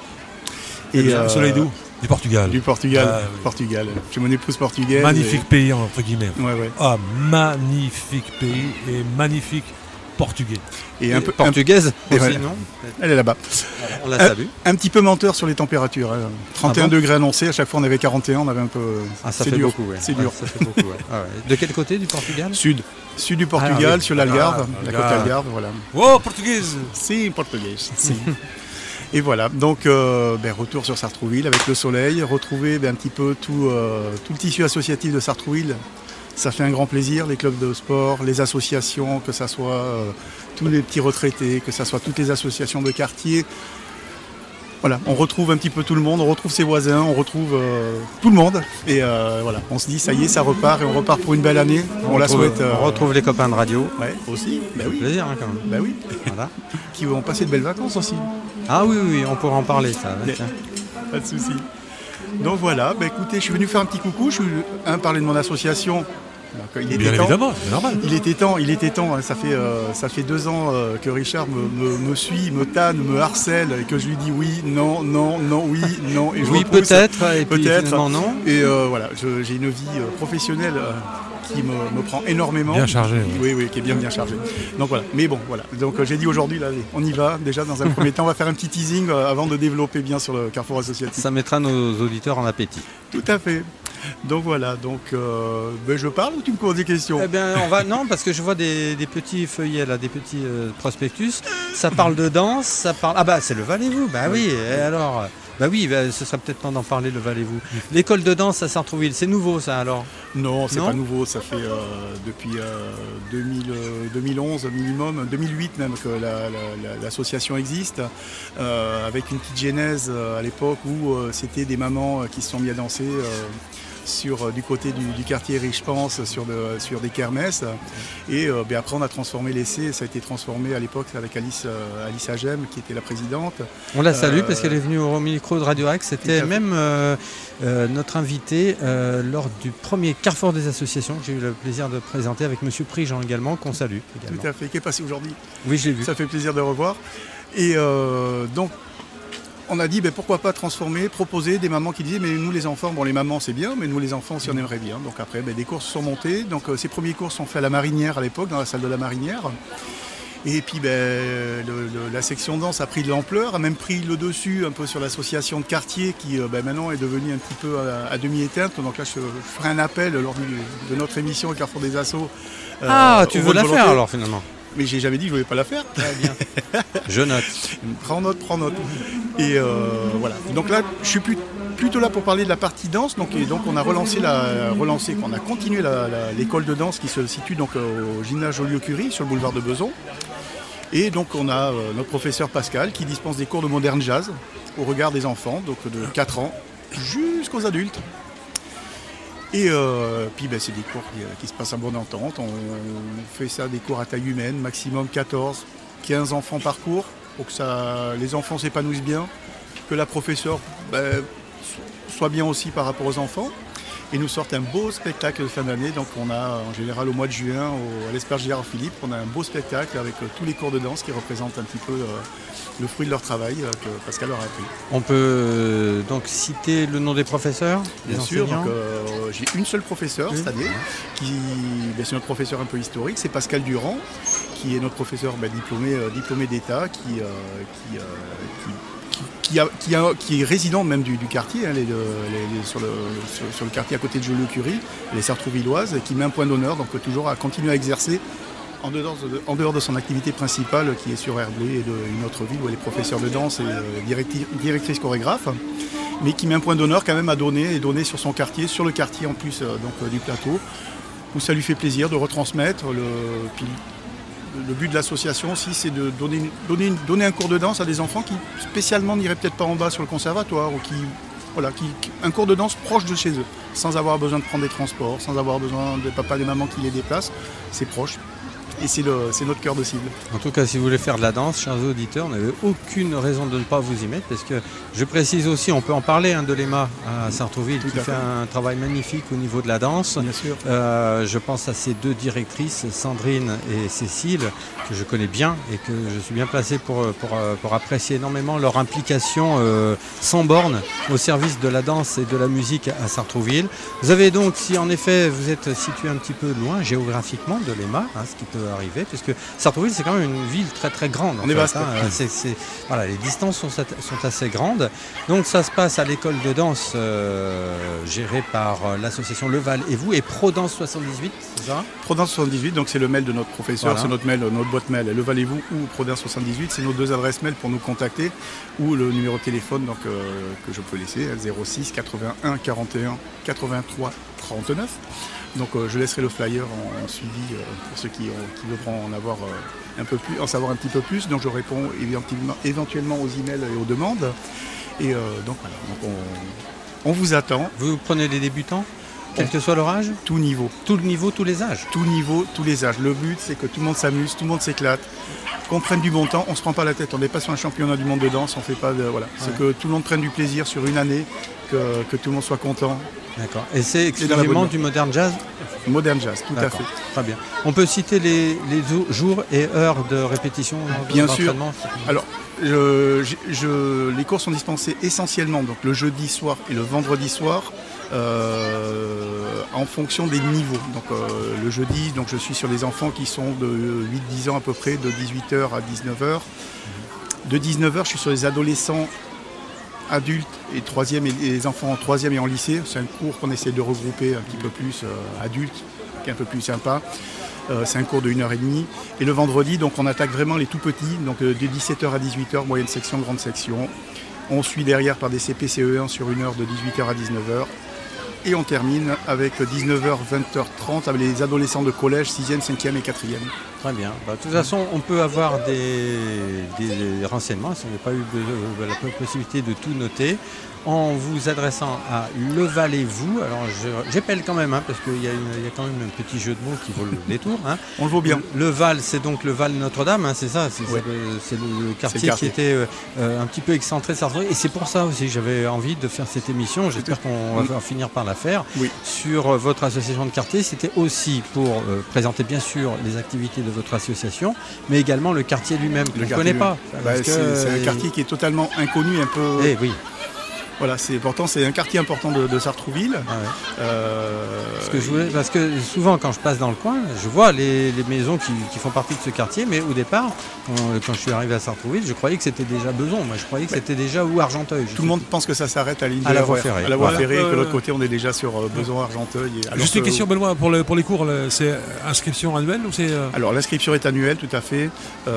Speaker 1: Le soleil d'où? Du Portugal.
Speaker 11: Du Portugal. Portugal. J'ai mon épouse portugaise.
Speaker 1: Magnifique pays entre guillemets.
Speaker 11: Ouais.
Speaker 1: Ah, magnifique pays et magnifique portugais.
Speaker 11: Et un peu
Speaker 5: portugaise aussi,
Speaker 11: voilà.
Speaker 5: Non?
Speaker 11: Elle est là-bas.
Speaker 5: On la salue.
Speaker 11: Un petit peu menteur sur les températures. 31 degrés annoncés, à chaque fois on avait 41, on avait un peu.
Speaker 5: Ça fait beaucoup, ouais.
Speaker 11: C'est dur.
Speaker 5: Ça fait beaucoup, ouais. Ah ouais. De quel côté du Portugal?
Speaker 11: Sud du Portugal, sur l'Algarve, la côte Algarve, voilà.
Speaker 1: Oh, portugaise.
Speaker 11: Si, portugaise. Si. Et voilà, donc retour sur Sartrouville avec le soleil, retrouver un petit peu tout le tissu associatif de Sartrouville. Ça fait un grand plaisir, les clubs de sport, les associations, que ce soit tous les petits retraités, que ce soit toutes les associations de quartier. Voilà, on retrouve un petit peu tout le monde, on retrouve ses voisins, on retrouve tout le monde. Et voilà, on se dit, ça y est, ça repart et on repart pour une belle année. On la souhaite.
Speaker 5: On retrouve les copains de radio.
Speaker 11: Ouais, aussi.
Speaker 5: Ça fait plaisir quand même.
Speaker 11: Bah oui.
Speaker 5: Voilà.
Speaker 11: Qui vont passer de belles vacances aussi.
Speaker 5: Ah oui, on pourra en parler, ça.
Speaker 11: Pas de souci. Donc voilà, écoutez, je suis venu faire un petit coucou. Je suis parler de mon association.
Speaker 1: Bien évidemment, c'est normal.
Speaker 11: Il était temps. Ça fait 2 ans que Richard me suit, me tanne, me harcèle et que je lui dis oui, non, oui, non. Et je
Speaker 5: oui, peut-être, et puis finalement non.
Speaker 11: Et voilà, j'ai une vie professionnelle qui me prend énormément.
Speaker 1: Bien chargé.
Speaker 11: Oui, qui est bien chargé. Donc voilà, mais bon, voilà. Donc j'ai dit aujourd'hui, là, allez, on y va. Déjà, dans un premier temps, on va faire un petit teasing avant de développer bien sur le Carrefour Associatif.
Speaker 5: Ça mettra nos auditeurs en appétit.
Speaker 11: Tout à fait. Donc voilà, je parle ou tu me poses des questions?
Speaker 5: Eh bien, non, parce que je vois des petits feuillets là, des petits prospectus. Ça parle de danse, ça parle. Ah bah c'est le Valais-Vous. Bah oui. Et alors, Bah oui, ce serait peut-être temps d'en parler, le Val et vous. L'école de danse à Sartrouville, c'est nouveau ça alors?
Speaker 11: Non, c'est pas nouveau, ça fait depuis 2011 minimum, 2008 même que l'association existe, avec une petite genèse à l'époque où c'était des mamans qui se sont mis à danser du côté du quartier riche, je pense, sur des kermesses. Et après, on a transformé l'essai. Ça a été transformé à l'époque avec Alice Agem, qui était la présidente.
Speaker 5: On la salue parce qu'elle est venue au micro de Radio Axe. C'était même notre invité lors du premier Carrefour des associations que j'ai eu le plaisir de présenter avec M. Prigent également, qu'on salue également.
Speaker 11: Tout à fait, qui est passé aujourd'hui.
Speaker 5: Oui, je l'ai vu.
Speaker 11: Ça fait plaisir de le revoir. Et donc, on a dit pourquoi pas proposer des mamans qui disaient mais nous les enfants, bon les mamans c'est bien, mais nous les enfants aussi on aimerait bien. Donc après des cours sont montés. Donc ces premiers cours sont faits à la Marinière à l'époque, dans la salle de la Marinière. Et puis la section danse a pris de l'ampleur, a même pris le dessus un peu sur l'association de quartier qui maintenant est devenue un petit peu à demi-éteinte. Donc là je ferai un appel lors de notre émission au Carrefour des Assos.
Speaker 5: Tu veux la faire alors finalement?
Speaker 11: Mais j'ai jamais dit que je ne voulais pas la faire.
Speaker 5: Très bien. Je note.
Speaker 11: Prends note. Et voilà. Donc là, je suis plutôt là pour parler de la partie danse. Donc on a on a continué l'école de danse qui se situe donc au gymnase Joliot-Curie sur le boulevard de Besançon. Et donc on a notre professeur Pascal qui dispense des cours de modern jazz au regard des enfants, donc de 4 ans jusqu'aux adultes. Et puis c'est des cours qui se passent à bonne entente. On fait ça des cours à taille humaine, maximum 14, 15 enfants par cours, pour que les enfants s'épanouissent bien, que la professeure soit bien aussi par rapport aux enfants. Et nous sortent un beau spectacle de fin d'année. Donc on a en général au mois de juin à l'Espace Gérard-Philippe, on a un beau spectacle avec tous les cours de danse qui représentent un petit peu le fruit de leur travail que Pascal leur a appris.
Speaker 5: On peut donc citer le nom des professeurs?
Speaker 11: Bien sûr, donc, j'ai une seule professeure cette année, c'est notre professeur un peu historique, c'est Pascal Durand, qui est notre professeur diplômé d'État, qui est résident même du quartier, sur le quartier à côté de Joliot-Curie, les Sartrouvilloises, et qui met un point d'honneur, donc toujours à continuer à exercer en dehors de son activité principale qui est sur Herblay et une autre ville où elle est professeure de danse et directrice chorégraphe, mais qui met un point d'honneur quand même à donner sur son quartier, sur le quartier en plus du plateau, où ça lui fait plaisir de retransmettre. Le but de l'association aussi, c'est de donner un cours de danse à des enfants qui spécialement n'iraient peut-être pas en bas sur le conservatoire, ou un cours de danse proche de chez eux, sans avoir besoin de prendre des transports, sans avoir besoin de papa et des mamans qui les déplacent. C'est proche. Et c'est notre cœur de cible.
Speaker 5: En tout cas, si vous voulez faire de la danse, chers auditeurs, vous n'avez aucune raison de ne pas vous y mettre, parce que je précise aussi, on peut en parler de l'EMA à Sartrouville, qui fait un travail magnifique au niveau de la danse.
Speaker 11: Bien sûr.
Speaker 5: Je pense à ces deux directrices, Sandrine et Cécile, que je connais bien et que je suis bien placé pour apprécier énormément leur implication sans borne au service de la danse et de la musique à Sartrouville. Vous avez donc, si en effet vous êtes situé un petit peu loin géographiquement de l'EMA, ce qui peut arriver, puisque Sartrouville c'est quand même une ville très très grande.
Speaker 11: On est vaste.
Speaker 5: Voilà, les distances sont assez grandes. Donc ça se passe à l'école de danse gérée par l'association Le Val et vous, et ProDanse 78, c'est ça?
Speaker 11: ProDanse 78, donc c'est le mail de notre professeur,
Speaker 5: voilà.
Speaker 11: C'est notre boîte mail, Le Val et vous ou ProDanse 78, c'est nos deux adresses mail pour nous contacter, ou le numéro de téléphone donc, que je peux laisser, 06 81 41 83 39. Donc je laisserai le flyer en suivi pour ceux qui voudront en savoir un petit peu plus. Donc je réponds éventuellement aux emails et aux demandes. Et donc voilà, donc on vous attend.
Speaker 5: Vous prenez des débutants, quel que soit leur âge?
Speaker 11: Tout niveau.
Speaker 5: Tout niveau, tous les âges?
Speaker 11: Tout niveau, tous les âges. Le but c'est que tout le monde s'amuse, tout le monde s'éclate, qu'on prenne du bon temps, on ne se prend pas la tête, on n'est pas sur un championnat du monde de danse, on fait pas de. Voilà. Ouais. C'est que tout le monde prenne du plaisir sur une année, que tout le monde soit content.
Speaker 5: D'accord. Et c'est exclusivement du modern jazz?
Speaker 11: Modern jazz, tout à fait.
Speaker 5: Très bien. On peut citer les jours et heures de répétition?
Speaker 11: Bien sûr. Alors, les cours sont dispensés essentiellement donc, le jeudi soir et le vendredi soir en fonction des niveaux. Donc, le jeudi, donc, je suis sur des enfants qui sont de 8-10 ans à peu près, de 18h à 19h. De 19h, je suis sur les adolescents adultes et les enfants en 3e et en lycée. C'est un cours qu'on essaie de regrouper un petit peu plus adultes, qui est un peu plus sympa. C'est un cours de 1h30. Et le vendredi, donc, on attaque vraiment les tout petits, donc de 17h à 18h, moyenne section, grande section. On suit derrière par des CP-CE1 sur une heure de 18h à 19h. Et on termine avec 19h, 20h30 avec les adolescents de collège, 6e, 5e et 4e.
Speaker 5: Très bien. De toute façon, on peut avoir des renseignements si on n'a pas eu la possibilité de tout noter en vous adressant à Le Val et vous. Alors j'appelle quand même, parce qu'il y a quand même un petit jeu de mots qui vaut le détour.
Speaker 11: On le vaut bien.
Speaker 5: Le Val, c'est donc le Val Notre-Dame, c'est ça, c'est le quartier qui était un petit peu excentré de Sartrouville. Et c'est pour ça aussi que j'avais envie de faire cette émission. J'espère qu'on va finir par la faire.
Speaker 11: Oui.
Speaker 5: Sur votre association de quartier, c'était aussi pour présenter bien sûr les activités de votre association, mais également le quartier lui-même que je ne connais pas.
Speaker 11: C'est un quartier qui est totalement inconnu, un peu.
Speaker 5: Eh oui.
Speaker 11: Voilà, c'est un quartier important de Sartrouville.
Speaker 5: Ah ouais. Parce que souvent quand je passe dans le coin, je vois les maisons qui font partie de ce quartier, mais au départ, quand je suis arrivé à Sartrouville, je croyais que c'était déjà Beson. Moi, je croyais que c'était déjà Argenteuil.
Speaker 11: Tout le monde pense que ça s'arrête à l'île de la voie ferrée. À la voie ferrée, que de l'autre côté, on est déjà sur Beson, Argenteuil.
Speaker 1: Juste une question, Benoît, pour les cours, c'est inscription annuelle ou c'est
Speaker 11: Alors l'inscription est annuelle, tout à fait.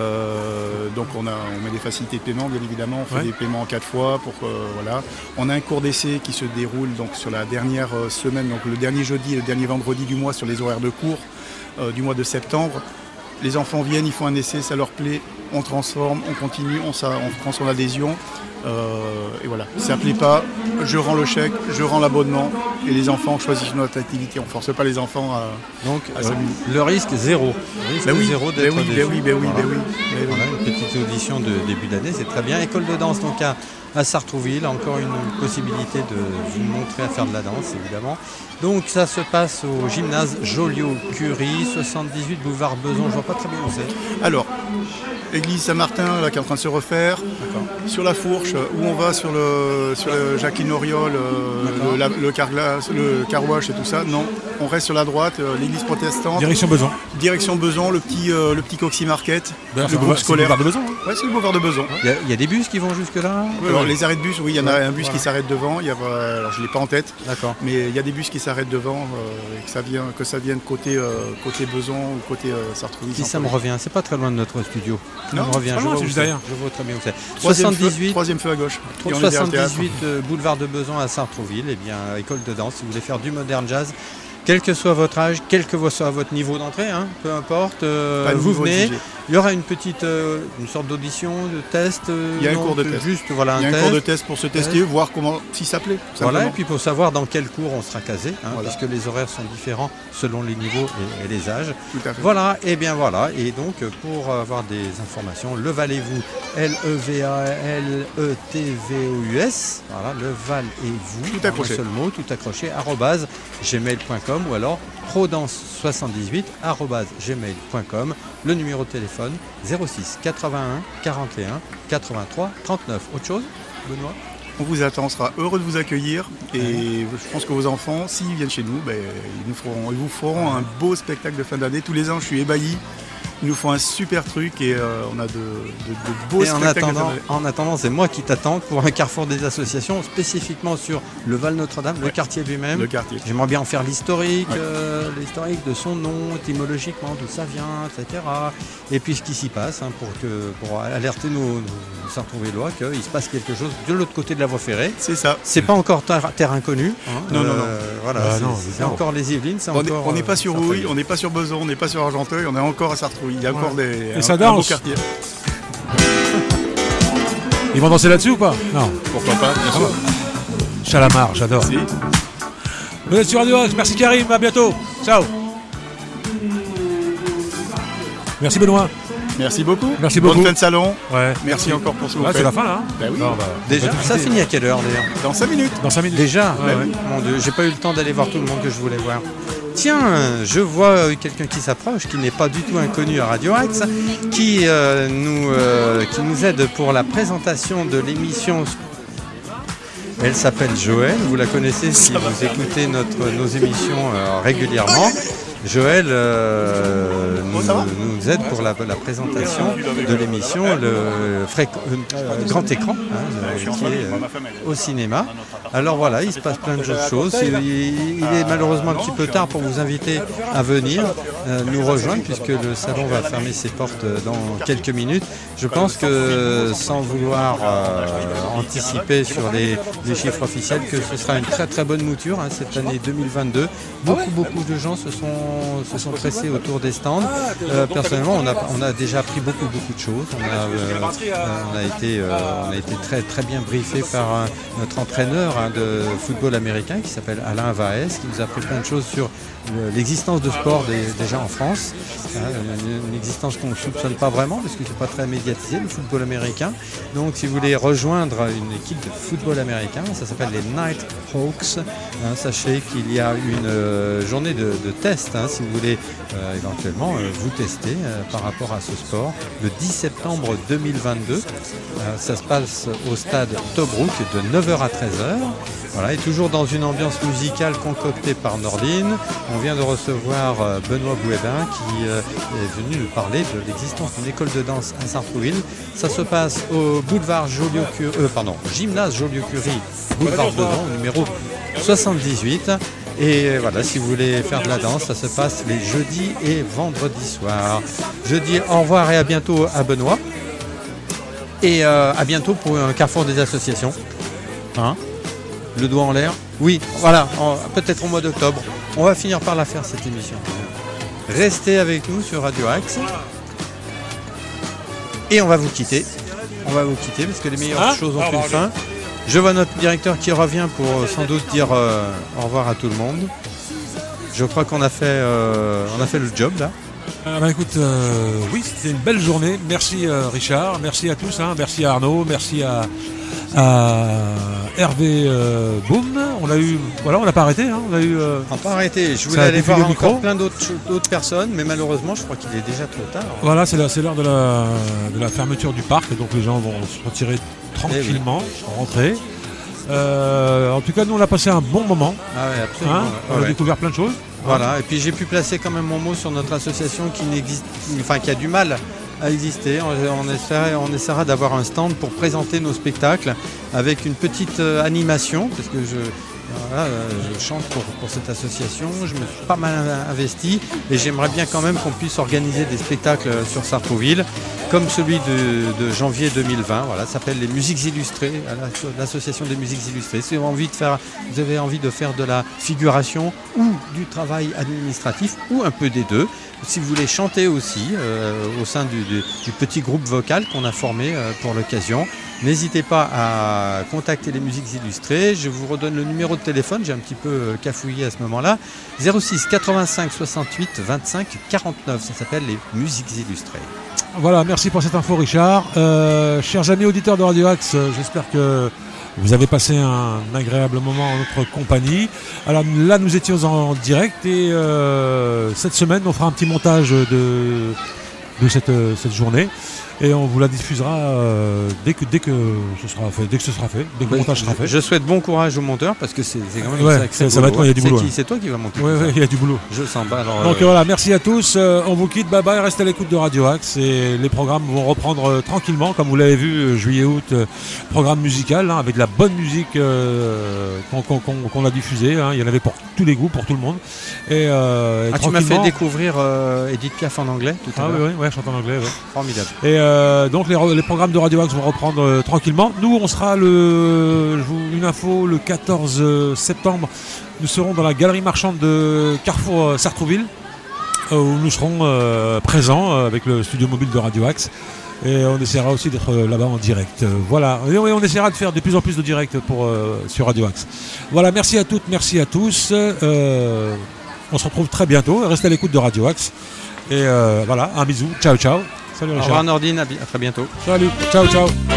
Speaker 11: Donc on met des facilités de paiement, bien évidemment. On fait des paiements en 4 fois voilà. On a un cours d'essai qui se déroule donc sur la dernière semaine, donc le dernier jeudi et le dernier vendredi du mois sur les horaires de cours du mois de septembre. Les enfants viennent, ils font un essai, ça leur plaît, on transforme, on continue, on prend son adhésion. Et voilà, si ça ne plaît pas, je rends le chèque, je rends l'abonnement et les enfants choisissent notre activité. On ne force pas les enfants à s'amuser.
Speaker 5: Le risque zéro. Zéro d'être
Speaker 11: oui.
Speaker 5: Voilà, une petite audition de début d'année, c'est très bien. École de danse donc à Sartrouville, encore une possibilité de vous montrer à faire de la danse évidemment. Donc ça se passe au gymnase Joliot-Curie, 78 boulevard Beson, je vois pas très bien où c'est.
Speaker 11: Alors, église Saint-Martin là, qui est en train de se refaire, sur la Fourche, où on va sur le Jacqueline Auriol, le Carwash et tout ça. Non, on reste sur la droite, l'église protestante.
Speaker 1: Direction Beson.
Speaker 11: Direction Beson, le petit Coxy Market, le groupe scolaire.
Speaker 1: C'est le boulevard de Beson.
Speaker 11: Oui, c'est le boulevard de Beson.
Speaker 5: Il y a des bus qui vont jusque là.
Speaker 11: Alors, les arrêts de bus, oui, il y en a un bus qui s'arrête devant. Alors je ne l'ai pas en tête.
Speaker 5: D'accord.
Speaker 11: Mais il y a des bus qui s'arrêtent devant, que ça vienne côté Beson ou côté Sartrouville.
Speaker 5: Si ça me revient, c'est pas très loin de notre studio.
Speaker 11: Non,
Speaker 5: me revient,
Speaker 1: c'est juste derrière.
Speaker 5: Je vois très bien où c'est.
Speaker 11: troisième feu à gauche.
Speaker 5: 78 boulevard de Beson à Sartrouville, et bien école de danse, si vous voulez faire du modern jazz, quel que soit votre âge, quel que soit votre niveau d'entrée, peu importe, vous venez. Il y aura une sorte d'audition, de test.
Speaker 11: Il y a un cours de test.
Speaker 5: Il y a un
Speaker 11: cours de test pour se tester, voir si ça plaît.
Speaker 5: Voilà, et puis pour savoir dans quel cours on sera casé, puisque les horaires sont différents selon les niveaux et les âges.
Speaker 11: Tout à fait.
Speaker 5: Voilà, et bien voilà. Et donc pour avoir des informations, Le Val et vous, LEVALETVOUS, voilà, Le Val et vous,
Speaker 11: tout accroché.
Speaker 5: Un seul mot, tout accroché, @gmail.com ou alors prodance78@gmail.com. Le numéro de téléphone 06 81 41 83 39. Autre chose, Benoît?
Speaker 11: On vous attend, on sera heureux de vous accueillir et je pense que vos enfants, s'ils viennent chez nous, ils vous feront un beau spectacle de fin d'année. Tous les ans, je suis ébahi. Ils nous font un super truc et on a de beaux spectacles.
Speaker 5: En attendant, c'est moi qui t'attends pour un carrefour des associations, spécifiquement sur le Val Notre-Dame, le quartier lui-même.
Speaker 11: Le quartier.
Speaker 5: J'aimerais bien en faire l'historique, l'historique de son nom, étymologiquement, d'où ça vient, etc. Et puis ce qui s'y passe, pour alerter nos Sartrouvillois qu'il se passe quelque chose de l'autre côté de la voie ferrée.
Speaker 11: C'est ça.
Speaker 5: C'est pas encore terre inconnue.
Speaker 11: Non.
Speaker 5: Voilà, c'est encore les Yvelines.
Speaker 11: On n'est pas sur Rouille, on n'est pas sur Beson, on n'est pas sur Argenteuil, on est encore à Sartrouville. Il y a encore
Speaker 1: et ça danse.
Speaker 11: Un beau quartier.
Speaker 1: Ils vont danser là-dessus ou pas? Non.
Speaker 11: Pourquoi pas, bien sûr.
Speaker 1: Chalamar, j'adore.
Speaker 11: Si.
Speaker 1: Vous êtes sur Radio Axe. Merci Karim, à bientôt. Ciao. Merci Benoît.
Speaker 11: Merci beaucoup.
Speaker 1: Merci beaucoup.
Speaker 11: Bonne fin de salon.
Speaker 1: Ouais.
Speaker 11: Merci encore pour ce que vous faites.
Speaker 1: C'est la fin là.
Speaker 11: Oui.
Speaker 5: Déjà, ça finit à quelle heure d'ailleurs?
Speaker 11: Dans 5 minutes.
Speaker 1: Dans 5 minutes.
Speaker 5: Déjà Mon Dieu, j'ai pas eu le temps d'aller voir tout le monde que je voulais voir. Tiens, je vois quelqu'un qui s'approche, qui n'est pas du tout inconnu à Radio Axe, qui nous aide pour la présentation de l'émission. Elle s'appelle Joël, vous la connaissez si vous écoutez nos émissions régulièrement. Joël, nous aide pour la présentation de l'émission Grand Écran, qui est au cinéma. Alors voilà, il se passe plein de choses. Il est malheureusement un petit peu tard pour vous inviter à venir nous rejoindre, puisque le salon va fermer ses portes dans quelques minutes. Je pense que, sans vouloir anticiper sur les chiffres officiels, que ce sera une très très bonne mouture cette année 2022. Beaucoup de gens se sont pressés autour des stands. Personnellement, on a déjà appris beaucoup de choses. On a été très très bien briefé par notre entraîneur de football américain qui s'appelle Alain Vaes, qui nous a appris plein de choses sur l'existence de sport déjà en France, une existence qu'on ne soupçonne pas vraiment parce que c'est pas très médiatisé, le football américain. Donc si vous voulez rejoindre une équipe de football américain, ça s'appelle les Nighthawks. Sachez qu'il y a une journée de test, si vous voulez éventuellement vous tester par rapport à ce sport, le 10 septembre 2022. Ça se passe au stade Tobruk de 9h à 13h. Voilà, et toujours dans une ambiance musicale concoctée par Nordine. On vient de recevoir Benoît Bouébin qui est venu nous parler de l'existence d'une école de danse à Sartrouville. Ça se passe au boulevard Gymnase Joliot-Curie, boulevard Devant, numéro 78. Et voilà, si vous voulez faire de la danse, ça se passe les jeudis et vendredis soirs. Je dis au revoir et à bientôt à Benoît. Et à bientôt pour un carrefour des associations. Le doigt en l'air. Oui, voilà, peut-être au mois d'octobre. On va finir par la faire cette émission. Restez avec nous sur Radio Axe. Et on va vous quitter. Parce que les meilleures choses ont une fin. Je vois notre directeur qui revient pour sans doute dire au revoir à tout le monde. Je crois qu'on a fait le job là.
Speaker 1: Écoute, oui, c'était une belle journée. Merci Richard, merci à tous, merci à Arnaud, merci à Hervé Boum. On n'a pas arrêté. On n'a
Speaker 5: pas arrêté. Je voulais aller voir encore plein d'autres personnes, mais malheureusement, je crois qu'il est déjà trop tard.
Speaker 1: Voilà, c'est l'heure de la fermeture du parc, donc les gens vont se retirer tranquillement, rentrer. En tout cas, nous, on a passé un bon moment.
Speaker 5: Ouais, absolument.
Speaker 1: On a découvert plein de choses.
Speaker 5: Voilà, et puis j'ai pu placer quand même mon mot sur notre association qui a du mal à exister. On essaiera d'avoir un stand pour présenter nos spectacles avec une petite animation, parce que je chante pour cette association, je me suis pas mal investi et j'aimerais bien quand même qu'on puisse organiser des spectacles sur Sartrouville comme celui de janvier 2020. Voilà, ça s'appelle les musiques illustrées, l'association des musiques illustrées. Si vous avez envie de faire de la figuration ou du travail administratif ou un peu des deux, si vous voulez chanter aussi au sein du petit groupe vocal qu'on a formé pour l'occasion, n'hésitez pas à contacter les musiques illustrées. Je vous redonne le numéro de téléphone, j'ai un petit peu cafouillé à ce moment-là. 06 85 68 25 49, ça s'appelle les musiques illustrées.
Speaker 1: Voilà, merci pour cette info Richard. Chers amis auditeurs de Radio Axe, j'espère que vous avez passé un agréable moment en notre compagnie. Alors là, nous étions en direct et cette semaine, on fera un petit montage de cette journée. Et on vous la diffusera dès que ce sera fait, dès que le montage sera fait.
Speaker 5: Je souhaite bon courage au monteur parce que c'est quand même
Speaker 1: ça va être il y a du boulot.
Speaker 5: C'est toi qui vas monter.
Speaker 1: Oui, il y a du boulot.
Speaker 5: Je sens pas.
Speaker 1: Donc voilà, merci à tous. On vous quitte, bye bye, restez à l'écoute de Radio Axe et les programmes vont reprendre tranquillement, comme vous l'avez vu, juillet-août, programme musical avec de la bonne musique qu'on a diffusée. Il y en avait pour tous les goûts, pour tout le monde. Et
Speaker 5: tu m'as fait découvrir Edith Piaf en anglais tout à l'heure.
Speaker 1: Oui, je chante en anglais. Ouais.
Speaker 5: Formidable.
Speaker 1: Et donc les programmes de Radio Axe vont reprendre tranquillement. Nous, on sera une info le 14 septembre. Nous serons dans la galerie marchande de Carrefour Sartrouville, où nous serons présents avec le studio mobile de Radio Axe. Et on essaiera aussi d'être là-bas en direct. Voilà. Et on essaiera de faire de plus en plus de directs sur Radio Axe. Voilà, merci à toutes, merci à tous. On se retrouve très bientôt. Restez à l'écoute de Radio Axe. Et voilà, un bisou. Ciao, ciao. Salut Richard.
Speaker 5: Au revoir Nordine, à très bientôt.
Speaker 1: Salut, ciao, ciao.